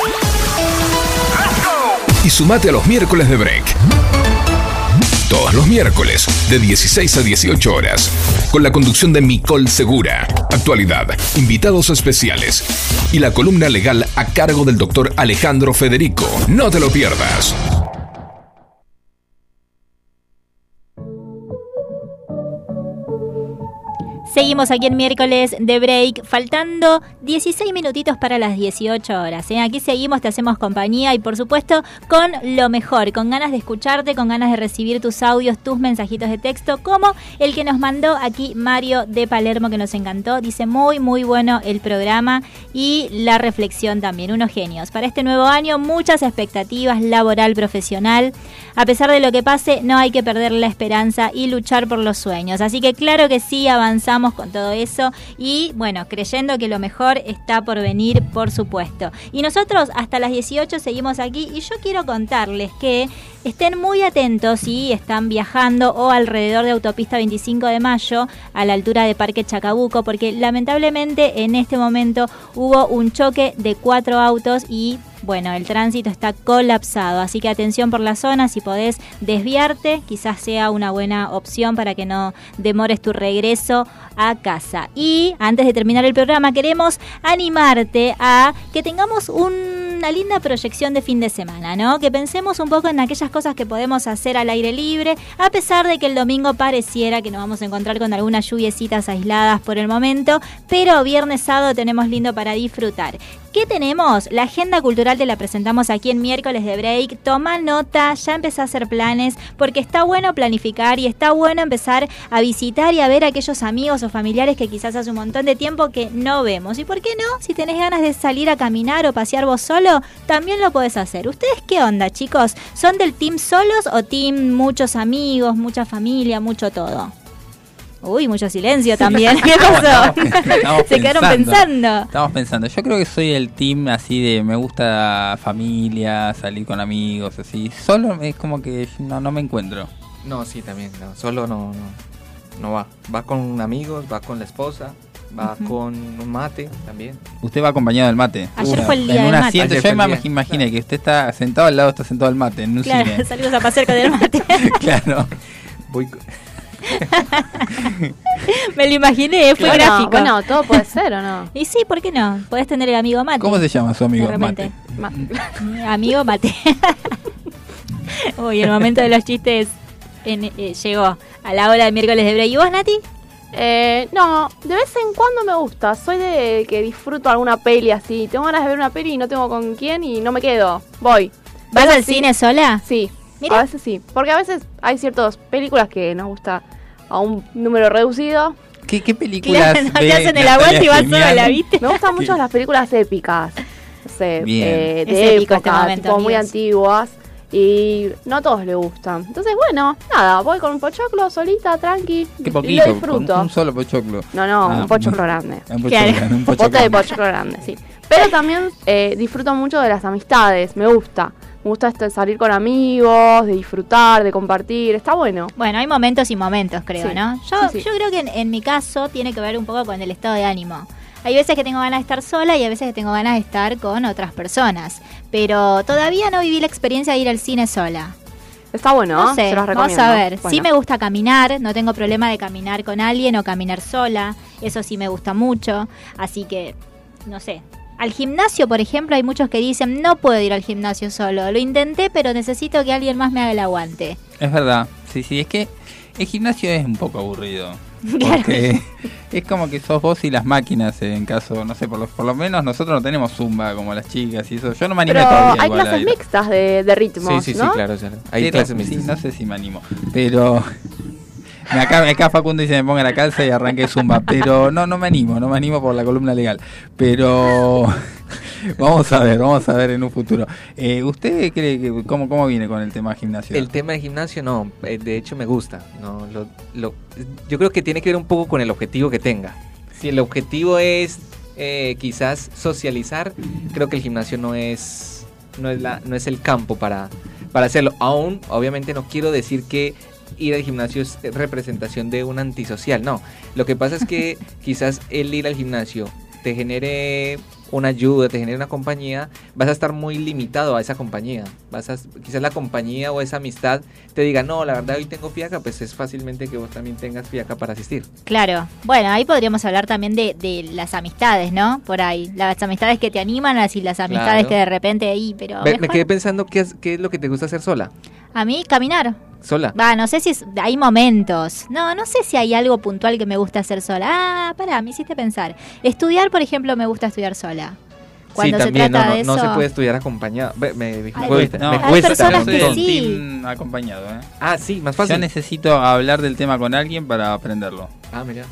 [SPEAKER 1] Y sumate a los miércoles de Break. Todos los miércoles, de 16 a 18 horas. Con la conducción de Micol Segura. Actualidad, invitados especiales. Y la columna legal a cargo del doctor Alejandro Federico. No te lo pierdas.
[SPEAKER 2] Seguimos aquí en Miércoles de Break, faltando 16 minutitos para las 18 horas. Aquí seguimos, te hacemos compañía y por supuesto con lo mejor, con ganas de escucharte, con ganas de recibir tus audios, tus mensajitos de texto, como el que nos mandó aquí Mario de Palermo, que nos encantó. Dice muy bueno el programa y la reflexión también, unos genios. Para este nuevo año, muchas expectativas laboral, profesional. A pesar de lo que pase, no hay que perder la esperanza y luchar por los sueños. Así que claro que sí, avanzamos vamos con todo eso y bueno, creyendo que lo mejor está por venir, por supuesto. Y nosotros hasta las 18 seguimos aquí y yo quiero contarles que estén muy atentos si están viajando o alrededor de Autopista 25 de Mayo a la altura de Parque Chacabuco, porque lamentablemente en este momento hubo un choque de 4 autos y bueno, el tránsito está colapsado, así que atención por la zona, si podés desviarte, quizás sea una buena opción para que no demores tu regreso a casa. Y antes de terminar el programa, queremos animarte a que tengamos una linda proyección de fin de semana, ¿no? Que pensemos un poco en aquellas cosas que podemos hacer al aire libre, a pesar de que el domingo pareciera que nos vamos a encontrar con algunas lluviecitas aisladas por el momento, pero viernes, sábado tenemos lindo para disfrutar. ¿Qué tenemos? La agenda cultural te la presentamos aquí en Miércoles de Break. Toma nota, ya empecé a hacer planes, porque está bueno planificar y está bueno empezar a visitar y a ver a aquellos amigos o familiares que quizás hace un montón de tiempo que no vemos. ¿Y por qué no? Si tenés ganas de salir a caminar o pasear vos solo, también lo podés hacer. ¿Ustedes qué onda, chicos? ¿Son del team solos o team muchos amigos, mucha familia, mucho todo? Uy, mucho silencio también. ¿Qué pasó? Se quedaron pensando.
[SPEAKER 3] Estamos pensando. Yo creo que soy el team así de me gusta familia, salir con amigos, así. Solo es como que no me encuentro.
[SPEAKER 9] No, sí, también. No, solo no va. Va con amigos, va con la esposa, va con un mate también.
[SPEAKER 3] ¿Usted va acompañado del mate?
[SPEAKER 2] Ayer fue el día del mate.
[SPEAKER 3] Asiento, yo me imaginé que usted está sentado al lado, está sentado el mate en un
[SPEAKER 2] claro,
[SPEAKER 3] cine.
[SPEAKER 2] Salimos a pasear con el mate.
[SPEAKER 3] Claro.
[SPEAKER 9] Voy
[SPEAKER 2] Me lo imaginé, fue gráfico.
[SPEAKER 4] Bueno, todo puede ser, ¿o no?
[SPEAKER 2] Y sí, ¿por qué no? Podés tener el amigo mate.
[SPEAKER 3] ¿Cómo se llama su amigo mate?
[SPEAKER 2] Amigo mate. Uy, el momento de los chistes llegó a la hora de Miércoles de Break. ¿Y vos, Nati?
[SPEAKER 4] No, de vez en cuando me gusta. Soy de que disfruto alguna peli así. Tengo ganas de ver una peli y no tengo con quién y no me quedo. Voy.
[SPEAKER 2] ¿Vas al cine sola?
[SPEAKER 4] Sí.
[SPEAKER 2] Mira.
[SPEAKER 4] A veces sí, porque a veces hay ciertas películas que nos gusta a un número reducido.
[SPEAKER 3] ¿Qué películas
[SPEAKER 2] claro, no te hacen el aguante y vas sola, ¿viste?
[SPEAKER 4] Me gustan mucho las películas épicas, no sé,
[SPEAKER 2] de
[SPEAKER 4] época,
[SPEAKER 2] este momento,
[SPEAKER 4] tipo muy antiguas, y no a todos les gustan. Entonces, bueno, nada, voy con un pochoclo solita, tranqui,
[SPEAKER 3] Qué poquito,
[SPEAKER 4] y lo disfruto.
[SPEAKER 3] Un solo pochoclo.
[SPEAKER 4] No, un pochoclo grande.
[SPEAKER 3] Un
[SPEAKER 4] pote de pochoclo grande, sí. Pero también disfruto mucho de las amistades, me gusta salir con amigos, de disfrutar, de compartir, está bueno.
[SPEAKER 2] Bueno, hay momentos y momentos, creo,
[SPEAKER 4] Sí.
[SPEAKER 2] ¿no? Yo creo que en mi caso tiene que ver un poco con el estado de ánimo. Hay veces que tengo ganas de estar sola y hay veces que tengo ganas de estar con otras personas. Pero todavía no viví la experiencia de ir al cine sola.
[SPEAKER 4] Está bueno,
[SPEAKER 2] No sé,
[SPEAKER 4] se los recomiendo.
[SPEAKER 2] vamos a ver.
[SPEAKER 4] Bueno.
[SPEAKER 2] Sí me gusta caminar, no tengo problema de caminar con alguien o caminar sola. Eso sí me gusta mucho. Así que, no sé. Al gimnasio, por ejemplo, hay muchos que dicen, no puedo ir al gimnasio solo. Lo intenté, pero necesito que alguien más me haga el aguante.
[SPEAKER 3] Es verdad. Sí, es que el gimnasio es un poco aburrido. Porque es como que sos vos y las máquinas en caso, no sé, por lo menos nosotros no tenemos zumba como las chicas y eso. Yo no me animé
[SPEAKER 4] Pero
[SPEAKER 3] todavía.
[SPEAKER 4] hay
[SPEAKER 3] igual a
[SPEAKER 4] clases
[SPEAKER 3] ir.
[SPEAKER 4] mixtas de ritmos,
[SPEAKER 9] Sí,
[SPEAKER 4] ¿no?
[SPEAKER 9] claro. Hay clases mixtas.
[SPEAKER 3] Sí, no sé si me animo. Pero acá Facundo dice me ponga la calza y arranque zumba. Pero no me animo por la columna legal. Pero vamos a ver en un futuro. ¿Usted cree que cómo viene con el tema de gimnasio?
[SPEAKER 9] El tema de gimnasio no, de hecho me gusta. No, yo creo que tiene que ver un poco con el objetivo que tenga. Si el objetivo es quizás socializar, creo que el gimnasio no es el campo para hacerlo. Aún, obviamente, no quiero decir que ir al gimnasio es representación de un antisocial. No, lo que pasa es que quizás el ir al gimnasio te genere una ayuda, te genere una compañía, vas a estar muy limitado a esa compañía. Quizás la compañía o esa amistad te diga, no, la verdad hoy tengo fiaca, pues es fácilmente que vos también tengas fiaca para asistir.
[SPEAKER 2] Claro, bueno, ahí podríamos hablar también de las amistades, ¿no? Por ahí, las amistades que te animan, así las amistades
[SPEAKER 9] Claro.
[SPEAKER 2] que de repente ahí, pero
[SPEAKER 9] Me quedé pensando, ¿qué es lo que te gusta hacer sola?
[SPEAKER 2] a mí caminar.
[SPEAKER 9] ¿Sola?
[SPEAKER 2] No sé si hay momentos. No sé si hay algo puntual que me gusta hacer sola. Pará, me hiciste pensar. Estudiar, por ejemplo, me gusta estudiar sola. Cuando
[SPEAKER 9] sí, también,
[SPEAKER 2] se trata de eso.
[SPEAKER 9] no se puede estudiar acompañado. Me
[SPEAKER 2] Hay
[SPEAKER 9] cuesta
[SPEAKER 2] personas
[SPEAKER 9] un
[SPEAKER 2] que
[SPEAKER 9] montón.
[SPEAKER 2] sí.
[SPEAKER 3] Team acompañado,
[SPEAKER 9] Ah, sí, más fácil.
[SPEAKER 3] Yo necesito hablar del tema con alguien para aprenderlo.
[SPEAKER 9] Ah, mira.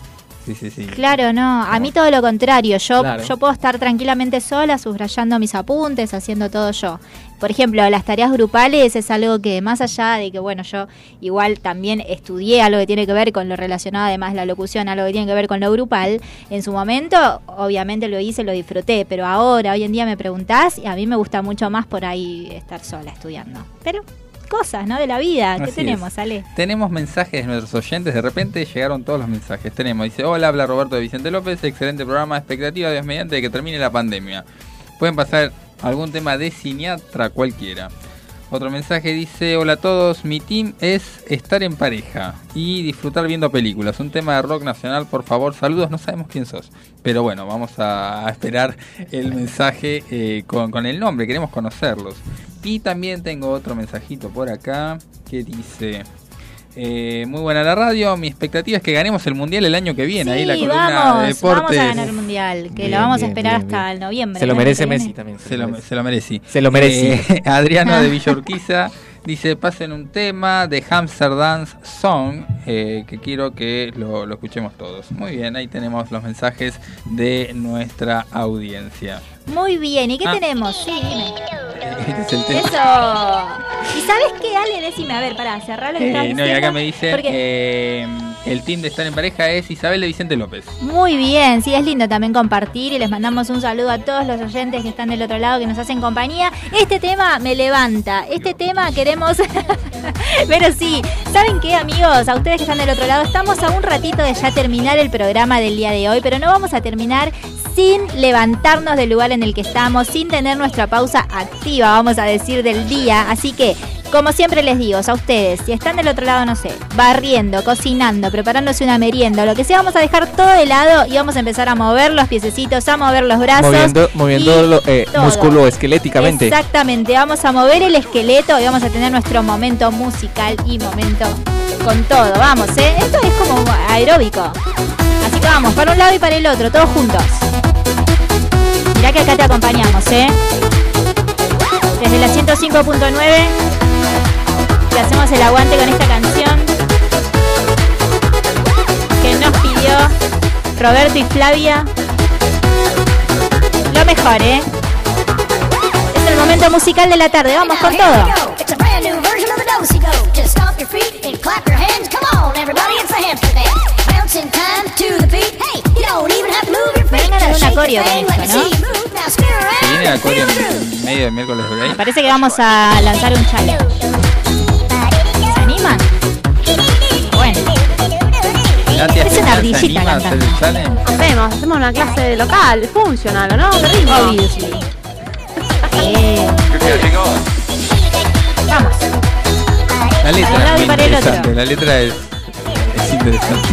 [SPEAKER 3] Sí.
[SPEAKER 2] Claro, no. A mí todo lo contrario. Yo puedo estar tranquilamente sola, subrayando mis apuntes, haciendo todo yo. Por ejemplo, las tareas grupales es algo que, más allá de que, bueno, yo igual también estudié algo que tiene que ver con lo relacionado, además de la locución, algo que tiene que ver con lo grupal, en su momento, obviamente lo hice, lo disfruté, pero ahora, hoy en día me preguntás, y a mí me gusta mucho más por ahí estar sola estudiando. Pero cosas, ¿no? De la vida. ¿Qué tenemos, Ale?
[SPEAKER 3] Tenemos mensajes de nuestros oyentes. De repente llegaron todos los mensajes. Dice, hola, habla Roberto de Vicente López. Excelente programa. Expectativa, Dios mediante, de que termine la pandemia. Pueden pasar algún tema de cineatra cualquiera. Otro mensaje dice, hola a todos. Mi team es estar en pareja y disfrutar viendo películas. Un tema de rock nacional, por favor. Saludos. No sabemos quién sos. Pero bueno, vamos a esperar el mensaje con el nombre. Queremos conocerlos. Y también tengo otro mensajito por acá que dice, muy buena la radio, mi expectativa es que ganemos el Mundial el año que viene.
[SPEAKER 2] Sí,
[SPEAKER 3] ahí la columna de deportes.
[SPEAKER 2] Vamos a ganar el Mundial, que lo vamos a esperar hasta el noviembre.
[SPEAKER 9] Se lo merece Messi también.
[SPEAKER 3] Se lo merece.
[SPEAKER 9] Se lo merece.
[SPEAKER 3] Adriano de Villa Urquiza dice, pasen un tema de Hamster Dance Song, que quiero que lo escuchemos todos. Muy bien, ahí tenemos los mensajes de nuestra audiencia.
[SPEAKER 2] Muy bien, ¿y qué tenemos? Sí, dime.
[SPEAKER 3] Este es el tema.
[SPEAKER 2] Eso. ¿Y sabes qué, Ale? Decime, a ver, pará, cerrá lo que estás diciendo.
[SPEAKER 3] No, y acá me dicen, el team de estar en pareja es Isabel de Vicente López.
[SPEAKER 2] Muy bien, sí, es lindo también compartir y les mandamos un saludo a todos los oyentes que están del otro lado, que nos hacen compañía. Este tema me levanta, este tema queremos... Pero sí, ¿saben qué, amigos? A ustedes que están del otro lado, estamos a un ratito de ya terminar el programa del día de hoy, pero no vamos a terminar sin levantarnos del lugar en el que estamos, sin tener nuestra pausa activa, vamos a decir, del día. Así que, como siempre les digo, a ustedes, si están del otro lado, no sé, barriendo, cocinando, preparándose una merienda, lo que sea, vamos a dejar todo de lado y vamos a empezar a mover los piececitos, a mover los brazos.
[SPEAKER 9] Moviendo musculoesqueléticamente.
[SPEAKER 2] Exactamente, vamos a mover el esqueleto y vamos a tener nuestro momento musical y momento con todo. Vamos, esto es como aeróbico. Así que vamos, para un lado y para el otro, todos juntos. Mirá que acá te acompañamos, Desde la 105.9 te hacemos el aguante con esta canción que nos pidió Roberto y Flavia. Lo mejor, Es el momento musical de la tarde, vamos con todo. Me vengan a dar una coreo con esto, ¿no?
[SPEAKER 3] Se viene la coreo en medio de miércoles de
[SPEAKER 2] Me parece que vamos a lanzar un challenge. ¿Se animan? Bueno. Es una ardillita cantando.
[SPEAKER 4] Hacemos una clase de local, funcional, ¿no?
[SPEAKER 2] Obviously. Vamos.
[SPEAKER 3] La letra es muy interesante. La letra es interesante.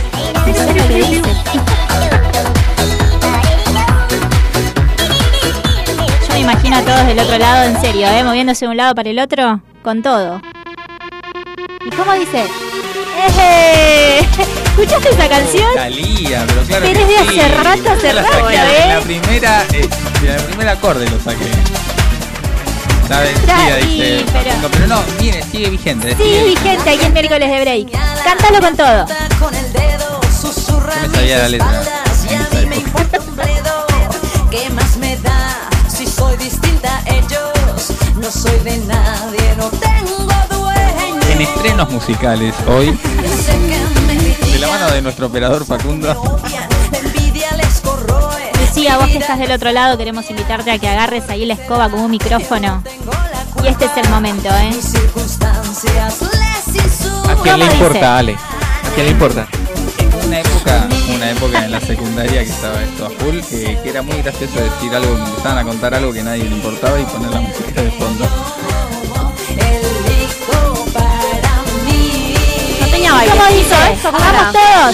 [SPEAKER 2] Yo me imagino a todos del otro lado, en serio, moviéndose de un lado para el otro, con todo. ¿Y cómo dice? ¿Escuchaste esa canción?
[SPEAKER 3] Talía, pero claro.
[SPEAKER 2] Pero es de hace rato,
[SPEAKER 3] La primera acorde lo saqué. La vencida, dice. Pero no, sigue vigente.
[SPEAKER 2] Sigue vigente aquí en miércoles de break. Cántalo con todo.
[SPEAKER 3] Yo me sabía la letra.
[SPEAKER 11] ¿Qué más me da si soy distinta a ellos? No soy de nadie, no tengo dueño.
[SPEAKER 3] En estrenos musicales hoy, de la mano de nuestro operador Facundo.
[SPEAKER 2] Lucía, vos que estás del otro lado, queremos invitarte a que agarres ahí la escoba como un micrófono. Y este es el momento,
[SPEAKER 9] ¿A quién le importa, Ale? ¿A quién le importa?
[SPEAKER 3] Una época en la secundaria que estaba esto a full, que era muy gracioso decir algo, empezaban a contar algo que a nadie le importaba y poner la música de fondo.
[SPEAKER 2] No tenía baile. ¿Cómo hizo? ¡Vamos todos!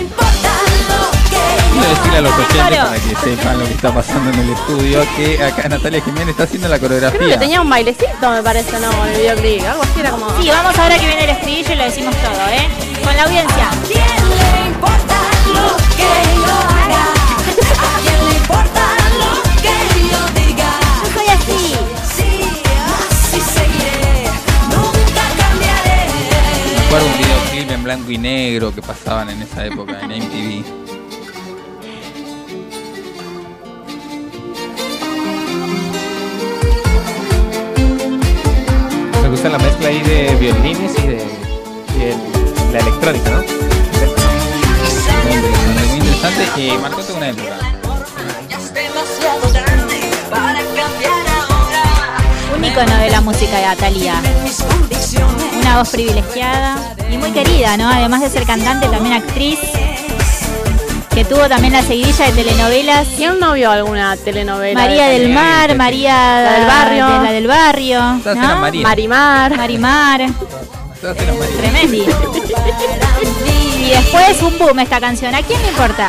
[SPEAKER 3] Quiero decirle a los oyentes, para que sepan lo que está pasando en el estudio, que acá Natalia Jiménez está haciendo la coreografía.
[SPEAKER 4] Creo que tenía un bailecito, me parece, ¿no? Con el videoclip, algo así era como...
[SPEAKER 2] Sí, vamos ahora que viene el estribillo y lo decimos todo, con la audiencia.
[SPEAKER 11] ¿A quién le importa lo que yo haga? ¿A quién le importa lo que yo diga?
[SPEAKER 2] Yo soy así.
[SPEAKER 11] Sí, así seguiré, nunca cambiaré.
[SPEAKER 3] Me acuerdo un videoclip en blanco y negro que pasaban en esa época en MTV.
[SPEAKER 9] gusta la mezcla ahí de violines y de la electrónica, ¿no?
[SPEAKER 3] Muy interesante. Marcó toda una época.
[SPEAKER 2] Un ícono de la música de Thalía. Una voz privilegiada y muy querida, ¿no? Además de ser cantante, también actriz. Que tuvo también la seguidilla de telenovelas.
[SPEAKER 4] ¿Quién no vio alguna telenovela?
[SPEAKER 2] María del Mar, María
[SPEAKER 4] la del Barrio.
[SPEAKER 2] La del Barrio, ¿no?
[SPEAKER 4] Marimar.
[SPEAKER 2] Tremendo. Y después un boom esta canción. ¿A quién le importa?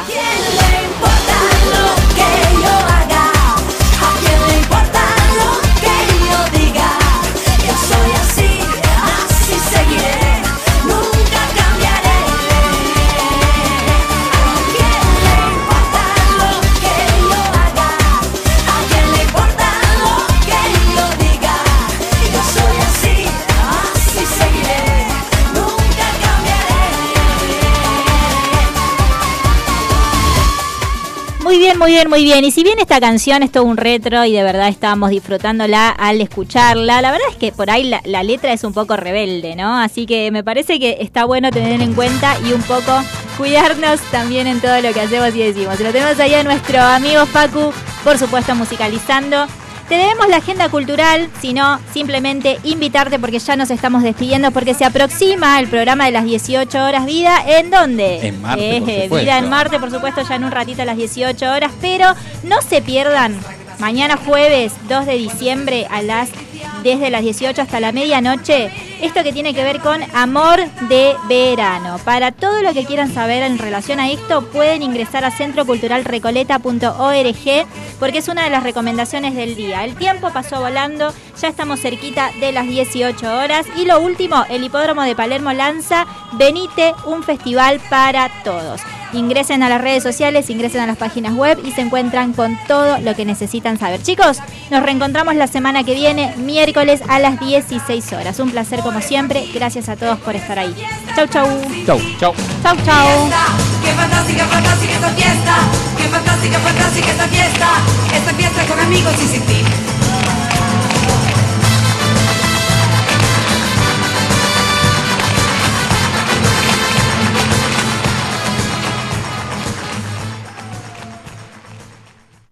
[SPEAKER 2] Muy bien. Y si bien esta canción es todo un retro y de verdad estábamos disfrutándola al escucharla, la verdad es que por ahí la letra es un poco rebelde, ¿no? Así que me parece que está bueno tener en cuenta y un poco cuidarnos también en todo lo que hacemos y decimos. Lo tenemos ahí a nuestro amigo Facu, por supuesto, musicalizando. Te debemos la agenda cultural, sino simplemente invitarte porque ya nos estamos despidiendo porque se aproxima el programa de las 18 horas. ¿Vida en dónde?
[SPEAKER 3] En Marte, por supuesto.
[SPEAKER 2] Vida en Marte, por supuesto, ya en un ratito a las 18 horas. Pero no se pierdan, mañana jueves 2 de diciembre desde las 18 hasta la medianoche, esto que tiene que ver con Amor de Verano. Para todo lo que quieran saber en relación a esto, pueden ingresar a centroculturalrecoleta.org porque es una de las recomendaciones del día. El tiempo pasó volando, ya estamos cerquita de las 18 horas. Y lo último, el Hipódromo de Palermo lanza Venite, un festival para todos. Ingresen a las redes sociales, ingresen a las páginas web y se encuentran con todo lo que necesitan saber. Chicos, nos reencontramos la semana que viene, miércoles a las 16 horas. Un placer como siempre. Gracias a todos por estar ahí. Chau, chau.
[SPEAKER 9] Chau, chau.
[SPEAKER 2] Chau, chau.
[SPEAKER 11] Qué fantástica, fantástica esta fiesta. Qué fantástica, fantástica esta fiesta. Esta fiesta con amigos y sin ti.